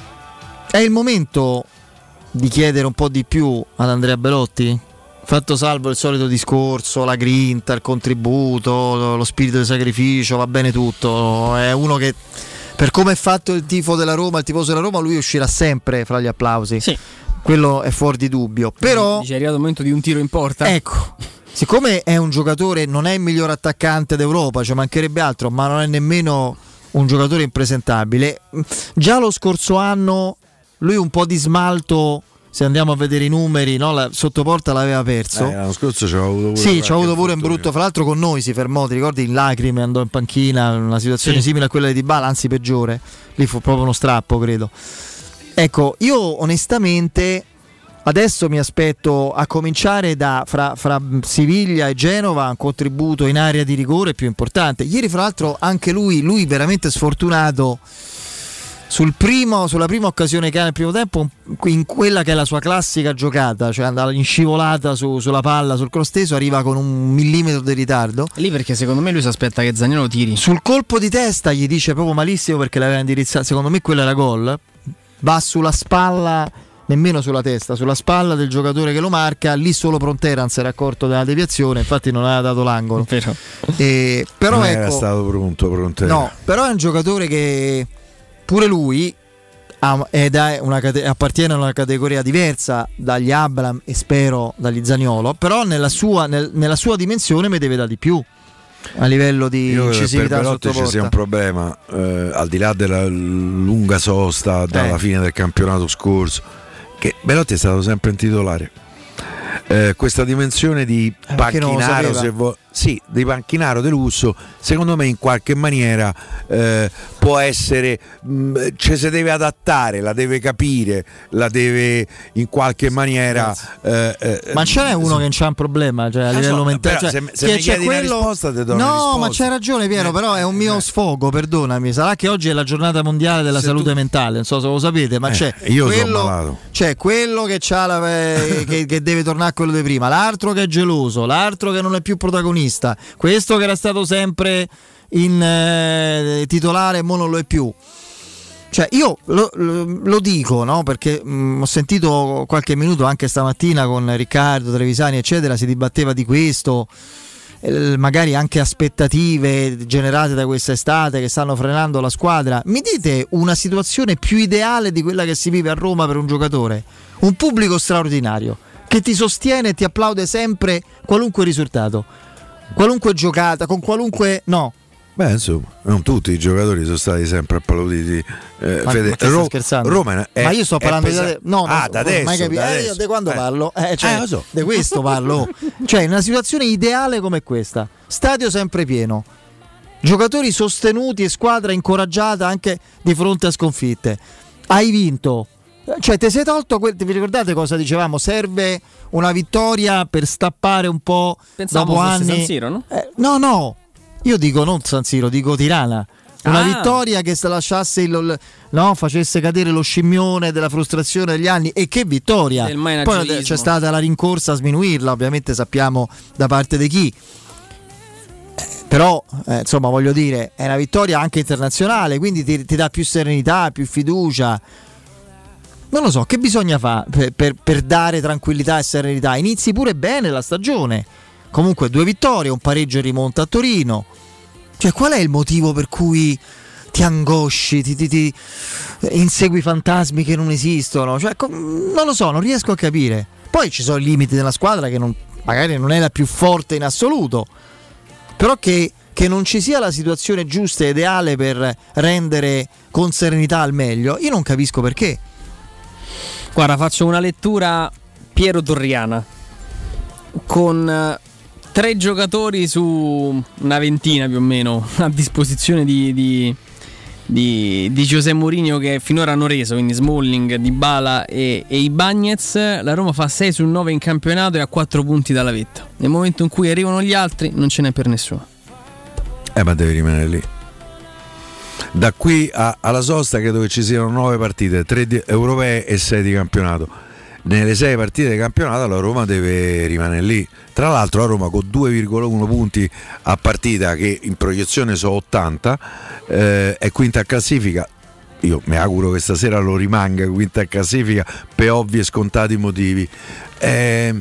è il momento di chiedere un po' di più ad Andrea Belotti? Fatto salvo il solito discorso, la grinta, il contributo, lo spirito di sacrificio, va bene tutto. È uno che, per come è fatto il tifo della Roma, il tifoso della Roma, lui uscirà sempre fra gli applausi. Sì. Quello è fuori di dubbio. Però dice, è arrivato il momento di un tiro in porta. Ecco, siccome è un giocatore, non è il miglior attaccante d'Europa, cioè mancherebbe altro, ma non è nemmeno un giocatore impresentabile. Già lo scorso anno lui un po' di smalto, se andiamo a vedere i numeri, no? La, sotto porta l'aveva perso. Eh, l'anno scorso ci ha avuto pure. Sì, ci ha avuto pure in brutto. Fra l'altro con noi si fermò, ti ricordi, in lacrime, andò in panchina, una situazione sì. simile a quella di Dybala, anzi peggiore. Lì fu proprio uno strappo, credo. Ecco, io onestamente adesso mi aspetto, a cominciare da fra, fra Siviglia e Genova, un contributo in area di rigore più importante. Ieri fra l'altro anche lui, lui veramente sfortunato sul primo, sulla prima occasione che ha nel primo tempo, in quella che è la sua classica giocata, cioè andava in scivolata su, sulla palla, sul cross teso, arriva con un millimetro di ritardo. Lì perché secondo me lui si aspetta che Zaniolo tiri. Sul colpo di testa gli dice proprio malissimo perché l'aveva indirizzato, secondo me quello era gol. Va sulla spalla, nemmeno sulla testa, sulla spalla del giocatore che lo marca. Lì solo Pronterans si era accorto della deviazione, infatti non aveva dato l'angolo. Però, e, però non ecco, era stato pronto Pronterans. No, però è un giocatore che pure lui ha, è da una, appartiene a una categoria diversa dagli Abraham e spero dagli Zaniolo, però nella sua, nel, nella sua dimensione mi deve dare di più a livello di Io incisività per Belotti sotto ci sia un problema, eh, al di là della lunga sosta dalla eh. fine del campionato scorso, che Belotti è stato sempre in titolare. Eh, questa dimensione di eh, panchinaro, se vuoi. sì, di panchinaro De Lusso, secondo me in qualche maniera eh, può essere, mh, ci si deve adattare, la deve capire, la deve in qualche maniera eh, eh, ma c'è uno che c'ha un problema, cioè a livello so, mentale, cioè, se, se mi chiedi quello... una risposta ti do no una risposta. Ma c'hai ragione Piero, però è un mio eh. sfogo, perdonami, sarà che oggi è la giornata mondiale della se salute tu... mentale, non so se lo sapete, ma eh, c'è io quello, sono malato. C'è quello che, c'ha la, che, che deve tornare a quello di prima, l'altro che è geloso, l'altro che non è più protagonista, questo che era stato sempre in eh, titolare, mo non lo è più. Cioè io lo, lo, lo dico, no? Perché mh, ho sentito qualche minuto anche stamattina con Riccardo Trevisani eccetera, si dibatteva di questo, eh, magari anche aspettative generate da questa estate che stanno frenando la squadra. Mi dite una situazione più ideale di quella che si vive a Roma per un giocatore? Un pubblico straordinario che ti sostiene e ti applaude sempre qualunque risultato, qualunque giocata, con qualunque... no. Beh, insomma, non tutti i giocatori sono stati sempre applauditi. Eh, ma, Fede, ma Ro- scherzando? Roma è, ma io sto parlando pesa- di no, ah, so, da adesso, mai capito. da Eh, adesso. io di quando eh. parlo? Eh, cioè, eh, lo so. Di questo parlo. Cioè, in una situazione ideale come questa, stadio sempre pieno, giocatori sostenuti e squadra incoraggiata anche di fronte a sconfitte. Hai vinto. Cioè, ti sei tolto que- vi ricordate cosa dicevamo? Serve una vittoria per stappare un po'. Pensavo dopo fosse anni. San Siro, no? Eh, no, no. Io dico non San Siro, dico Tirana. Una ah. vittoria che se lasciasse il, no, facesse cadere lo scimmione della frustrazione degli anni. E che vittoria! Poi c'è stata la rincorsa a sminuirla, ovviamente sappiamo da parte di chi. Eh, però eh, insomma, voglio dire, è una vittoria anche internazionale, quindi ti, ti dà più serenità, più fiducia. Non lo so, che bisogna fare per, per, per dare tranquillità e serenità? Inizi pure bene la stagione. Comunque due vittorie, un pareggio in rimonta a Torino. Cioè, qual è il motivo per cui ti angosci, ti, ti, ti insegui fantasmi che non esistono? Cioè, non lo so, non riesco a capire. Poi ci sono i limiti della squadra che non, magari non è la più forte in assoluto, però che, che non ci sia la situazione giusta e ideale per rendere con serenità al meglio, io non capisco perché. Guarda, faccio una lettura Piero Torriana con tre giocatori su una ventina più o meno a disposizione di, di, di, di José Mourinho, che finora hanno reso, quindi Smalling, Dybala e, e Ibañez. La Roma fa sei su nove in campionato e ha quattro punti dalla vetta. Nel momento in cui arrivano gli altri non ce n'è per nessuno. Eh, ma devi rimanere lì. Da qui a, alla sosta credo che ci siano nove partite, tre di europee e sei di campionato. Nelle sei partite di campionato la Roma deve rimanere lì. Tra l'altro la Roma con due virgola uno punti a partita, che in proiezione sono ottanta, eh, è quinta a classifica. Io mi auguro che stasera lo rimanga quinta a classifica per ovvi e scontati motivi. Eh,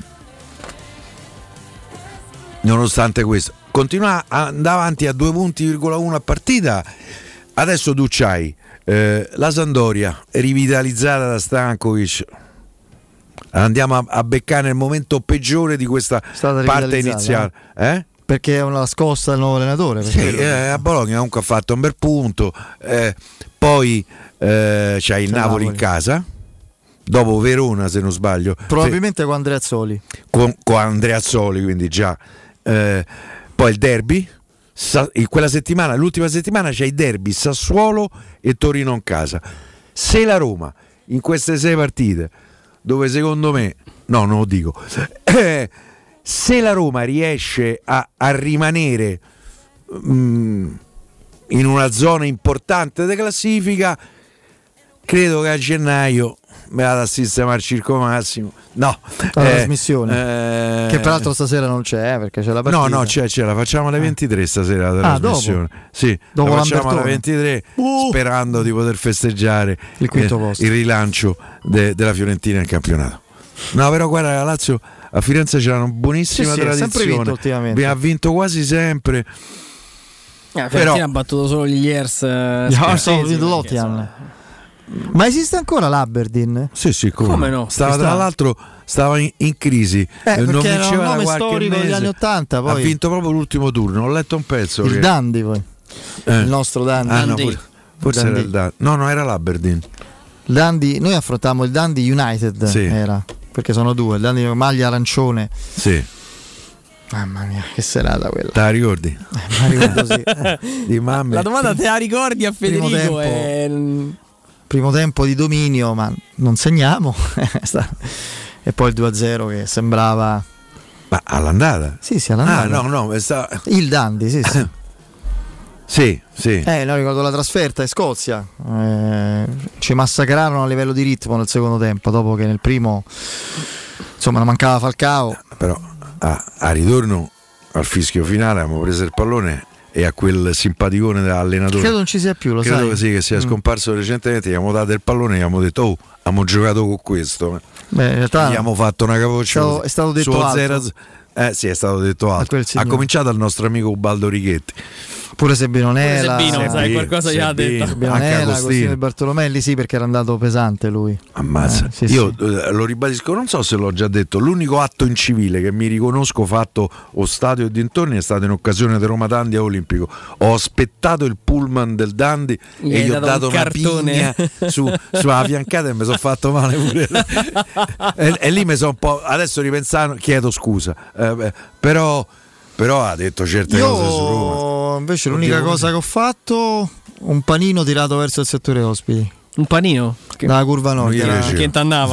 nonostante questo continua a andare avanti a due punti virgola uno a partita. Adesso tu c'hai eh, la Sampdoria rivitalizzata da Stankovic. Andiamo a, a beccare nel momento peggiore di questa parte iniziale, eh? Perché è una scossa del nuovo allenatore. Sì, eh, a Bologna comunque ha fatto un bel punto. Eh, poi eh, c'è il Napoli, Napoli in casa, dopo Verona se non sbaglio. Probabilmente con Andreazzoli. Con, con Andreazzoli, quindi già. Eh, poi il derby. In quella settimana, l'ultima settimana, c'è i derby Sassuolo e Torino in casa. Se la Roma in queste sei partite, dove secondo me, no, non lo dico, eh, se la Roma riesce a, a rimanere mh, in una zona importante di classifica, credo che a gennaio mi vado a sistemare il Circo Massimo. No, la eh, trasmissione eh, che peraltro stasera non c'è, eh, perché c'è la partita. No, no, c'è, c'è la facciamo alle ventitré stasera la ah, trasmissione. Dopo? Sì, dopo la facciamo alle ventitré uh! sperando di poter festeggiare il, quinto eh, posto. il rilancio de, della Fiorentina in campionato. No, però guarda, la Lazio a Firenze c'era una buonissima sì, tradizione. Sì, vinto, ultimamente. Ha vinto quasi sempre. Ah, Fiorentina però ha battuto solo gli Iers. Ma esiste ancora l'Aberdeen? Sì, sì, come, come no? Stava tra l'altro stava in, in crisi, eh, non vinceva era un nome da storico mese. degli anni Ottanta. Poi ha vinto proprio l'ultimo turno. Ho letto un pezzo. Il che... Dundee, poi eh. il nostro Dundee. Ah, no, forse, forse Dundee. Era il Dundee. No, no, era l'Aberdeen. Dundee, noi affrontammo il Dundee United, sì. Era perché sono due. Il Dundee maglia arancione. Sì. Mamma mia, che serata quella. Te la ricordi? Eh, ma ricordo sì. Di mamme. La domanda te la ricordi a Federico? Primo tempo, è... primo tempo di dominio, ma non segniamo. E poi il due a zero che sembrava... Ma all'andata? Sì, sì, all'andata. Ah, no, no, è sta... Il Dundee, sì, sì. Sì, sì. Eh, no, ricordo la trasferta in Scozia. Eh, ci massacrarono a livello di ritmo nel secondo tempo, dopo che nel primo insomma non mancava Falcao. Però a, a ritorno al fischio finale abbiamo preso il pallone e a quel simpaticone dell'allenatore, credo non ci sia più, lo credo sai? Che sì, che sia mm. scomparso recentemente, gli abbiamo dato il pallone e gli abbiamo detto: oh, abbiamo giocato con questo. Beh, in realtà gli abbiamo fatto una capoccia. È stato detto altro. Eh sì, è stato detto altro. Ha cominciato il nostro amico Ubaldo Righetti. Pure Sebinonella, Pure Sebino, sai, qualcosa gli ha detto. Sebinonella, Agostino Bartolomelli, sì, perché era andato pesante lui. Ammazza. Eh, sì, Io sì. Eh, lo ribadisco, non so se l'ho già detto, l'unico atto in civile che mi riconosco fatto o stadio e dintorni è stato in occasione del Roma Dundee a Olimpico. Ho aspettato il pullman del Dundee gli e gli ho dato un una cartone pigna su, sulla fiancata e mi sono fatto male pure. e, e lì mi sono un po', adesso ripensando chiedo scusa, eh, beh, però però ha detto certe Io, cose su Roma. Invece l'unica Oddio, cosa che ho fatto, un panino tirato verso il settore ospiti. Un panino? Dalla curva nord. Era... Che t'andava?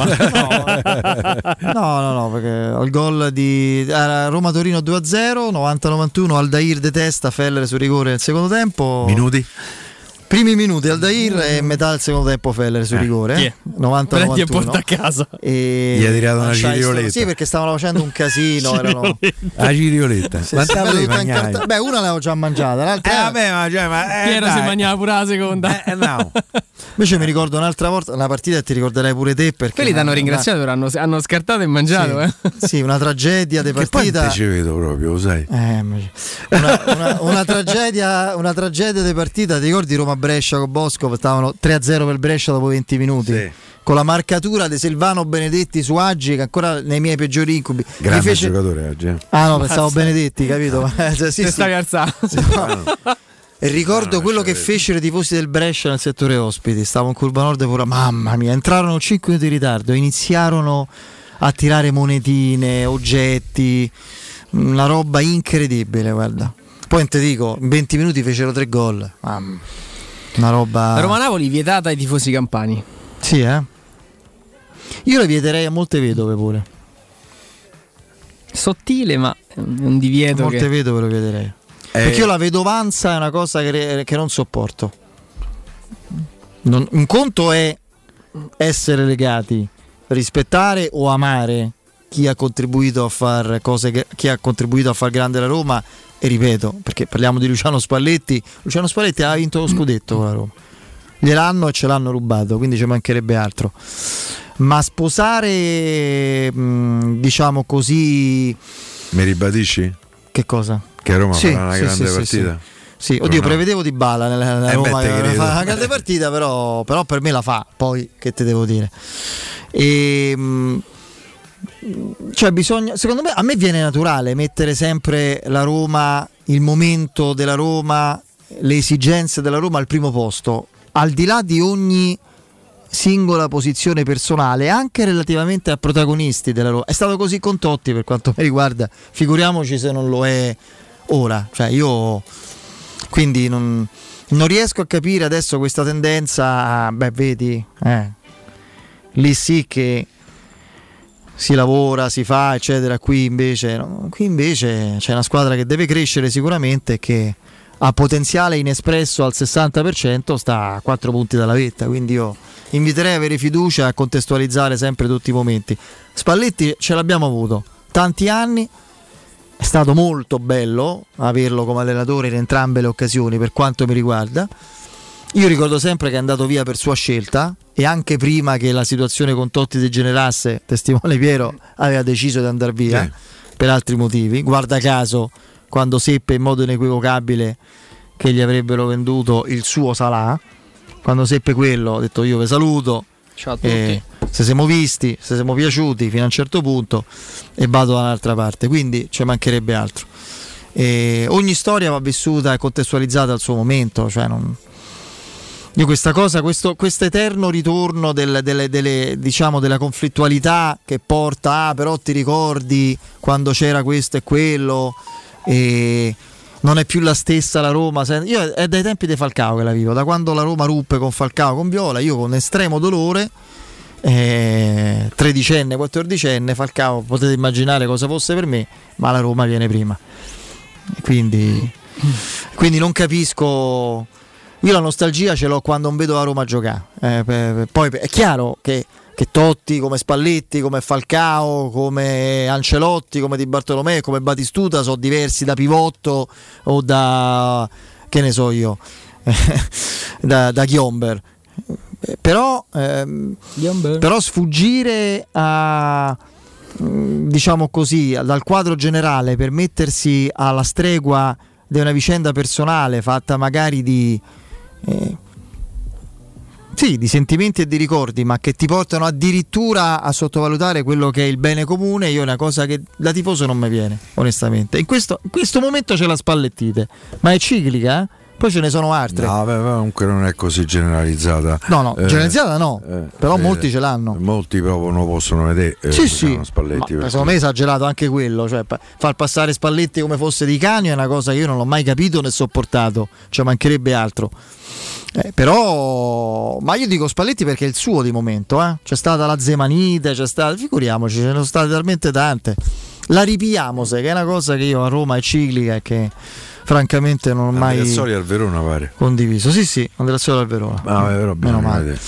no, no, no, perché ho il gol di Roma-Torino due a zero, novanta novantuno, Aldair de testa, Feller su rigore nel secondo tempo. Minuti? Primi minuti Aldair e metà del secondo tempo Feller su rigore. Yeah. novanta novantuno. Prendi e porta a casa. E gli ha tirato una cirioletta. Sì, perché stavano facendo un casino. erano... La cirioletta. Sì, sì, incarta... Beh, una l'avevo già mangiata, l'altra. Eh, vabbè, ma, cioè, ma eh, Piero dai. si mangiava pure la seconda. Eh, no. Invece mi ricordo un'altra volta una partita e ti ricorderai pure te. Perché quelli ti hanno ringraziato, una... hanno, hanno scartato e mangiato. Sì, eh. sì, una tragedia di partita. Che poi te ci vedo proprio, lo sai. Eh, una, una, una tragedia, una tragedia di partita. Ti ricordi Roma-Brescia con Bosco? Stavano tre a zero per Brescia dopo venti minuti. Sì. Con la marcatura di Silvano Benedetti su Aggi, che ancora nei miei peggiori incubi. Grande fece... giocatore Aggi. Ah no, pensavo Benedetti, capito? Sì, sì. Stavi alzato. Sì, no. E ricordo no, quello che fecero i tifosi del Brescia nel settore ospiti. Stavo in curva nord pure, mamma mia, entrarono cinque minuti in ritardo, iniziarono a tirare monetine, oggetti, una roba incredibile, guarda. Poi te dico, in venti minuti fecero tre gol. Mamma. Una roba. Roma-Napoli vietata ai tifosi campani. Sì, eh. Io la vieterei a molte vedove pure. Sottile, ma è un divieto. A molte che... vedove lo vieterei. Eh. Perché io la vedovanza è una cosa che, che non sopporto. Non, un conto è essere legati, rispettare o amare chi ha contribuito a far cose, chi ha contribuito a far grande la Roma. E ripeto, perché parliamo di Luciano Spalletti. Luciano Spalletti ha vinto lo scudetto con la Roma. Gliel'hanno e ce l'hanno rubato, quindi ci mancherebbe altro. Ma sposare, mh, diciamo così. Mi ribadisci? Che cosa? Che Roma sì, farà una sì, grande sì, partita? Sì, sì. Oddio, prevedevo Dybala nella, nella eh Roma beh, che fa una grande partita, però, però per me la fa. Poi che te devo dire? E. Mh, cioè bisogna, secondo me, a me viene naturale mettere sempre la Roma, il momento della Roma, le esigenze della Roma al primo posto, al di là di ogni singola posizione personale, anche relativamente a protagonisti della Roma. È stato così con Totti per quanto mi riguarda, figuriamoci se non lo è ora. Cioè io quindi non, non riesco a capire adesso questa tendenza, beh vedi, eh, lì sì che si lavora, si fa, eccetera. Qui invece, no? Qui invece c'è una squadra che deve crescere sicuramente e che ha potenziale inespresso al sessanta per cento, sta a quattro punti dalla vetta. Quindi io inviterei a avere fiducia e a contestualizzare sempre tutti i momenti. Spalletti ce l'abbiamo avuto tanti anni, è stato molto bello averlo come allenatore in entrambe le occasioni per quanto mi riguarda. Io ricordo sempre che è andato via per sua scelta e anche prima che la situazione con Totti degenerasse, testimone Piero aveva deciso di andare via eh. per altri motivi. Guarda caso, quando seppe in modo inequivocabile che gli avrebbero venduto il suo Salah, quando seppe quello ho detto io vi saluto, ciao a tutti, eh, se siamo visti, se siamo piaciuti fino a un certo punto e vado da un'altra parte, quindi ci mancherebbe altro. E ogni storia va vissuta e contestualizzata al suo momento, cioè non... Io questa cosa, questo eterno ritorno del, delle, delle, diciamo, della conflittualità che porta, ah, però ti ricordi quando c'era questo e quello, e non è più la stessa la Roma. Io è dai tempi di Falcao che la vivo, da quando la Roma ruppe con Falcao, con Viola, io con estremo dolore, eh, tredicenne, quattordicenne, Falcao, potete immaginare cosa fosse per me, ma la Roma viene prima. Quindi, quindi non capisco. Io la nostalgia ce l'ho quando non vedo la Roma giocare. Eh, poi è chiaro che, che Totti, come Spalletti, come Falcao, come Ancelotti, come Di Bartolomeo, come Batistuta sono diversi da Pivotto o da, che ne so io, da, da Ghiomber. Però, ehm, però sfuggire a, diciamo così, dal quadro generale per mettersi alla stregua di una vicenda personale fatta magari di eh, sì, di sentimenti e di ricordi, ma che ti portano addirittura a sottovalutare quello che è il bene comune, io è una cosa che da tifoso non mi viene, onestamente. In questo, in questo momento c'è la Spallettite, ma è ciclica, eh? Poi ce ne sono altre. No, beh, comunque non è così generalizzata. No, no, eh, generalizzata no, eh, però eh, molti ce l'hanno. Molti proprio non lo possono vedere. Eh, sì, sì. Spalletti, ma secondo me è esagerato anche quello, cioè far passare Spalletti come fosse di Canio è una cosa che io non l'ho mai capito né sopportato, cioè mancherebbe altro. Eh, però, ma io dico Spalletti perché è il suo di momento, eh? C'è stata la Zemanite, c'è stata, figuriamoci, ce ne sono state talmente tante. La ripiamose, che è una cosa che io a Roma è ciclica e che francamente non ho mai Andrea al Verona pare condiviso. Sì, sì, Andrea Soli al Verona. Ah, però meno male.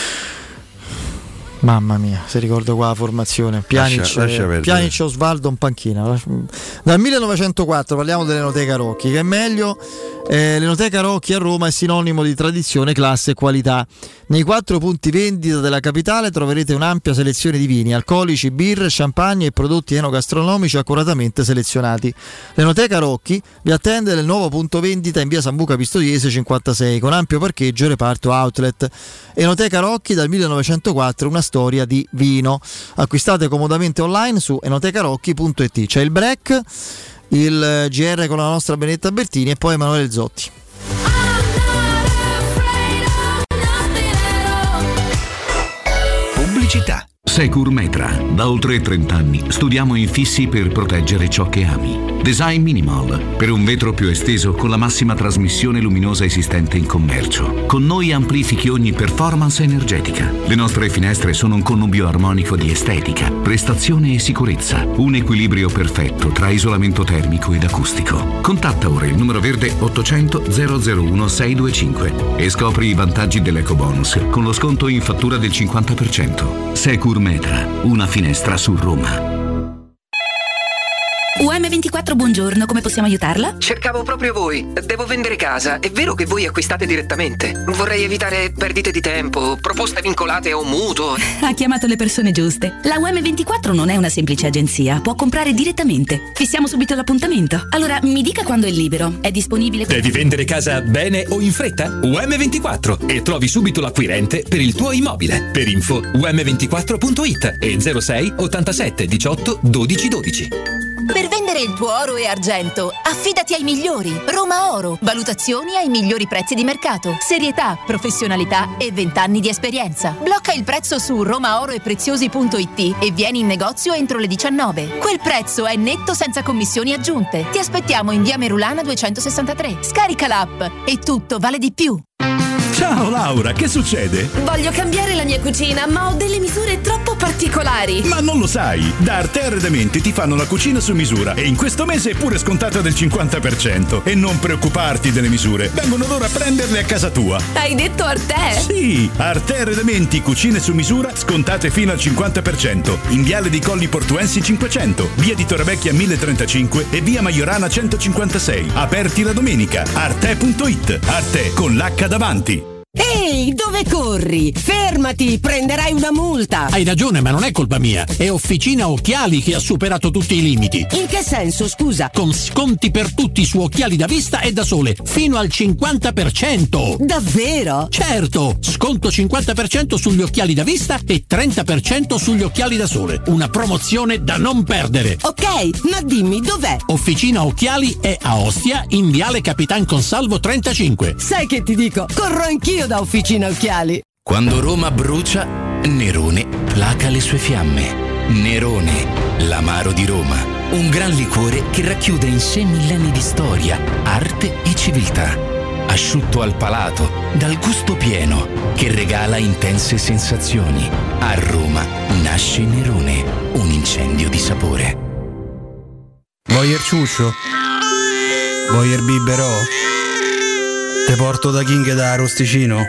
Mamma mia, se ricordo qua la formazione Pjanic, lascia, lascia Pjanic Osvaldo in panchina. Dal millenovecentoquattro parliamo dell'Enoteca Rocchi, che è meglio. Eh, L'Enoteca Rocchi a Roma è sinonimo di tradizione, classe e qualità. Nei quattro punti vendita della capitale troverete un'ampia selezione di vini, alcolici, birre, champagne e prodotti enogastronomici accuratamente selezionati. L'Enoteca Rocchi vi attende nel nuovo punto vendita in via Sambuca Pistoiese cinquantasei, con ampio parcheggio e reparto outlet. Enoteca Rocchi dal millenovecentoquattro, una storia di vino. Acquistate comodamente online su enotecarocchi punto it. C'è il break, il G R con la nostra Benedetta Bertini e poi Emanuele Zotti. Pubblicità. Securmetra. Da oltre trenta anni studiamo infissi per proteggere ciò che ami. Design Minimal, per un vetro più esteso con la massima trasmissione luminosa esistente in commercio. Con noi amplifichi ogni performance energetica. Le nostre finestre sono un connubio armonico di estetica, prestazione e sicurezza. Un equilibrio perfetto tra isolamento termico ed acustico. Contatta ora il numero verde ottocento zero zero uno sei due cinque e scopri i vantaggi dell'ecobonus con lo sconto in fattura del cinquanta per cento. Securmetra, una finestra su Roma. U M ventiquattro, buongiorno, come possiamo aiutarla? Cercavo proprio voi. Devo vendere casa. È vero che voi acquistate direttamente? Vorrei evitare perdite di tempo, proposte vincolate o mutuo. Ha chiamato le persone giuste. La U M ventiquattro non è una semplice agenzia, può comprare direttamente. Fissiamo subito l'appuntamento. Allora, mi dica quando è libero. È disponibile? Devi vendere casa bene o in fretta? U M ventiquattro e trovi subito l'acquirente per il tuo immobile. Per info u m ventiquattro punto it e zero sei ottantasette diciotto dodici dodici. Per vendere il tuo oro e argento, affidati ai migliori. Roma Oro. Valutazioni ai migliori prezzi di mercato. Serietà, professionalità e vent'anni di esperienza. Blocca il prezzo su romaoroepreziosi punto it e vieni in negozio entro le diciannove. Quel prezzo è netto senza commissioni aggiunte. Ti aspettiamo in via Merulana duecentosessantatré. Scarica l'app e tutto vale di più. Ciao Laura, che succede? Voglio cambiare la mia cucina, ma ho delle misure troppo particolari. Ma non lo sai, da Arte Arredamenti ti fanno la cucina su misura e in questo mese è pure scontata del cinquanta per cento. E non preoccuparti delle misure, vengono loro a prenderle a casa tua. Hai detto Arte? Sì, Arte Arredamenti, cucine su misura, scontate fino al cinquanta per cento. In Viale dei Colli Portuensi cinquecento, via di Torrevecchia mille trentacinque e via Maiorana centocinquantasei. Aperti la domenica. Arte punto it. Arte con l'H davanti. Ehi, dove corri? Fermati, prenderai una multa. Hai ragione, ma non è colpa mia. È Officina Occhiali che ha superato tutti i limiti. In che senso, scusa? Con sconti per tutti su occhiali da vista e da sole, fino al cinquanta per cento. Davvero? Certo, sconto cinquanta per cento sugli occhiali da vista e trenta per cento sugli occhiali da sole. Una promozione da non perdere. Ok, ma dimmi dov'è? Officina Occhiali è a Ostia, in Viale Capitan Consalvo trentacinque. Sai che ti dico? Corro anch'io da Officina Officina Occhiali. Quando Roma brucia, Nerone placa le sue fiamme. Nerone, l'amaro di Roma. Un gran liquore che racchiude in sé millenni di storia, arte e civiltà. Asciutto al palato, dal gusto pieno, che regala intense sensazioni. A Roma nasce Nerone, un incendio di sapore. Voyer ciuscio? Voyer biberò? Te porto da King da Arrosticino?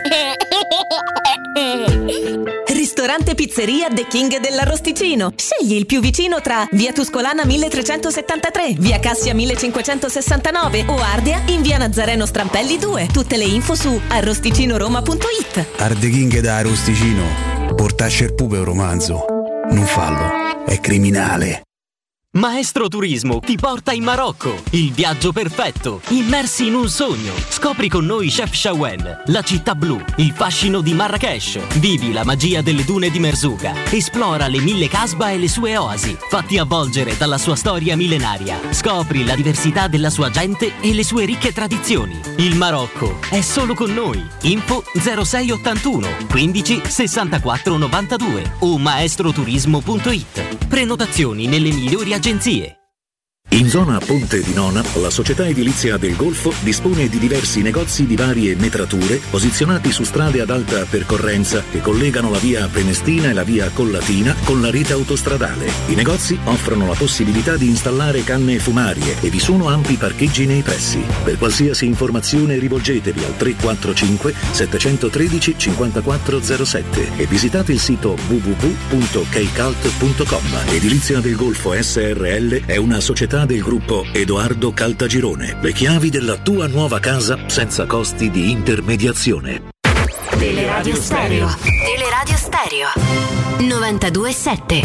Ristorante Pizzeria The King dell'Arrosticino. Scegli il più vicino tra via Tuscolana milletrecentosettantatré, via Cassia millecinquecentosessantanove o Ardea in via Nazareno Strampelli due. Tutte le info su arrosticinoroma punto it. Arde King da Arrosticino. Portasce il pupe un romanzo. Non fallo, è criminale. Maestro Turismo ti porta in Marocco, il viaggio perfetto, immersi in un sogno. Scopri con noi Chef Shawen, la città blu, il fascino di Marrakech. Vivi la magia delle dune di Merzouga. Esplora le mille casba e le sue oasi. Fatti avvolgere dalla sua storia millenaria. Scopri la diversità della sua gente e le sue ricche tradizioni. Il Marocco è solo con noi. Info zero sei ottantuno quindici sessantaquattro novantadue o maestroturismo punto it. Prenotazioni nelle migliori agenzie. In zona Ponte di Nona, la società edilizia del Golfo dispone di diversi negozi di varie metrature posizionati su strade ad alta percorrenza che collegano la via Prenestina e la via Collatina con la rete autostradale. I negozi offrono la possibilità di installare canne fumarie e vi sono ampi parcheggi nei pressi. Per qualsiasi informazione rivolgetevi al tre quattro cinque sette uno tre cinque zero sette e visitate il sito w w w punto keicalt punto com. Edilizia del Golfo S R L è una società del gruppo Edoardo Caltagirone. Le chiavi della tua nuova casa senza costi di intermediazione. Teleradio Stereo. Teleradio Stereo. novantadue sette.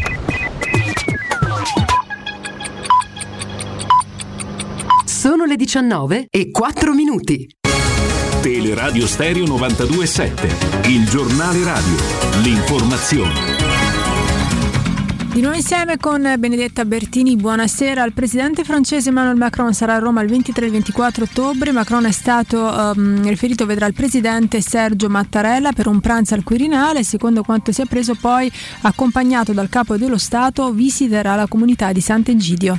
Sono le diciannove e quattro minuti. Teleradio Stereo novantadue sette. Il giornale radio. L'informazione. Di nuovo insieme con Benedetta Bertini, buonasera. Il presidente francese Emmanuel Macron sarà a Roma il ventitré e ventiquattro ottobre. Macron è stato um, riferito, vedrà il presidente Sergio Mattarella per un pranzo al Quirinale. Secondo quanto si è appreso, poi, accompagnato dal capo dello Stato, visiterà la comunità di Sant'Egidio.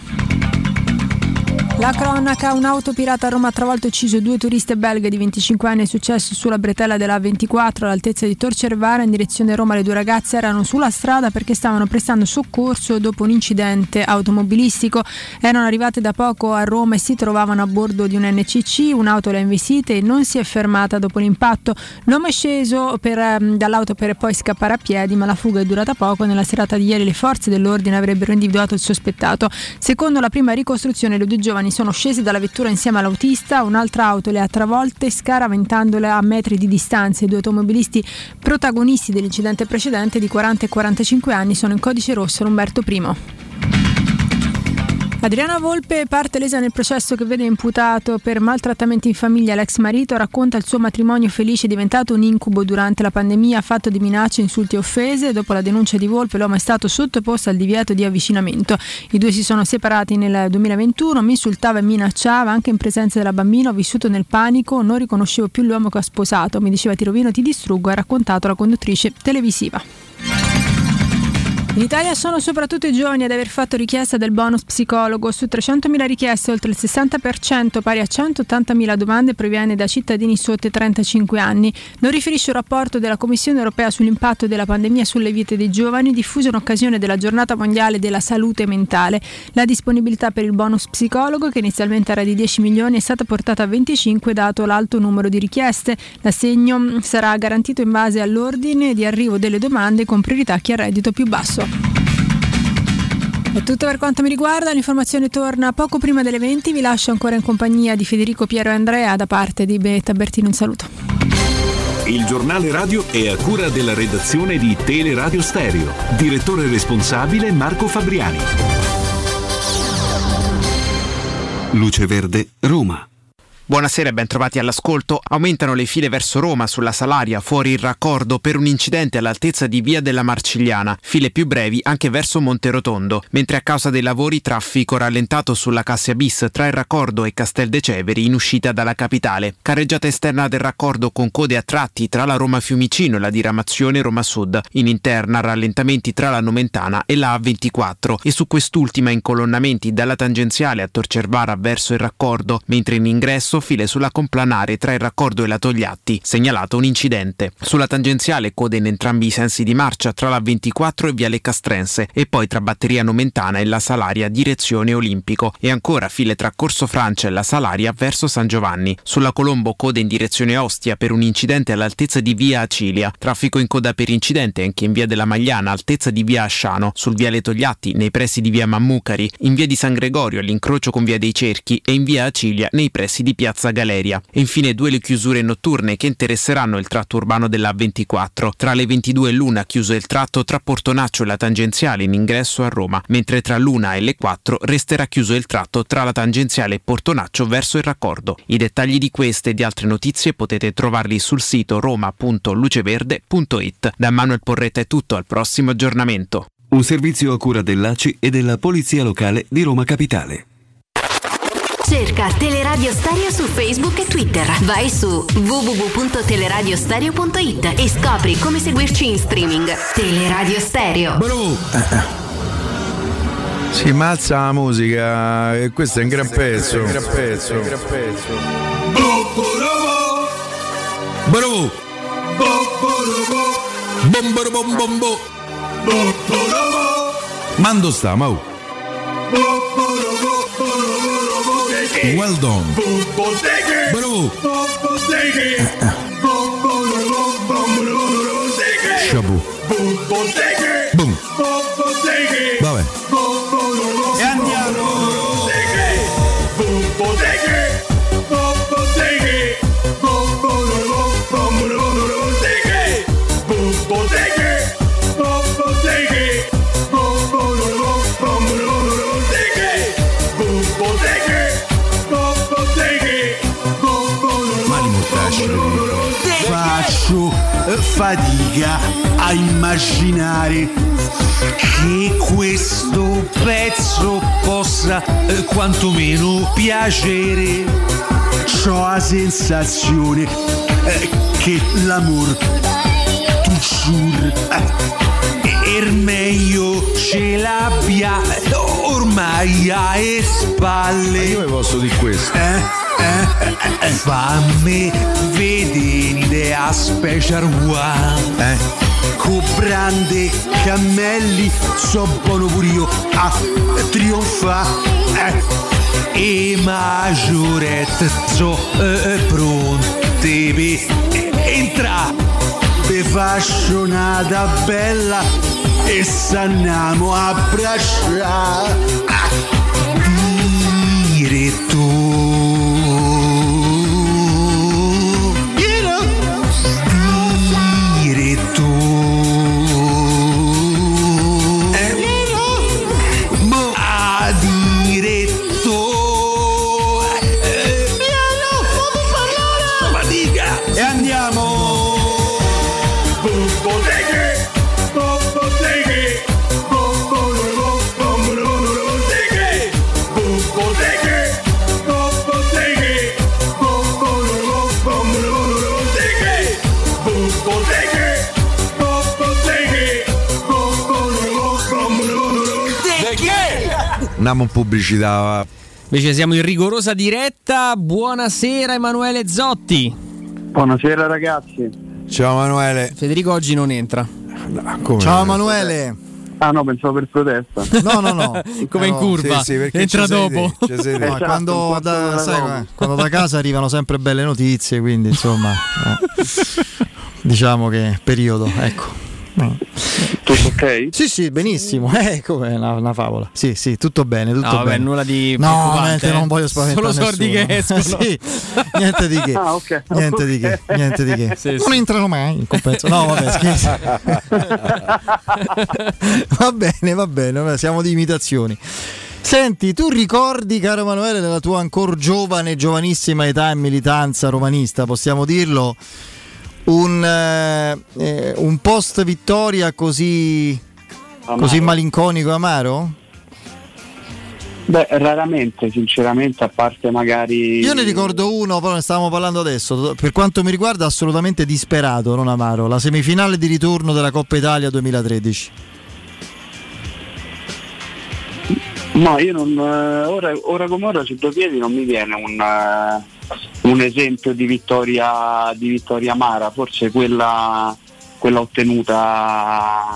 La cronaca, un'auto pirata a Roma ha travolto e ucciso due turiste belghe di venticinque anni. È successo sulla bretella della A ventiquattro all'altezza di Tor Cervara in direzione Roma. Le due ragazze erano sulla strada perché stavano prestando soccorso dopo un incidente automobilistico. Erano arrivate da poco a Roma e si trovavano a bordo di un N C C. Un'auto le ha investite e non si è fermata dopo l'impatto. L'uomo è sceso per, dall'auto per poi scappare a piedi, ma la fuga è durata poco. Nella serata di ieri le forze dell'ordine avrebbero individuato il sospettato. Secondo la prima ricostruzione, le due giovani sono scesi dalla vettura insieme all'autista. Un'altra auto le ha travolte scaraventandole a metri di distanza. I due automobilisti protagonisti dell'incidente precedente, di quaranta e quarantacinque anni, sono in codice rosso Umberto I. Adriana Volpe parte lesa nel processo che vede imputato per maltrattamenti in famiglia l'ex marito. Racconta il suo matrimonio felice diventato un incubo durante la pandemia, fatto di minacce, insulti e offese. Dopo la denuncia di Volpe, l'uomo è stato sottoposto al divieto di avvicinamento. I due si sono separati nel duemilaventuno. Mi insultava e minacciava anche in presenza della bambina. Ho vissuto nel panico, non riconoscevo più l'uomo che ho sposato. Mi diceva ti rovino, ti distruggo, ha raccontato la conduttrice televisiva. In Italia sono soprattutto i giovani ad aver fatto richiesta del bonus psicologo. Su trecentomila richieste, oltre il sessanta per cento, pari a centottantamila domande, proviene da cittadini sotto i trentacinque anni. Lo riferisce un rapporto della Commissione europea sull'impatto della pandemia sulle vite dei giovani, diffuso in occasione della Giornata Mondiale della Salute Mentale. La disponibilità per il bonus psicologo, che inizialmente era di dieci milioni, è stata portata a venticinque dato l'alto numero di richieste. L'assegno sarà garantito in base all'ordine di arrivo delle domande, con priorità a chi ha reddito più basso. È tutto per quanto mi riguarda, l'informazione torna poco prima delle venti. Vi lascio ancora in compagnia di Federico, Piero e Andrea. Da parte di Benedetta Bertini un saluto. Il giornale radio è a cura della redazione di Teleradio Stereo. Direttore responsabile Marco Fabriani. Luce Verde, Roma. Buonasera e ben trovati all'ascolto. Aumentano le file verso Roma sulla Salaria, fuori il raccordo per un incidente all'altezza di Via della Marcigliana. File più brevi anche verso Monterotondo, mentre a causa dei lavori traffico rallentato sulla Cassia Bis tra il raccordo e Castel de Ceveri in uscita dalla capitale. Carreggiata esterna del raccordo con code a tratti tra la Roma Fiumicino e la diramazione Roma Sud. In interna rallentamenti tra la Nomentana e la A ventiquattro e su quest'ultima incolonnamenti dalla tangenziale a Tor Cervara verso il raccordo, mentre in ingresso file sulla complanare tra il raccordo e la Togliatti, segnalato un incidente. Sulla tangenziale code in entrambi i sensi di marcia tra la ventiquattro e Viale Castrense e poi tra Batteria Nomentana e la Salaria direzione Olimpico e ancora file tra Corso Francia e la Salaria verso San Giovanni. Sulla Colombo code in direzione Ostia per un incidente all'altezza di Via Acilia, traffico in coda per incidente anche in Via della Magliana altezza di Via Asciano, sul Viale Togliatti nei pressi di Via Mammucari, in Via di San Gregorio all'incrocio con Via dei Cerchi e in Via Acilia nei pressi di Piazza Galeria. E infine due le chiusure notturne che interesseranno il tratto urbano della A ventiquattro. Tra le ventidue e l'una chiuso il tratto tra Portonaccio e la tangenziale in ingresso a Roma, mentre tra l'una e le quattro resterà chiuso il tratto tra la tangenziale e Portonaccio verso il raccordo. I dettagli di queste e di altre notizie potete trovarli sul sito roma punto luceverde punto it. Da Manuel Porretta è tutto, al prossimo aggiornamento. Un servizio a cura dell'A C I e della Polizia Locale di Roma Capitale. Cerca Teleradio Stereo su Facebook e Twitter. Vai su w w w punto teleradiostereo punto it e scopri come seguirci in streaming. Teleradio Stereo. Bro. Si mazza la musica e questo è un gran pezzo. Un gran pezzo. Un gran pezzo. Bro. Bomboro bombombo. Mando sta, mau. Well done. Bro. Shabu. Boom. Vabbè. E andiamo. Faccio fatica a immaginare che questo pezzo possa eh, quantomeno piacere. C'ho la sensazione eh, che l'amor toujours eh, er meglio ce l'abbia ormai alle spalle. Ma io vi posso dire questo. Eh? Eh, eh, fammi vedere l'idea special one eh. Con brande cammelli so buono pure io a trionfa eh. E maggiorette so eh, pronte per entra per fascionata bella e s'andiamo a abbracciare diretto. Andiamo in pubblicità. Invece siamo in rigorosa diretta. Buonasera Emanuele Zotti. Buonasera ragazzi. Ciao Emanuele. Federico oggi non entra. No, ciao Emanuele. Ah no, pensavo per protesta. No, no, no. Come in curva. Sì, sì, entra dopo. Te, te. No, esatto, quando, da, sai, quando da casa arrivano sempre belle notizie, quindi insomma eh, diciamo che periodo, ecco. No. Tutto ok? Sì, sì, benissimo. Eh, come una, una favola. Sì, sì, tutto bene, tutto no, vabbè, bene. nulla di no, niente, non voglio spaventare solo sordi nessuno. Che escono. Sì, niente di che. Ah, okay. Niente okay. di che, niente di che. Sì, non sì. entrano mai in compenso. No, vabbè, scherzo. Va bene, va bene, vabbè, siamo di imitazioni. Senti, tu ricordi, caro Emanuele, nella tua ancora giovane, giovanissima età e militanza romanista, possiamo dirlo, un, eh, un post vittoria così, così malinconico e amaro? Beh, raramente, sinceramente, a parte magari... Io ne ricordo uno, però ne stavamo parlando adesso, per quanto mi riguarda assolutamente disperato, non amaro, la semifinale di ritorno della Coppa Italia duemilatredici. No, io non, eh, ora, ora come ora su due piedi non mi viene un, uh, un esempio di vittoria di vittoria amara, forse quella, quella ottenuta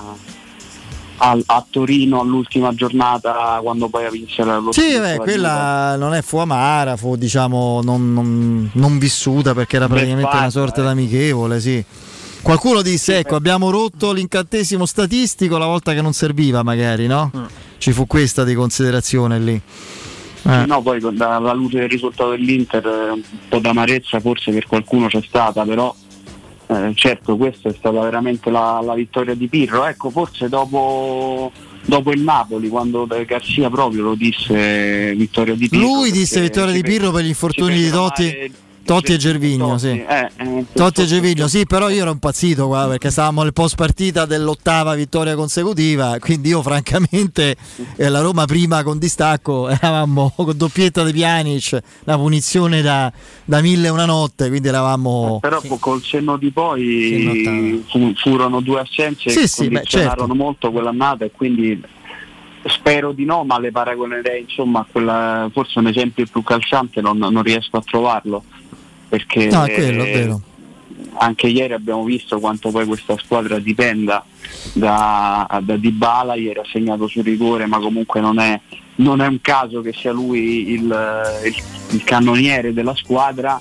a, a Torino all'ultima giornata quando poi ha vinto la Sì, beh, quella non è fu amara, fu diciamo non, non, non vissuta perché era praticamente fatta, una sorta eh. d'amichevole, sì. Qualcuno disse, ecco, abbiamo rotto l'incantesimo statistico la volta che non serviva magari, no? Mm. Ci fu questa di considerazione lì. Eh. No, poi alla luce del risultato dell'Inter un po' d'amarezza forse per qualcuno c'è stata, però eh, certo questa è stata veramente la, la vittoria di Pirro. Ecco, forse dopo, dopo il Napoli, quando Garcia proprio lo disse vittoria di Pirro. Lui disse vittoria di Pirro per gli infortuni di Totti. Totti e Gervinho, sì. Eh, eh, Totti e Gervinho, sì, però io ero impazzito qua perché stavamo nel post partita dell'ottava vittoria consecutiva, quindi io francamente eh, la Roma prima con distacco eravamo con doppietta di Pjanic, una punizione da, da mille e una notte, quindi eravamo... Eh, però col senno di poi fu, furono due assenze sì, che sì, condizionarono certo. molto quell'annata e quindi... Spero di no, ma le paragonerei insomma a quella, forse un esempio più calzante non, non riesco a trovarlo, perché no, è quello, è vero. Anche ieri abbiamo visto quanto poi questa squadra dipenda da, da Dybala. Ieri ha segnato sul rigore, ma comunque non è, non è un caso che sia lui il, il, il cannoniere della squadra,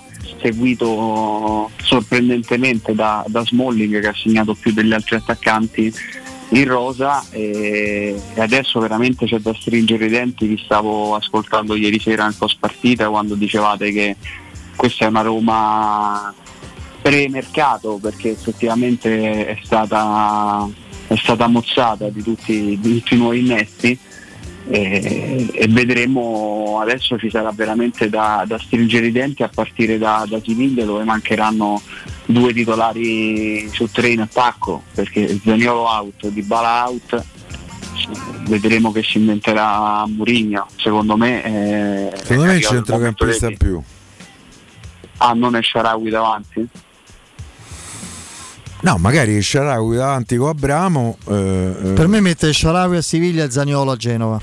seguito sorprendentemente da, da Smalling, che ha segnato più degli altri attaccanti in rosa, e adesso veramente c'è da stringere i denti. Vi stavo ascoltando ieri sera nel post partita quando dicevate che questa è una Roma pre-mercato, perché effettivamente è stata è stata mozzata di tutti, di tutti i nuovi innesti, e, e vedremo. Adesso ci sarà veramente da, da stringere i denti a partire da, da Siviglia, dove mancheranno due titolari su tre in attacco, perché Zaniolo out, Dybala out. Vedremo che si inventerà Mourinho. Secondo me eh, secondo me il centrocampista in più. Ah, non è Shaarawy davanti? No, magari Shaarawy davanti con Abramo. Eh, per me mette Shaarawy a Siviglia e Zaniolo a Genova.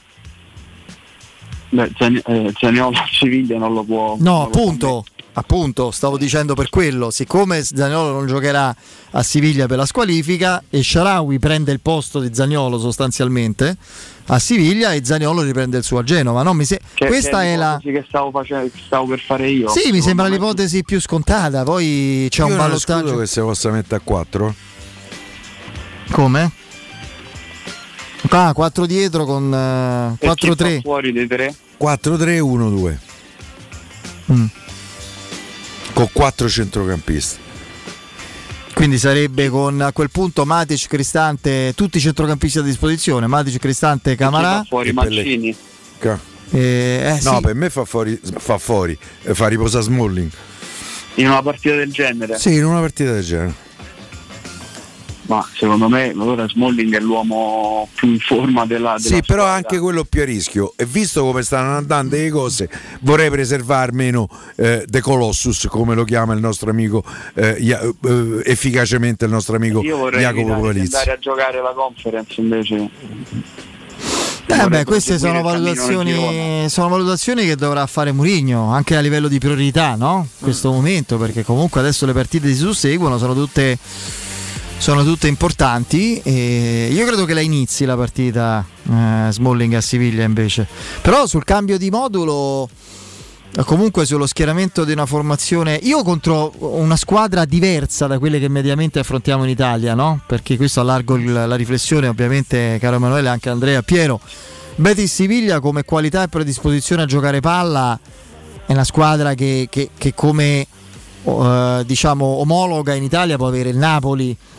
Beh, Zan- eh, Zaniolo a Siviglia non lo può. No, appunto. Appunto, stavo dicendo per quello, siccome Zaniolo non giocherà a Siviglia per la squalifica e Shaarawy prende il posto di Zaniolo sostanzialmente a Siviglia e Zaniolo riprende il suo a Genova, no? Mi se- che, questa che è, è la che stavo, facendo, che stavo per fare io. Sì, mi sembra me... l'ipotesi più scontata, poi c'è io un ballottaggio che si possa mettere a quattro. Come? Ah, quattro dietro con uh, quattro tre. Fuori dei tre. quattro tre uno due. Mm. Con quattro centrocampisti. Quindi sarebbe con a quel punto Matic, Cristante, tutti i centrocampisti a disposizione, Matic, Cristante, Camarà. Fuori Mancini. Ca- eh, eh, no, sì. per me fa fuori, fa fuori, fa riposare Smalling. In una partita del genere? Sì, in una partita del genere. Ma secondo me ora Smalling è l'uomo più in forma della, della sì, squadra. però anche quello più a rischio, e visto come stanno andando le cose vorrei preservare almeno eh, The Colossus, come lo chiama il nostro amico eh, eh, efficacemente il nostro amico Jacopo Palizzi. Andare a giocare la Conference invece. Eh beh, queste sono valutazioni, sono valutazioni che dovrà fare Mourinho anche a livello di priorità, no? In questo mm. momento, perché comunque adesso le partite si susseguono, sono tutte sono tutte importanti, e io credo che la inizi la partita eh, Smalling a Siviglia invece, però sul cambio di modulo, comunque sullo schieramento di una formazione, io contro una squadra diversa da quelle che mediamente affrontiamo in Italia, no? Perché questo allargo il, la riflessione ovviamente, caro Emanuele, anche Andrea, Piero. Betis Siviglia come qualità e predisposizione a giocare palla è una squadra che, che, che come uh, diciamo omologa in Italia può avere il Napoli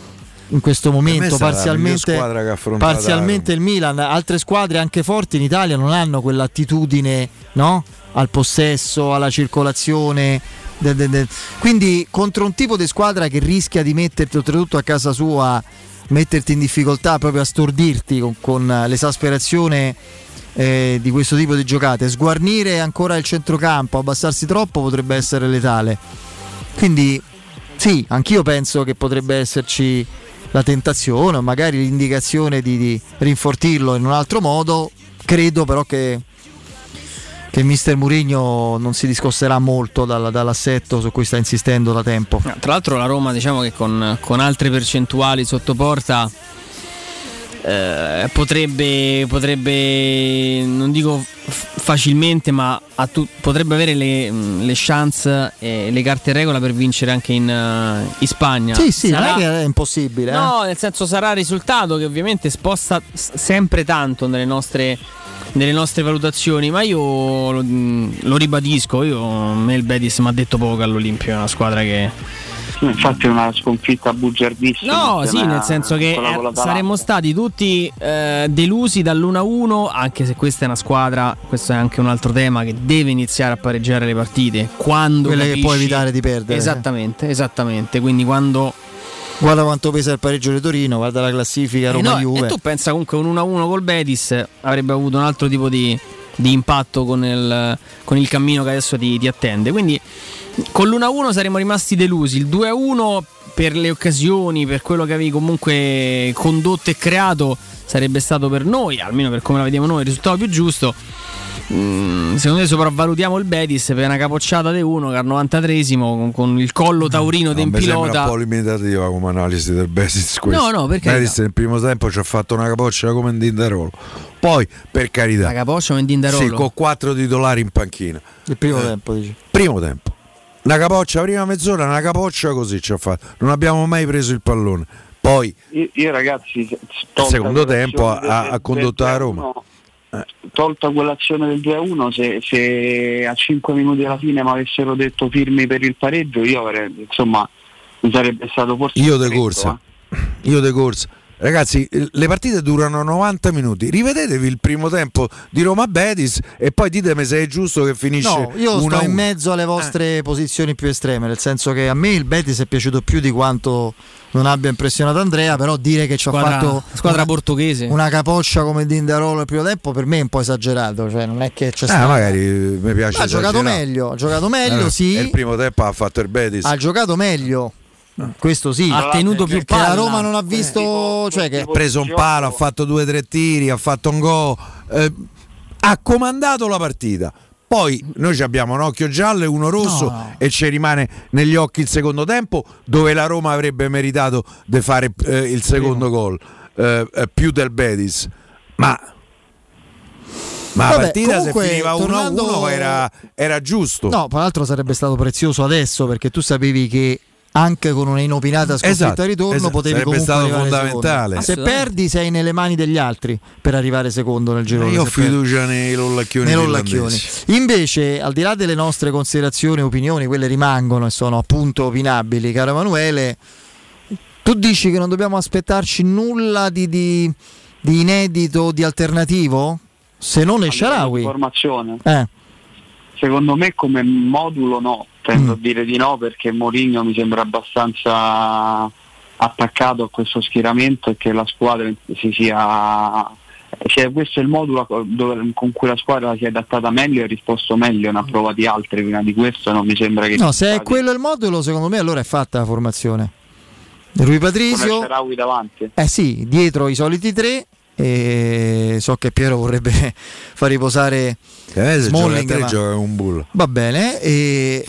in questo momento parzialmente, parzialmente parzialmente il Milan. Altre squadre anche forti in Italia non hanno quell'attitudine, no? Al possesso, alla circolazione. De, de, de. Quindi contro un tipo di squadra che rischia di metterti oltretutto a casa sua, metterti in difficoltà, proprio a stordirti con, con l'esasperazione eh, di questo tipo di giocate, sguarnire ancora il centrocampo, abbassarsi troppo potrebbe essere letale. Quindi sì, anch'io penso che potrebbe esserci la tentazione o magari l'indicazione di, di rinfortirlo in un altro modo. Credo però che che mister Mourinho non si discosterà molto dal, dall'assetto su cui sta insistendo da tempo. Tra l'altro la Roma, diciamo che con, con altre percentuali sotto porta eh, potrebbe, potrebbe, non dico f- facilmente, ma a tu- potrebbe avere le, le chance e le carte in regola per vincere anche in, uh, in Spagna. Sì, sì, sarà... non è che è impossibile. No, eh? nel senso sarà risultato che ovviamente sposta s- sempre tanto nelle nostre... nelle nostre valutazioni, ma io lo, lo ribadisco, io a me il Betis mi ha detto poco all'Olimpio, è una squadra che infatti è una sconfitta bugiardissima. No, sì, nel senso che eh, saremmo stati tutti eh, delusi dall'uno a uno, anche se questa è una squadra, questo è anche un altro tema, che deve iniziare a pareggiare le partite quando quelle capisci... che puoi evitare di perdere. Esattamente, esattamente, quindi quando guarda quanto pesa il pareggio di Torino, guarda la classifica Roma-Juve. Eh no, e tu pensa comunque un uno a uno col Betis avrebbe avuto un altro tipo di, di impatto con il, con il cammino che adesso ti, ti attende. Quindi con l'uno a uno saremmo rimasti delusi. Il due a uno per le occasioni, per quello che avevi comunque condotto e creato, sarebbe stato per noi, almeno per come la vediamo noi, il risultato più giusto. Mm, secondo me sopravvalutiamo il Betis per una capocciata di uno che al novantatreesimo con, con il collo taurino no, del pilota. Mi sembra un po' limitativa come analisi del Betis questo. No, no, perché Betis nel primo tempo ci ha fatto una capoccia come in Dindarolo. Poi per carità, la capoccia come in Dindarolo. Sì, con quattro titolari in panchina. Il primo eh, tempo dici. Primo tempo. Una capoccia, prima mezz'ora, una capoccia così ci ha fatto. Non abbiamo mai preso il pallone. Poi io, io ragazzi, il secondo tempo ha, ha condotto a Roma. Tolta quell'azione del due a uno, se, se a cinque minuti alla fine mi avessero detto firmi per il pareggio, io avrei, insomma, mi sarebbe stato forse io de corsa eh. io de corsa ragazzi, le partite durano novanta minuti, rivedetevi il primo tempo di Roma Betis e poi ditemi se è giusto che finisce. No, io sto in mezzo alle vostre eh. posizioni più estreme, nel senso che a me il Betis è piaciuto più di quanto non abbia impressionato Andrea, però dire che ci ha fatto squadra una, portoghese una capoccia come Dindarolo al primo tempo per me è un po' esagerato, cioè non è che c'è ah, stato. magari mi piace. Ha giocato meglio, ha giocato meglio, eh, sì. E il primo tempo ha fatto il Betis. Ha giocato meglio. Questo sì, ha tenuto più che palla. La Roma non ha visto, cioè che ha preso un palo, ha fatto due o tre tiri, ha fatto un gol, eh, ha comandato la partita. Poi noi abbiamo un occhio giallo e uno rosso no. e ci rimane negli occhi il secondo tempo, dove la Roma avrebbe meritato di fare eh, il secondo gol eh, eh, più del Betis. Ma Ma Vabbè, la partita se finiva uno a uno era, era giusto. No, tra l'altro sarebbe stato prezioso adesso, perché tu sapevi che anche con una inopinata sconfitta esatto, al ritorno esatto, potevi sarebbe comunque stato arrivare fondamentale. secondo. Se perdi sei nelle mani degli altri per arrivare secondo nel girone. Io ho se fiducia per... nei lollacchioni. Nei lollacchioni. Invece, al di là delle nostre considerazioni e opinioni, quelle rimangono e sono appunto opinabili, caro Emanuele, tu dici che non dobbiamo aspettarci nulla di, di, di inedito, di alternativo? Se non il Shaarawy. Informazione. Eh. Secondo me come modulo no, tendo mm. a dire di no, perché Mourinho mi sembra abbastanza attaccato a questo schieramento e che la squadra si sia, cioè, questo è il modulo dove, con cui la squadra si è adattata meglio e ha risposto meglio, ne ha provati altri prima di questo, non mi sembra che no, se è quello il modulo secondo me allora è fatta la formazione. Rui Patricio con Shaarawy davanti. Eh sì, dietro i soliti tre. E so che Piero vorrebbe far riposare eh, Smalling, tre ma... gioca un bullo. Va bene, e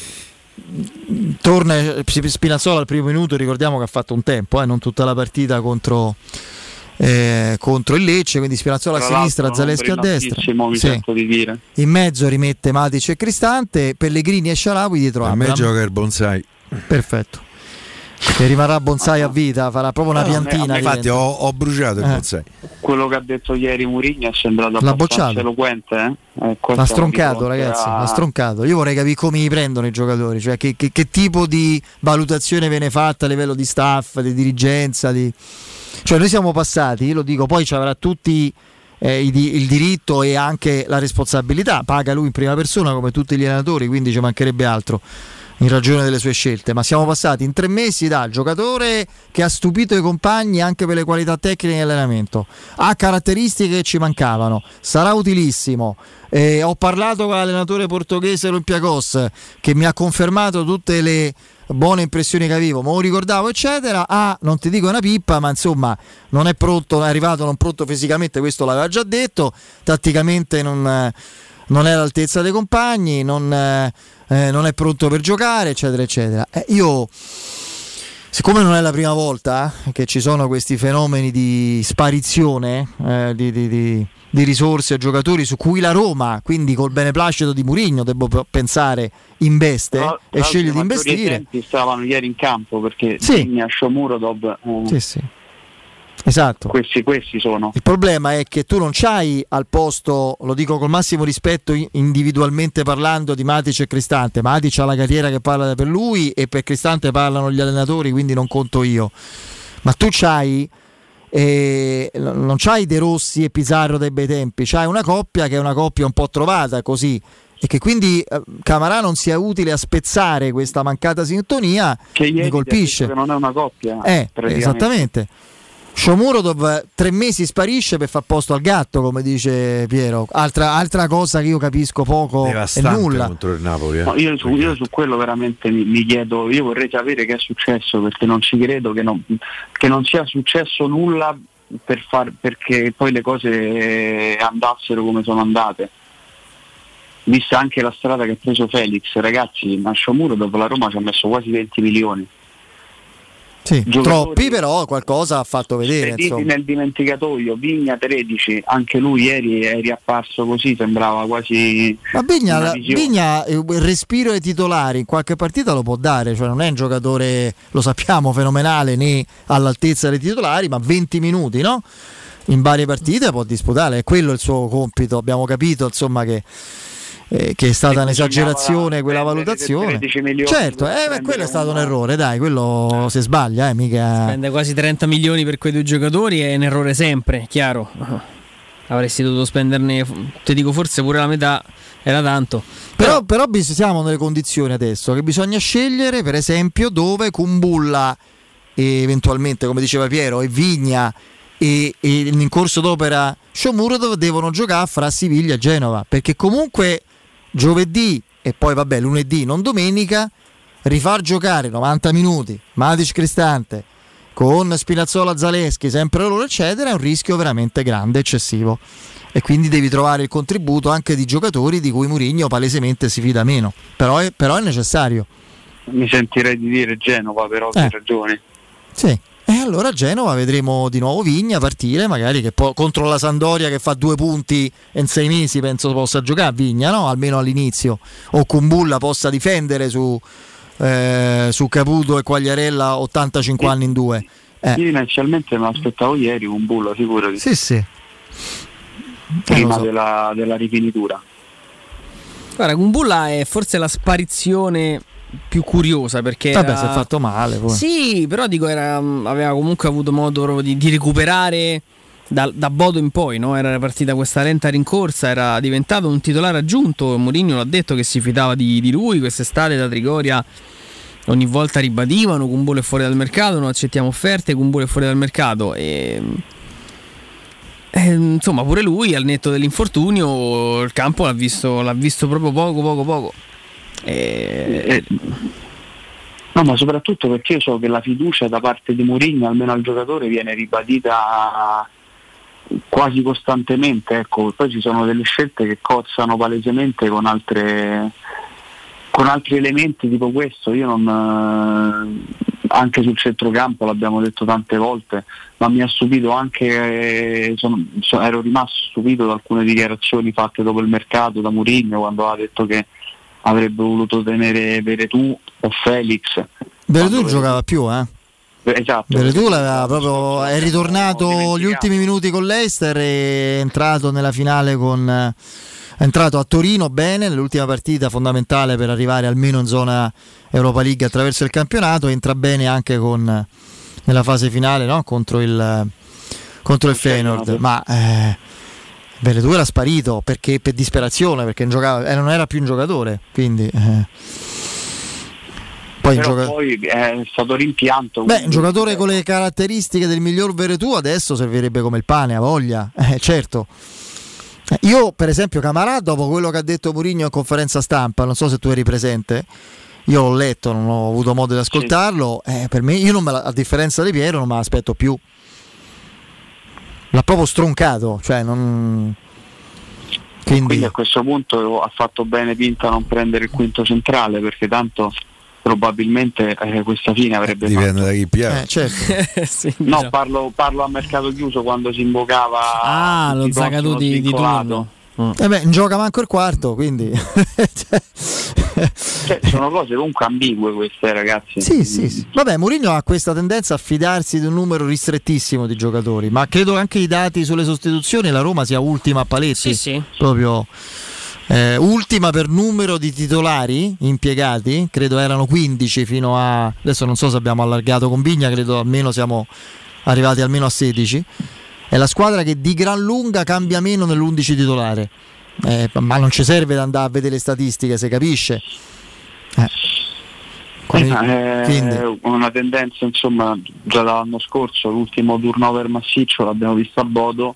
torna Spinazzola al primo minuto, ricordiamo che ha fatto un tempo, eh, non tutta la partita contro, eh, contro il Lecce, quindi Spinazzola a sinistra, Zaleschi a destra, sì. Di dire. In mezzo rimette Matic e Cristante, Pellegrini e Shaarawy dietro a me gioca il Bonsai. Perfetto. che rimarrà bonsai a vita, farà proprio una piantina. Infatti ho, ho bruciato il Eh. bonsai. Quello che ha detto ieri Mourinho è sembrato L'ha abbastanza bocciato. eloquente, eh? Eh, questo L'ha è stroncato, di fronte ragazzi, a- l'ha stroncato. Io vorrei capire come li prendono i giocatori, cioè che, che- che tipo di valutazione viene fatta a livello di staff, di dirigenza, di... Cioè noi siamo passati, lo dico, poi ci avrà tutti eh, i di- il diritto e anche la responsabilità, paga lui in prima persona come tutti gli allenatori, quindi ci mancherebbe altro in ragione delle sue scelte, ma siamo passati in tre mesi dal giocatore che ha stupito i compagni anche per le qualità tecniche di allenamento, ha caratteristiche che ci mancavano, sarà utilissimo. Eh, ho parlato con l'allenatore portoghese Olympiacos che mi ha confermato tutte le buone impressioni che avevo, me lo ricordavo eccetera. Ah, non ti dico una pippa, ma insomma non è pronto, è arrivato non pronto fisicamente, questo l'aveva già detto, tatticamente non, eh, non è all'altezza dei compagni, non, eh, eh, non è pronto per giocare eccetera eccetera. Eh, io siccome non è la prima volta eh, che ci sono questi fenomeni di sparizione eh, di, di, di, di risorse a giocatori su cui la Roma, quindi col beneplacito di Mourinho, devo p- pensare investe Tra- e tra sceglie di l'altro i maggiori investire. esempi stavano ieri in campo perché Sì. Vigna, Shomurodov, eh, Sì, sì. Esatto. questi, questi sono. Il problema è che tu non c'hai al posto, lo dico col massimo rispetto i- individualmente parlando, di Matic e Cristante. Matic ha la carriera che parla per lui e per Cristante parlano gli allenatori, quindi non conto io. Ma tu c'hai eh, non c'hai De Rossi e Pizarro dei bei tempi, c'hai una coppia che è una coppia un po' trovata così, e che quindi eh, Camarà non sia utile a spezzare questa mancata sintonia, Che ieri mi ti ha colpisce. detto che non è una coppia. Eh, praticamente. esattamente. Shomurodov tre mesi sparisce per far posto al gatto, come dice Piero. Altra, altra cosa che io capisco poco e Devastante nulla. contro il Napoli. Eh. No, io, su, io su quello veramente mi, mi chiedo, io vorrei sapere che è successo, perché non ci credo che non, che non sia successo nulla per far, perché poi le cose andassero come sono andate. Vista anche la strada che ha preso Felix, ragazzi, a Shomurodov la Roma ci ha messo quasi venti milioni. Sì, Giocatori- troppi, però qualcosa ha fatto vedere. Spediti Insomma. nel dimenticatoio, Vigna tredici, anche lui ieri è riapparso così, sembrava quasi Ma Vigna, una la- visione. Vigna eh, il respiro ai titolari in qualche partita lo può dare, cioè non è un giocatore, lo sappiamo, fenomenale né all'altezza dei titolari, ma venti minuti, no? In varie partite può disputare, è quello il suo compito. Abbiamo capito insomma che eh, che è stata E un'esagerazione quella spendere valutazione. tredici milioni Certo, per eh, beh, prendere quello è stato un una- errore, dai, quello si sbaglia, eh, mica. Spende quasi trenta milioni per quei due giocatori, è un errore sempre, chiaro. Avresti dovuto spenderne, ti dico forse pure la metà, era tanto. Però, però bis- siamo nelle condizioni adesso che bisogna scegliere, per esempio, dove Kumbulla e eventualmente, come diceva Piero, e Vigna e, e in corso d'opera Shomurodov devono giocare fra Siviglia e Genova, perché comunque giovedì e poi vabbè lunedì, non domenica, rifar giocare novanta minuti Matic Cristante con Spinazzola Zaleschi, sempre loro eccetera, è un rischio veramente grande, eccessivo, e quindi devi trovare il contributo anche di giocatori di cui Mourinho palesemente si fida meno, però è, però è necessario. Mi sentirei di dire Genova per ovvie Eh. ragioni. Sì. E allora a Genova vedremo di nuovo Vigna partire, magari che po- contro la Sampdoria che fa due punti in sei mesi penso possa giocare Vigna, no? Almeno all'inizio, o Kumbulla possa difendere su, eh, su Caputo e Quagliarella ottantacinque anni in due. Eh. Io inizialmente mi aspettavo ieri un bullo, figurati. Sì, sì. Prima Eh, lo so. della, della rifinitura. Guarda, Kumbulla è forse la sparizione più curiosa, perché Vabbè, era... si è fatto male poi. Sì, però dico era, aveva comunque avuto modo proprio di, di recuperare da, da Bodo in poi, no? Era partita questa lenta rincorsa, era diventato un titolare aggiunto. Mourinho l'ha detto che si fidava di, di lui quest'estate da Trigoria. Ogni volta ribadivano Kumbulla è fuori dal mercato, non accettiamo offerte, Kumbulla è fuori dal mercato e... e insomma pure lui al netto dell'infortunio il campo l'ha visto, l'ha visto proprio poco poco poco e... Eh, no, ma soprattutto perché io so che la fiducia da parte di Mourinho almeno al giocatore viene ribadita quasi costantemente, ecco. Poi ci sono delle scelte che cozzano palesemente con altre con altri elementi tipo questo. Io non eh, anche sul centrocampo l'abbiamo detto tante volte, ma mi ha stupito anche eh, sono, so, ero rimasto stupito da alcune dichiarazioni fatte dopo il mercato da Mourinho, quando ha detto che avrebbe voluto tenere Veretù o Felix. Veretù giocava più, eh? Esatto. Veretù l'aveva proprio, è ritornato gli ultimi minuti con l'Eister, è entrato nella finale con è entrato a Torino bene nell'ultima partita fondamentale per arrivare almeno in zona Europa League attraverso il campionato, entra bene anche con nella fase finale, no? contro il contro il Feyenoord, ma eh, Veretù era sparito perché per disperazione, perché non giocava, eh, non era più un giocatore, quindi eh. Poi, Però gioca- poi è stato rimpianto. Beh, un giocatore con le caratteristiche del miglior Veretù adesso servirebbe come il pane, a voglia, eh, certo. Io per esempio Camarà, dopo quello che ha detto Mourinho in conferenza stampa, non so se tu eri presente, io l'ho letto, non ho avuto modo di ascoltarlo, sì. eh, per me, io non me la, a differenza di Piero non me l'aspetto più, l'ha proprio stroncato, cioè non... Quindi... Quindi a questo punto ha fatto bene Pinto a non prendere il quinto centrale, perché tanto probabilmente eh, questa fine avrebbe dipende fatto. da chi piace. Eh, certo. sì, no, diciamo. parlo, parlo a mercato chiuso, quando si invocava ah, lo Zagadou di, di turno. Mm. Eh beh, non gioca manco il quarto, quindi cioè, sono cose comunque ambigue queste, ragazzi. Sì, sì, sì. Vabbè, Mourinho ha questa tendenza a fidarsi di un numero ristrettissimo di giocatori, ma credo che anche i dati sulle sostituzioni la Roma sia ultima a paletti. Sì, sì. Proprio Eh, ultima per numero di titolari impiegati, credo erano quindici fino a adesso, non so se abbiamo allargato con Vigna, credo almeno siamo arrivati almeno a sedici. È la squadra che di gran lunga cambia meno nell'undici titolare, eh, ma non ci serve da andare a vedere le statistiche, si capisce. Eh. Quindi, eh, una tendenza, insomma, già dall'anno scorso, l'ultimo turnover massiccio l'abbiamo visto a Bodo,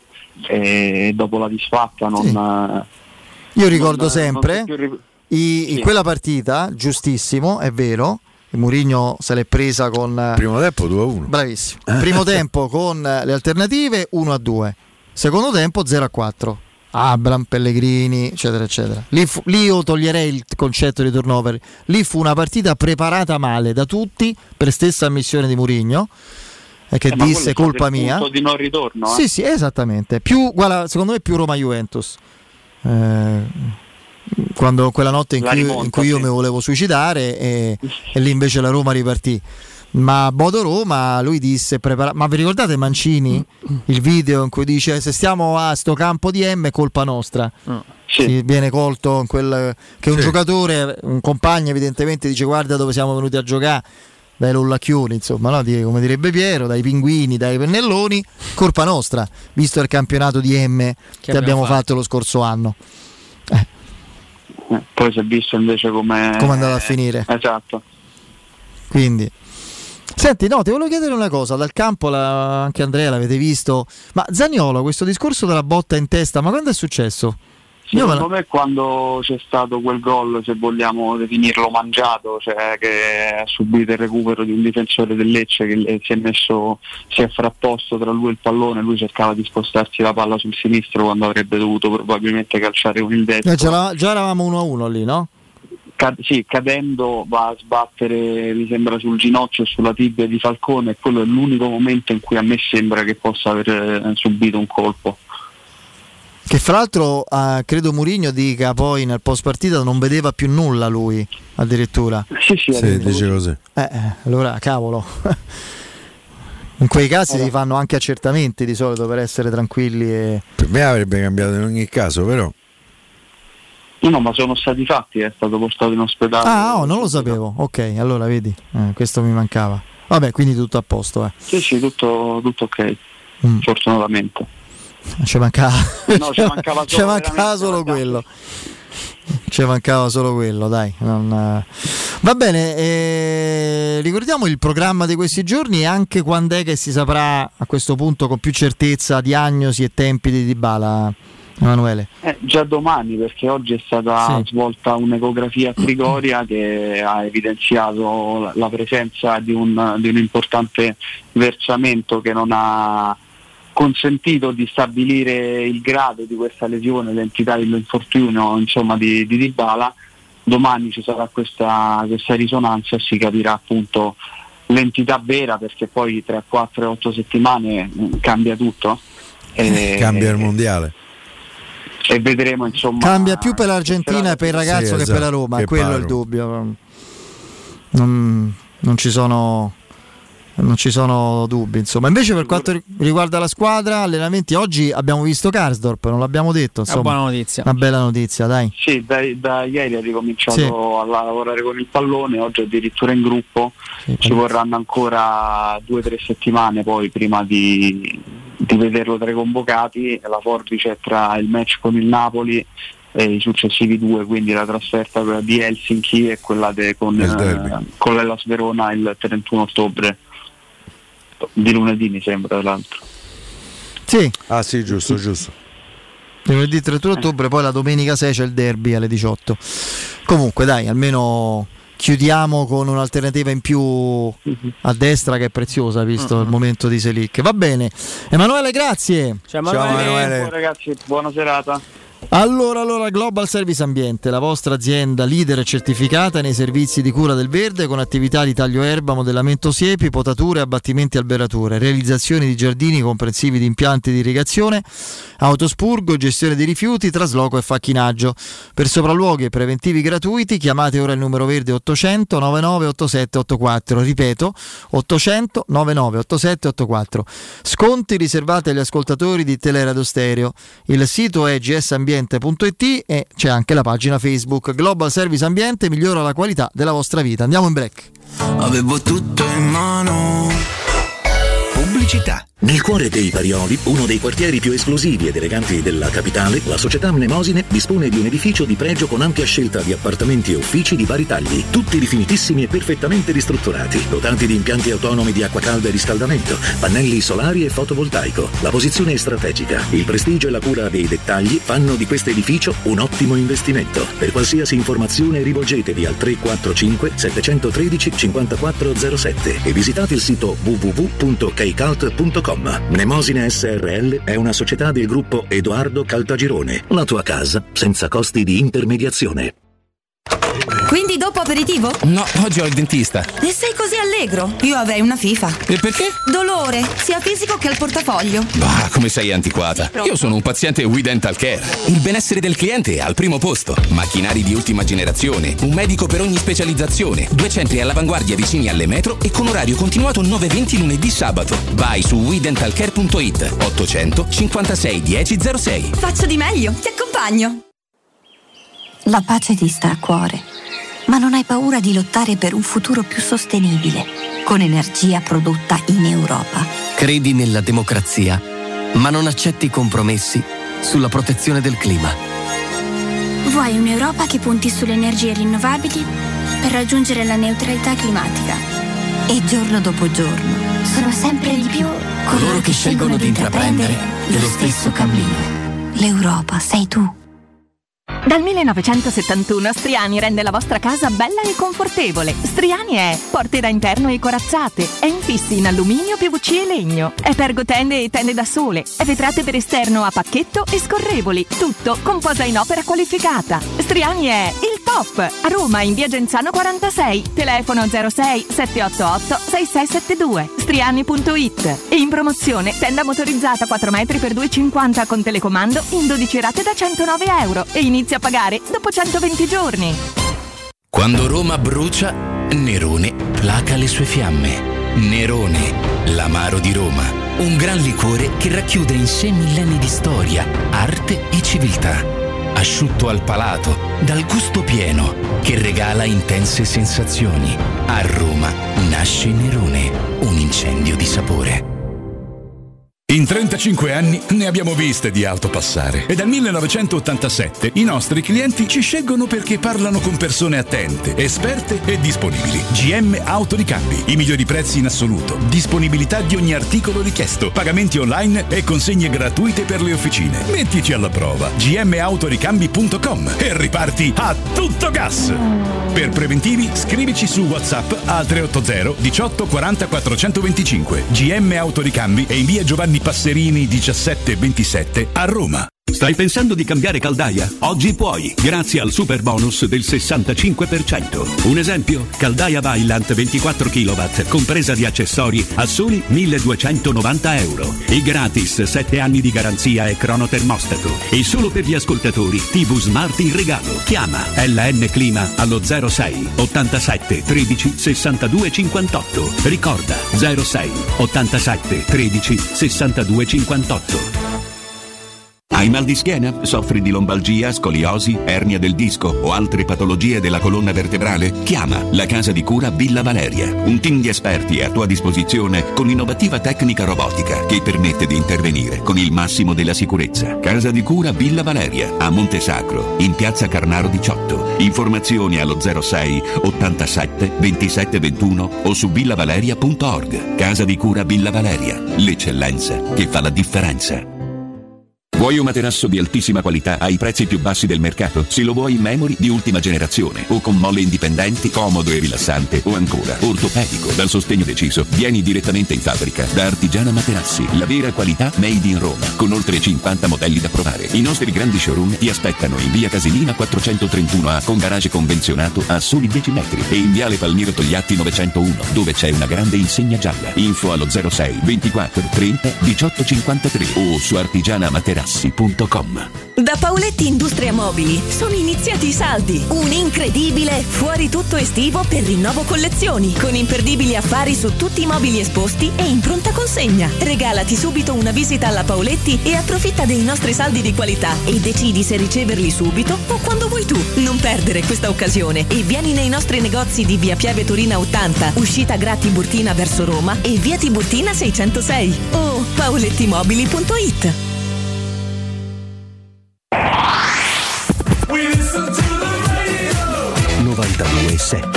e dopo la disfatta non... Sì. Io ricordo non, sempre non più... i, sì. in quella partita, giustissimo, è vero, Mourinho se l'è presa con primo tempo due a uno. Bravissimo. Primo tempo con le alternative uno a due. Secondo tempo zero a quattro. Abram, Pellegrini, eccetera eccetera. Lì, fu, lì io toglierei il concetto di turnover. Lì fu una partita preparata male da tutti, per stessa ammissione di Mourinho, e che eh, disse colpa mia. Punto di non ritorno, Sì, eh? sì, esattamente. Più, guarda, secondo me più Roma-Juventus. Eh, quando quella notte in cui, rimonta, in cui io sì. mi volevo suicidare e, e lì invece la Roma ripartì. Ma Bodo Roma, lui disse prepara- ma vi ricordate Mancini, il video in cui dice se stiamo a sto campo di M è colpa nostra? Sì. Si viene colto in quel, che un Sì. giocatore, un compagno evidentemente dice guarda dove siamo venuti a giocare, dai Lollacchioni, insomma, no? Come direbbe Piero, dai pinguini, dai pennelloni, colpa nostra, visto il campionato di M che, che abbiamo fatto. fatto lo scorso anno. Eh. Eh, poi si è visto invece come come è andato a finire. Esatto. Quindi, senti, no, ti volevo chiedere una cosa, dal campo la, anche Andrea l'avete visto, ma Zaniolo, questo discorso della botta in testa, ma quando è successo? Secondo me quando c'è stato quel gol, se vogliamo definirlo mangiato, cioè che ha subito il recupero di un difensore del Lecce che si è messo, si è frapposto tra lui e il pallone, lui cercava di spostarsi la palla sul sinistro quando avrebbe dovuto probabilmente calciare con il destro. Eh, già, già eravamo uno a uno lì, no? Cad- sì, cadendo va a sbattere, mi sembra, sul ginocchio e sulla tibia di Falcone, e quello è l'unico momento in cui a me sembra che possa aver eh, subito un colpo. Che fra l'altro eh, credo Mourinho dica poi nel post partita non vedeva più nulla lui, addirittura. Sì, sì, sì dice così. Eh, eh, allora cavolo. In quei casi allora. si fanno anche accertamenti di solito per essere tranquilli e... Per me avrebbe cambiato in ogni caso, però. No, ma sono stati fatti, è stato portato in ospedale. Ah, oh, non lo sapevo. Ok, allora vedi, eh, questo mi mancava. Vabbè, quindi tutto a posto, eh. Sì, sì, tutto, tutto ok. Mm. Fortunatamente. Ci mancava, no, ci mancava solo, ci mancava solo quello. Ci mancava solo quello, dai. Non... Va bene, eh, ricordiamo il programma di questi giorni e anche quando è che si saprà a questo punto con più certezza diagnosi e tempi di Dybala, Emanuele. Eh, già domani, perché oggi è stata sì. svolta un'ecografia a Trigoria che ha evidenziato la, la presenza di un, di un importante versamento che non ha consentito di stabilire il grado di questa lesione, l'entità dell'infortunio, insomma, di, di Dybala. Domani ci sarà questa, questa risonanza e si capirà appunto l'entità vera, perché poi tra quattro e otto settimane mh, cambia tutto. E, cambia il mondiale. E vedremo, insomma. Cambia più per l'Argentina e per il ragazzo sì, che esatto, per la Roma, quello è il dubbio. Non... non ci sono non ci sono dubbi, insomma. Invece per quanto riguarda la squadra, allenamenti, oggi abbiamo visto Karsdorp, non l'abbiamo detto, insomma, una buona notizia, una bella notizia, dai. Sì, da, da ieri ha ricominciato sì. a lavorare con il pallone, oggi addirittura in gruppo, sì, ci vorranno ancora due o tre settimane poi prima di, di vederlo tra i convocati. La forbice è tra il match con il Napoli e i successivi due, quindi la trasferta di Helsinki e quella de, con, eh, con l'Hellas Verona il trentuno ottobre di lunedì, mi sembra, tra l'altro. Sì. Ah sì, giusto, giusto. Lunedì trentuno ottobre, poi la domenica sei c'è il derby alle diciotto. Comunque dai, almeno chiudiamo con un'alternativa in più a destra che è preziosa, visto uh-huh. il momento di Selic. Va bene. Emanuele, grazie. Ciao Emanuele. Ciao Emanuele. Ciao ragazzi, buona serata. Allora, allora, Global Service Ambiente, la vostra azienda leader e certificata nei servizi di cura del verde, con attività di taglio erba, modellamento siepi, potature, abbattimenti alberature, realizzazione di giardini comprensivi di impianti di irrigazione, autospurgo, gestione dei rifiuti, trasloco e facchinaggio. Per sopralluoghi e preventivi gratuiti chiamate ora il numero verde ottocento novantanove ottantasette ottantaquattro, ripeto ottocento novantanove ottantasette ottantaquattro. Sconti riservati agli ascoltatori di Teleradio Stereo. Il sito è g s ambiente punto i t e c'è anche la pagina Facebook. Global Service Ambiente migliora la qualità della vostra vita. Andiamo in break. Avevo tutto in mano. Pubblicità. Nel cuore dei Parioli, uno dei quartieri più esclusivi ed eleganti della capitale, la società Mnemosine dispone di un edificio di pregio con ampia scelta di appartamenti e uffici di vari tagli, tutti rifinitissimi e perfettamente ristrutturati, dotati di impianti autonomi di acqua calda e riscaldamento, pannelli solari e fotovoltaico. La posizione è strategica, il prestigio e la cura dei dettagli fanno di questo edificio un ottimo investimento. Per qualsiasi informazione rivolgetevi al tre quattro cinque sette uno tre cinque quattro zero sette e visitate il sito w w w punto keycult punto com. Mnemosine S R L è una società del gruppo Edoardo Caltagirone. La tua casa senza costi di intermediazione. Quindi dopo aperitivo? No, oggi ho il dentista. E sei così allegro? Io avrei una FIFA. E perché? Dolore, sia fisico che al portafoglio. Bah, come sei antiquata. Io sono un paziente We Dental Care. Il benessere del cliente è al primo posto. Macchinari di ultima generazione, un medico per ogni specializzazione, due centri all'avanguardia vicini alle metro e con orario continuato nove venti lunedì sabato. Vai su we dental care punto i t. ottocento cinquantasei dieci zero sei. Faccio di meglio, ti accompagno. La pace ti sta a cuore, ma non hai paura di lottare per un futuro più sostenibile, con energia prodotta in Europa. Credi nella democrazia, ma non accetti compromessi sulla protezione del clima. Vuoi un'Europa che punti sulle energie rinnovabili per raggiungere la neutralità climatica. E giorno dopo giorno sono sempre di più coloro che scelgono di intraprendere lo stesso cammino. L'Europa sei tu. Dal millenovecentosettantuno Striani rende la vostra casa bella e confortevole. Striani è porte da interno e corazzate, è infissi in alluminio, P V C e legno, è pergotende e tende da sole, è vetrate per esterno a pacchetto e scorrevoli, tutto con posa in opera qualificata. Striani è il top! A Roma in via Genzano quarantasei, telefono zero sei sette otto otto sei sei sette due, striani punto i t. E in promozione tenda motorizzata quattro metri per due e cinquanta con telecomando in dodici rate da centonove euro e inizia a pagare dopo centoventi giorni. Quando Roma brucia, Nerone placa le sue fiamme. Nerone, l'amaro di Roma, un gran liquore che racchiude in sé millenni di storia, arte e civiltà. Asciutto al palato, dal gusto pieno, che regala intense sensazioni. A Roma nasce Nerone, un incendio di sapore. In trentacinque anni ne abbiamo viste di auto passare e dal millenovecentottantasette i nostri clienti ci scelgono perché parlano con persone attente, esperte e disponibili. G M Autoricambi, i migliori prezzi in assoluto, disponibilità di ogni articolo richiesto, pagamenti online e consegne gratuite per le officine. Mettici alla prova. g m autoricambi punto com e riparti a tutto gas. Per preventivi scrivici su WhatsApp al tre otto zero diciotto quaranta quattrocentoventicinque. G M Autoricambi è in via Giovanni Passerini diciassette ventisette a Roma. Stai pensando di cambiare caldaia? Oggi puoi, grazie al super bonus del sessantacinque per cento. Un esempio? Caldaia Vaillant ventiquattro chilowatt, compresa di accessori, a soli milleduecentonovanta euro. E gratis sette anni di garanzia e cronotermostato. E solo per gli ascoltatori T V Smart in regalo. Chiama L N Clima allo zero sei ottantasette tredici sessantadue cinquantotto. Ricorda zero sei ottantasette tredici sessantadue cinquantotto. Hai mal di schiena? Soffri di lombalgia, scoliosi, ernia del disco o altre patologie della colonna vertebrale? Chiama la Casa di Cura Villa Valeria. Un team di esperti è a tua disposizione con innovativa tecnica robotica che permette di intervenire con il massimo della sicurezza. Casa di Cura Villa Valeria a Montesacro, in piazza Carnaro diciotto. Informazioni allo zero sei ottantasette ventisette ventuno o su villavaleria punto org. Casa di Cura Villa Valeria, l'eccellenza che fa la differenza. Vuoi un materasso di altissima qualità ai prezzi più bassi del mercato? Se lo vuoi in memory di ultima generazione o con molle indipendenti, comodo e rilassante, o ancora ortopedico dal sostegno deciso, vieni direttamente in fabbrica da Artigiana Materassi, la vera qualità made in Roma, con oltre cinquanta modelli da provare. I nostri grandi showroom ti aspettano in via Casilina quattrocentotrentuno A con garage convenzionato a soli dieci metri e in viale Palmiro Togliatti novecentouno dove c'è una grande insegna gialla. Info allo zero sei ventiquattro trenta diciotto cinquantatré o su artigiana materassi punto com. Da Paoletti Industria Mobili sono iniziati i saldi, un incredibile fuori tutto estivo per rinnovo collezioni, con imperdibili affari su tutti i mobili esposti e in pronta consegna. Regalati subito una visita alla Paoletti e approfitta dei nostri saldi di qualità e decidi se riceverli subito o quando vuoi tu. Non perdere questa occasione e vieni nei nostri negozi di via Pieve Torina ottanta, uscita Gra Tiburtina verso Roma e via Tiburtina seicentosei o paolettimobili punto it. novantadue sette.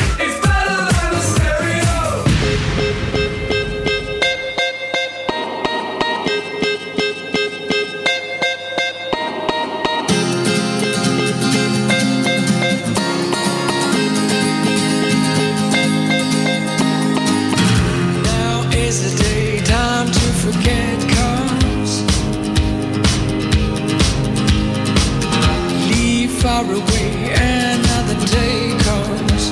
Now is the day, time to forget comes. Leave far away, another day comes.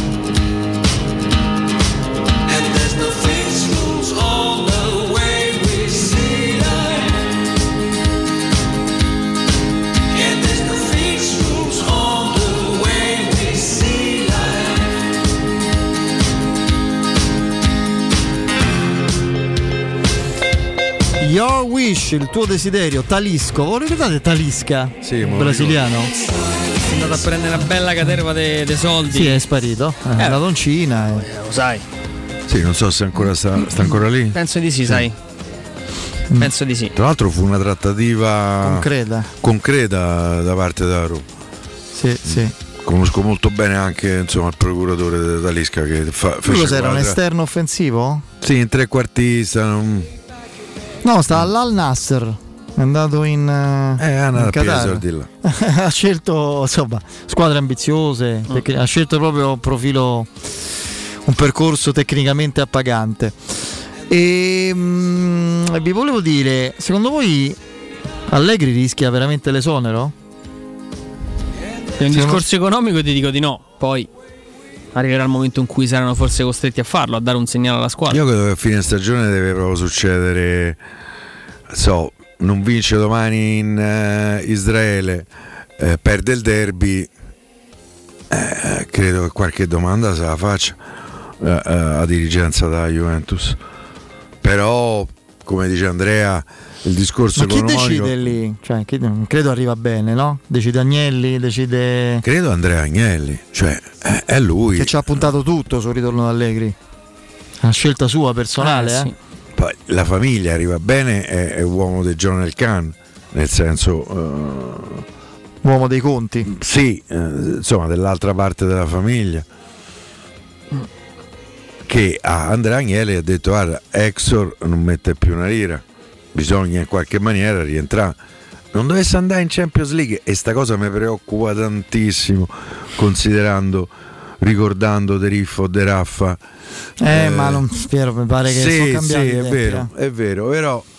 And there's no fixed rules on the way we see life. And there's no fixed rules on the way we see life. Your Wish, il tuo desiderio, Talisco. Voi ricordate Talisca? Sì, mo lo brasiliano. È andato a prendere una bella caterva dei soldi. Sì, è sparito. È Eh. andato in Cina. e- Lo sai. Sì, non so se ancora sta, sta ancora lì. Penso di sì, sai. Penso di sì. Tra l'altro fu una trattativa Concreta. concreta da parte della Roma. Sì, sì. Conosco molto bene anche insomma, il procuratore di Talisca che fa, Tu fece cos'era, un quadra- esterno offensivo? Sì, in trequartista. Non... No, sta all'Al Nasser. È andato in, eh, Eh, in a Qatar. soldi là. Ha scelto insomma squadre ambiziose, perché ha scelto proprio un profilo, un percorso tecnicamente appagante. E mm, vi volevo dire, secondo voi Allegri rischia veramente l'esonero? Per un discorso economico ti dico di no. Poi arriverà il momento in cui saranno forse costretti a farlo, a dare un segnale alla squadra. Io credo che a fine stagione deve proprio succedere. So, non vince domani in eh, Israele, eh, perde il derby. Eh, credo che qualche domanda se la faccia eh, eh, a dirigenza della Juventus. Però, come dice Andrea, il discorso Ma chi economico. decide lì? Cioè, chi- credo arriva bene, no? Decide Agnelli, decide. Credo Andrea Agnelli, cioè è, è lui. Che ci ha puntato tutto sul ritorno da Allegri. È una scelta sua personale, Ah, eh? sì. Poi la famiglia arriva bene, è, è uomo del Jonel Khan, nel senso. eh, Uomo dei conti. Sì, eh, insomma, dell'altra parte della famiglia. Che a Andrea Agnelli ha detto: guarda, Exor non mette più una lira, bisogna in qualche maniera rientrare. Non dovesse andare in Champions League, e sta cosa mi preoccupa tantissimo, considerando, ricordando De Riffo, De Raffa. Eh, ma non spero, mi pare che sì, sono cambiati sì, i è tempi, vero, eh. è vero, però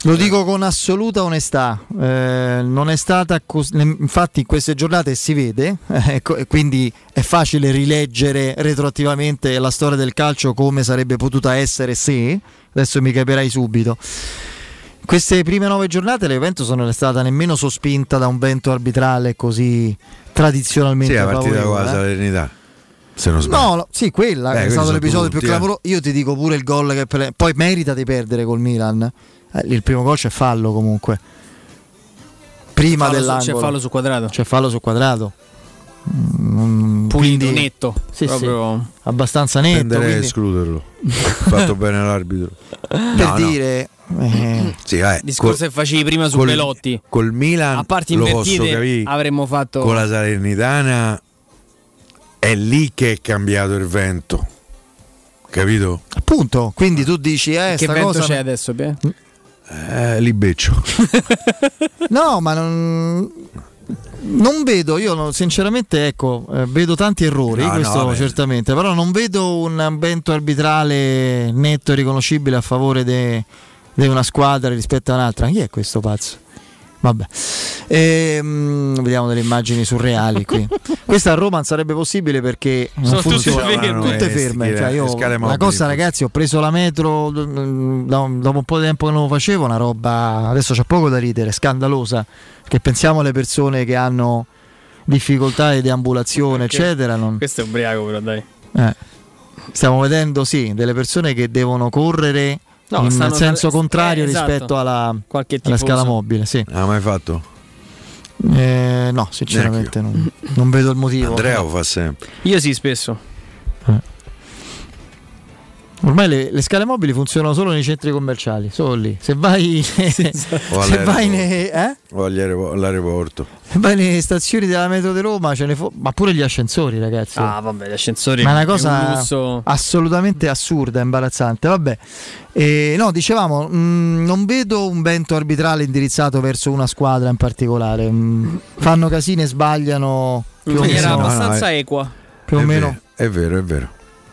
Lo dico con assoluta onestà, eh, non è stata cos- infatti in queste giornate si vede, eh, e quindi è facile rileggere retroattivamente la storia del calcio come sarebbe potuta essere se, adesso mi capirai subito. Queste prime nove giornate la Juventus non è stata nemmeno sospinta da un vento arbitrale così tradizionalmente sì, a partita favorevole, con la eh. Salernità. Se non sbaglio. No, no, sì, quella Beh, è stato l'episodio tutti, più clamoroso. Io ti dico pure il gol che pre- poi merita di perdere col Milan. Eh, il primo gol c'è fallo comunque. Prima fallo su, dell'angolo. c'è fallo su Quadrato. C'è fallo su Quadrato. Mm, Pulito, quindi- netto. Sì, proprio... sì, abbastanza netto. Tenderei a Quindi, escluderlo. Fatto bene l'arbitro. per No, no. dire, eh, Sì, vai. Il discorso Col- che facevi prima su col- Belotti. Col Milan A parti lo posso invertite capire. avremmo fatto. Con la Salernitana è lì che è cambiato il vento. Capito? appunto, quindi tu dici, eh, Che sta vento cosa c'è adesso, Pie? Eh, lì beccio. No, ma non, non vedo, io no- sinceramente ecco, eh, vedo tanti errori, No, no, questo vabbè. certamente, però non vedo un vento arbitrale netto e riconoscibile a favore di una squadra rispetto a un'altra. Chi è questo pazzo? Vabbè, Ehm, vediamo delle immagini surreali qui. Questa a Roma non sarebbe possibile perché non Sono tutte funziona, ferme. tutte Eh, ferme. sti- Cioè, io, le scale la mobili, cosa, forse. ragazzi, ho preso la metro mm, da un- dopo un po' di tempo che non lo facevo, una roba adesso c'è poco da ridere, scandalosa. Che pensiamo alle persone che hanno difficoltà di deambulazione, Che- eccetera. Non, Questo è ubriaco, però, dai. eh. Stiamo vedendo, sì, delle persone che devono correre No, in stanno- senso contrario eh, esatto. rispetto alla, Qualche alla tifoso. scala mobile, sì. Non l'ha mai fatto? Eh, no, sinceramente non, non vedo il motivo. Andrea lo fa sempre. Io sì, spesso. Ormai le, le scale mobili funzionano solo nei centri commerciali, solo lì. Se vai, O se vai, all'aeroporto. ne, eh? O all'aeropo- all'aeroporto. Se vai nelle stazioni della metro di Roma, ce ne fo- ma pure gli ascensori, ragazzi. Ah, vabbè, gli ascensori. Ma è una è un cosa lusso. assolutamente assurda, imbarazzante. Vabbè, Eh, no, dicevamo, mh, non vedo un vento arbitrale indirizzato verso una squadra in particolare. Mh, fanno casini e sbagliano più In o maniera meno. abbastanza no, è- equa. Più o È meno. vero, è vero, è vero.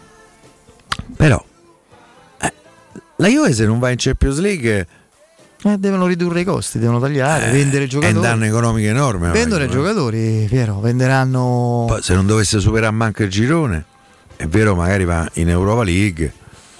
Però eh, la Juve se non va in Champions League Eh, devono ridurre i costi, devono tagliare, eh, vendere i è un giocatori. danno economico enorme. la Vendono i Juve. giocatori, Piero, venderanno. Poi, se non dovesse superare manco il girone, è vero, magari va in Europa League.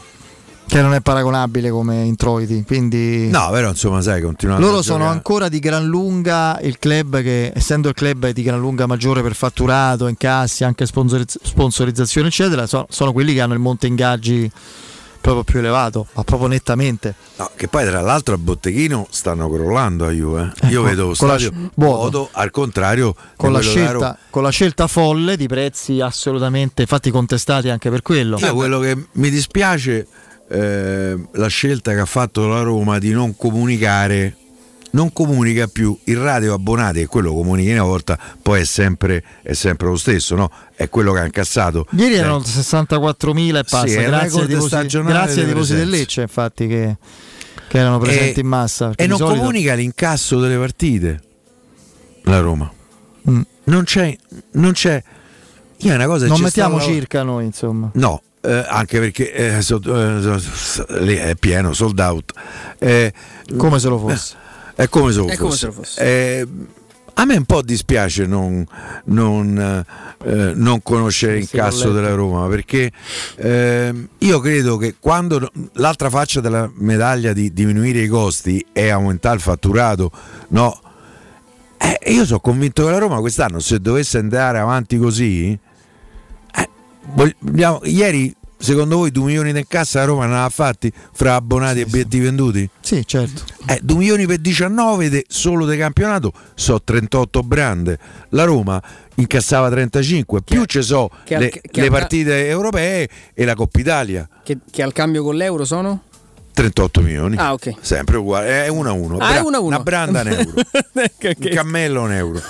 Che non è paragonabile come introiti, quindi No, però insomma, sai, continuano loro a sono giocare. ancora di gran lunga il club che, essendo il club di gran lunga maggiore per fatturato, incassi, anche sponsoriz- sponsorizzazione eccetera, so- sono quelli che hanno il monte ingaggi proprio più elevato, ma proprio nettamente. No, che poi tra l'altro a Botteghino stanno crollando a Juve. eh. Eh, Io con- vedo lo con la stadio sc- vuoto. vuoto, al contrario Con di la, quello della Roma. scelta, con la scelta folle di prezzi assolutamente, infatti contestati anche per quello. Io quello che mi dispiace eh, la scelta che ha fatto la Roma di non comunicare, non comunica più il rateo abbonati, e quello comunica una volta, poi è sempre, è sempre lo stesso, no? È quello che ha incassato. Ieri Eh, erano sessantaquattromila e passa, Sì, è il grazie ai record tifosi, stagionale grazie ai delle tifosi del presenze. Lecce, infatti, che, che erano presenti E- in massa. perché E di non solito- comunica l'incasso delle partite la Roma. Mm. Non c'è, non c'è. Io è una cosa che Non c'è mettiamo stata- circa noi, insomma. No, eh, anche perché eh, so- eh, so- lì è pieno, sold out. Eh, Come se lo fosse. È come se lo È fosse. come se lo fosse. Eh, a me un po' dispiace non, non, eh, non conoscere il Sì, incasso colletto. della Roma, perché ehm, io credo che quando l'altra faccia della medaglia di diminuire i costi è aumentare il fatturato, no? Eh, io sono convinto che la Roma quest'anno, se dovesse andare avanti così, eh, vogliamo- ieri secondo voi due milioni in cassa la Roma ne ha fatti fra abbonati e biglietti venduti? Sì, certo. Eh, due milioni per diciannove de- solo del campionato, so trentotto brand. La Roma incassava trentacinque, più ci so che al- le, che le al- partite europee e la Coppa Italia. Che, che al cambio con l'euro sono? trentotto milioni. Ah, ok. Sempre uguale, è uno a uno. Ah, è uno a uno. Una branda a un euro. Che- Un cammello a un euro.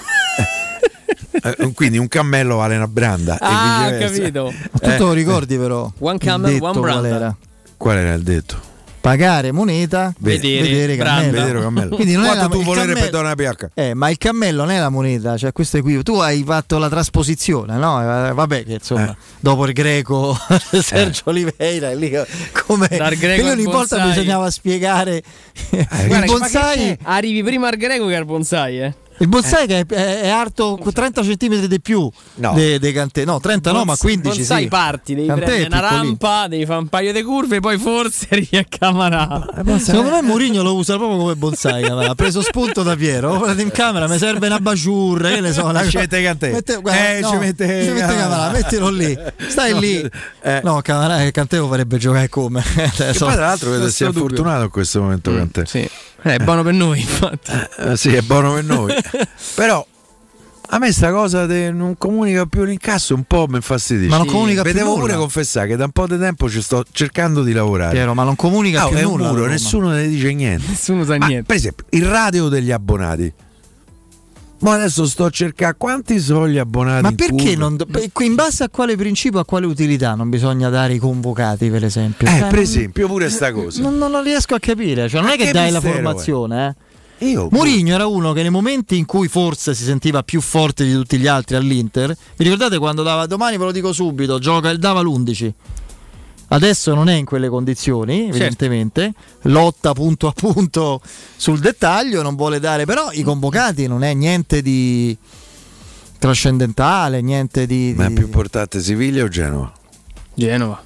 Eh, quindi un cammello vale una branda. Ah, e viceversa. capito. Ma tu te lo Eh, ricordi però? One il camel, detto one qual branda. era? Qual era il detto? pagare moneta, vedere, vedere cammello. Vedere cammello. Quindi non quanto è la, tu volere cammello, per dare una piacca? Eh, ma il cammello non è la moneta, cioè questo è qui. Tu hai fatto la trasposizione, no? Eh, vabbè, che insomma, eh. dopo il greco Sergio eh. Oliveira, lì come dal greco ogni volta bonsai. Bisognava spiegare eh, il guarda, bonsai. Arrivi prima al greco che al bonsai, eh. Il bonsai eh. che è, è alto trenta centimetri di più no. dei de Cantè. No, trenta Bons- no, ma quindici bonsai sì. parti, devi Cantè prendere una rampa, devi fare un paio di curve, poi forse arrivi a Camarà. Eh, secondo me Mourinho lo usa proprio come bonsai. Ha preso spunto da Piero. Guarda in camera, mi serve una baciurra, che ne so, una ci mette Cantè. Mette, guarda, eh, no, ci mette, ci mette Camarà, mettilo lì. Stai lì. Eh. No, Camarà e Cantè farebbe giocare come. Che so. Poi tra l'altro vedo sia fortunato in questo momento mm, Cantè. Sì. Eh, è buono per noi, infatti. Eh, sì, è buono per noi. Però a me sta cosa de non comunica più l'incasso un po' mi infastidisce. Ma non comunica Ve più devo nulla. pure confessare che da un po' di tempo ci sto cercando di lavorare. Piero, ma non comunica oh, più è nulla. Un muro, nessuno ne dice niente. Nessuno sa ma, niente. Per esempio, il radio degli abbonati. Ma adesso sto a cercare quanti sono gli abbonati. Ma in perché curva? non in base a quale principio, a quale utilità non bisogna dare i convocati, per esempio? Eh, cioè, per esempio, pure sta cosa. Non, non lo riesco a capire. Cioè, non ma è che, che dai la formazione, eh. Io, Mourinho era uno che nei momenti in cui forse si sentiva più forte di tutti gli altri all'Inter, vi ricordate quando dava, domani ve lo dico subito, gioca, dava l'undici. Adesso non è in quelle condizioni, evidentemente, certo. Lotta punto a punto sul dettaglio, non vuole dare, però i convocati non è niente di trascendentale, niente di... Ma è di... più importante Siviglia o Genova? Genova.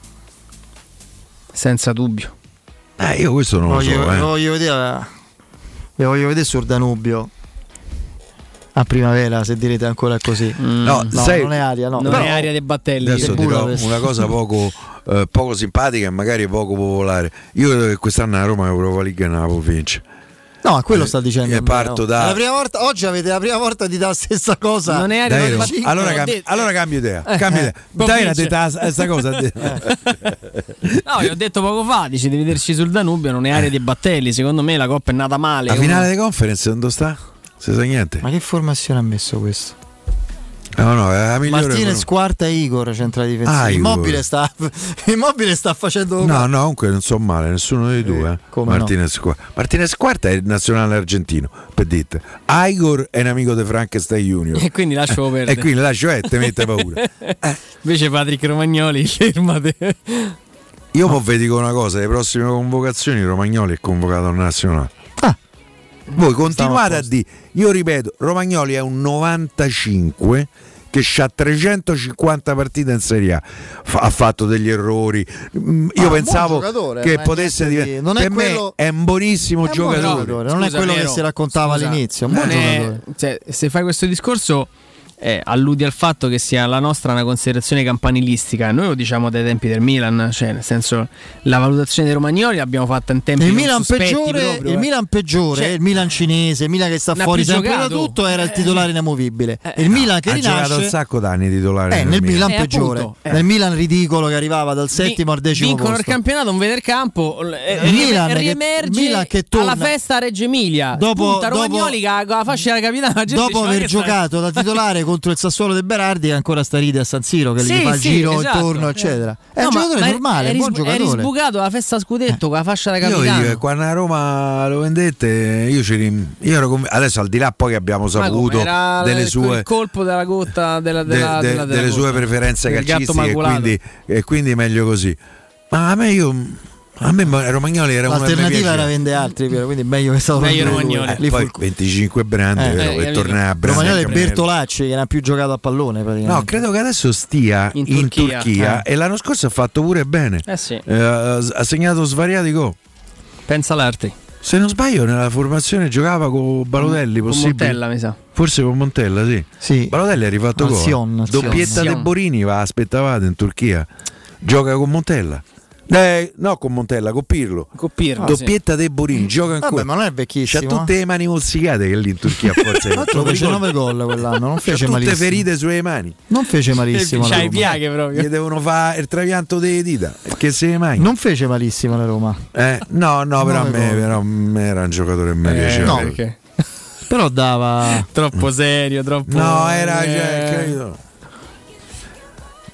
Senza dubbio. Eh, io questo non voglio, lo so. Eh. Voglio vedere... Vi voglio vedere sul Danubio a primavera, se direte ancora così. Mm. No, no sai, non è aria, no. Non Però, è aria dei battelli. Adesso dirò una cosa poco, eh, poco simpatica e magari poco popolare. Io credo che quest'anno a Roma Europa League non la può vincere. No, quello sta dicendo. E parto da... la prima volta, oggi avete la prima volta di dare la stessa cosa. Non è aria Dai, dei battelli. Allora, cambi, allora cambio idea. Eh, cambio idea. eh, Dai, ha detto questa cosa. No, io ho detto poco fa, dici di vederci sul Danubio, non è aria dei battelli. Secondo me la Coppa è nata male. La come... finale di conference dove sta? Si sa niente. Ma che formazione ha messo questo? No, no, è la migliore. Martinez quarta e Igor centrale difensivo. Ah, Immobile sta, Immobile sta facendo. No, no, comunque non so male, nessuno dei due. Eh. Come Martinez, no? quarta. Martinez quarta è il nazionale argentino. Per dite. Igor è un amico di Frankenstein Junior. E quindi lascio perdere. E quindi lascio e te mette paura. eh. Invece Patrick Romagnoli, fermate. Io poi vi dico una cosa: le prossime convocazioni Romagnoli è convocato al nazionale. Ah. Voi continuate a dire, io ripeto, Romagnoli è un novantacinque che ha trecentocinquanta partite in Serie A, Fa, ha fatto degli errori. Io ah, pensavo che potesse diventare. Non per è quello... me è un buonissimo è giocatore. Un giocatore. Non Scusa, è quello vero, che si raccontava scusa, all'inizio. Un buon è, cioè, se fai questo discorso. Eh, alludi al fatto che sia la nostra una considerazione campanilistica. Noi lo diciamo dai tempi del Milan, cioè nel senso la valutazione dei Romagnoli l'abbiamo fatta in tempi il non Milan sospetti peggiore, proprio, il eh. Milan peggiore, cioè, il Milan cinese, il Milan che sta fuori sempre da tutto era il titolare inamovibile. Eh, il Milan che ha rinasce, giocato un sacco d'anni titolare eh, nel Milan, Milan eh, peggiore, appunto, eh. nel Milan ridicolo che arrivava dal settimo al decimo vincono posto. il campionato, non vede il campo, il Milan riemerge che, Milan che torna alla festa a Reggio Emilia. Dopo, Punta Romagnoli dopo, con la fascia della capitana, dopo aver giocato da titolare contro il Sassuolo del Berardi, ancora sta ride a San Siro che sì, gli fa il sì, giro esatto. intorno eccetera. È no, un giocatore ma normale, è, è un buon risbu- giocatore. È risbucato la festa scudetto eh. con la fascia da capitano. Io dico, quando a Roma lo vendette, io, ci rim- io ero conv- adesso al di là poi che abbiamo saputo delle il, sue il colpo della gotta della, della, de, de, della, della delle gotta, sue preferenze calcistiche e quindi, e quindi meglio così. Ma a me io A me Romagnoli era una l'alternativa era vende altri, quindi meglio che stavo meglio Romagnoli. Eh, poi venticinque brand eh, vero, eh, e tornare a brand. Romagnoli e Bertolacci che non ha più giocato a pallone praticamente. No, credo che adesso stia in, in Turchia, Turchia eh. e l'anno scorso ha fatto pure bene. Eh sì. eh, ha segnato svariati gol. Pensa all'arte. Se non sbaglio nella formazione giocava con Balotelli, con possibile? Montella mi sa. Forse con Montella, sì. sì. Balotelli ha rifatto gol. Doppietta De Borini va aspettavate in Turchia. Gioca con Montella. Eh, no, con Montella, con Pirlo. Con Pirlo doppietta sì. De Borini, gioca ancora. Vabbè, ma non è vecchissimo. C'ha tutte le mani mozzicate che lì in Turchia forse. L'altro fece nove gol quell'anno, non fece C'ha malissimo. tutte ferite sulle mani. Non fece malissimo. C'ha i piaghe proprio. Gli devono fare il trapianto delle dita, che se le mani. Non fece malissimo la Roma. Eh, no, no, però a me, però me era un giocatore che mi eh, piaceva. No, perché? Però dava troppo serio, troppo No, era cioè, credo.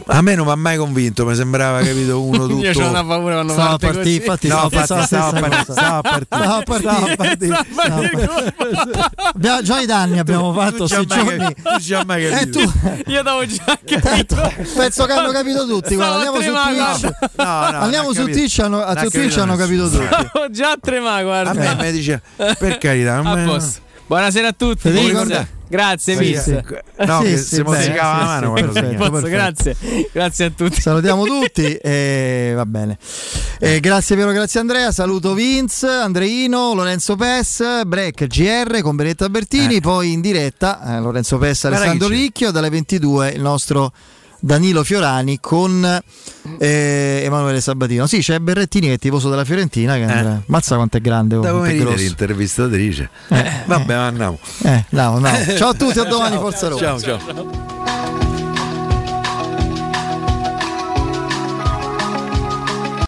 a me non mi ha mai convinto, mi sembrava, capito, uno tutto. Io c'ho una paura quando stava a parte partire, così. infatti No, stava, infatti, stava, stava a stava, partire, stava a partire, stava a partire, stava a partire. Abbiamo, già i danni abbiamo fatto Tu questi ci hai mai giorni. cap- tu ci hai mai E capito? tu Io avevo già capito. penso che hanno capito tutti. Guarda, andiamo su Twitch. No, no, Andiamo non su ha capito. Twitch, hanno, Non ha su Twitch capito hanno capito nessuno. tutti. Stavo già a tremare, guarda. A me mi dice, per carità, a A me- posto. Buonasera a tutti. Federico, Grazie, guarda. grazie Sì, Miss. sì. no, Sì, che sì, si bene, mozzicava sì, la mano sì, quando perfetto, segnava. Posso, grazie. Grazie a tutti. Salutiamo tutti e va bene. Eh, grazie Piero, grazie Andrea. Saluto Vince, Andreino, Lorenzo Pes, Break, G R con Benetta Bertini. Eh. Poi in diretta eh, Lorenzo Pes, Guarda Alessandro chi c'è. Ricchio. Dalle ventidue il nostro Danilo Fiorani con eh, Emanuele Sabatino. Sì, c'è Berrettini che è tifoso della Fiorentina. Che andrà. Mazza quanto è grande. Oh, Da quanto è pomeriggio grosso. l'intervistatrice. Eh. Vabbè, andiamo. Eh, no, no. Ciao a tutti, a domani, Forza Roma. Ciao, ciao.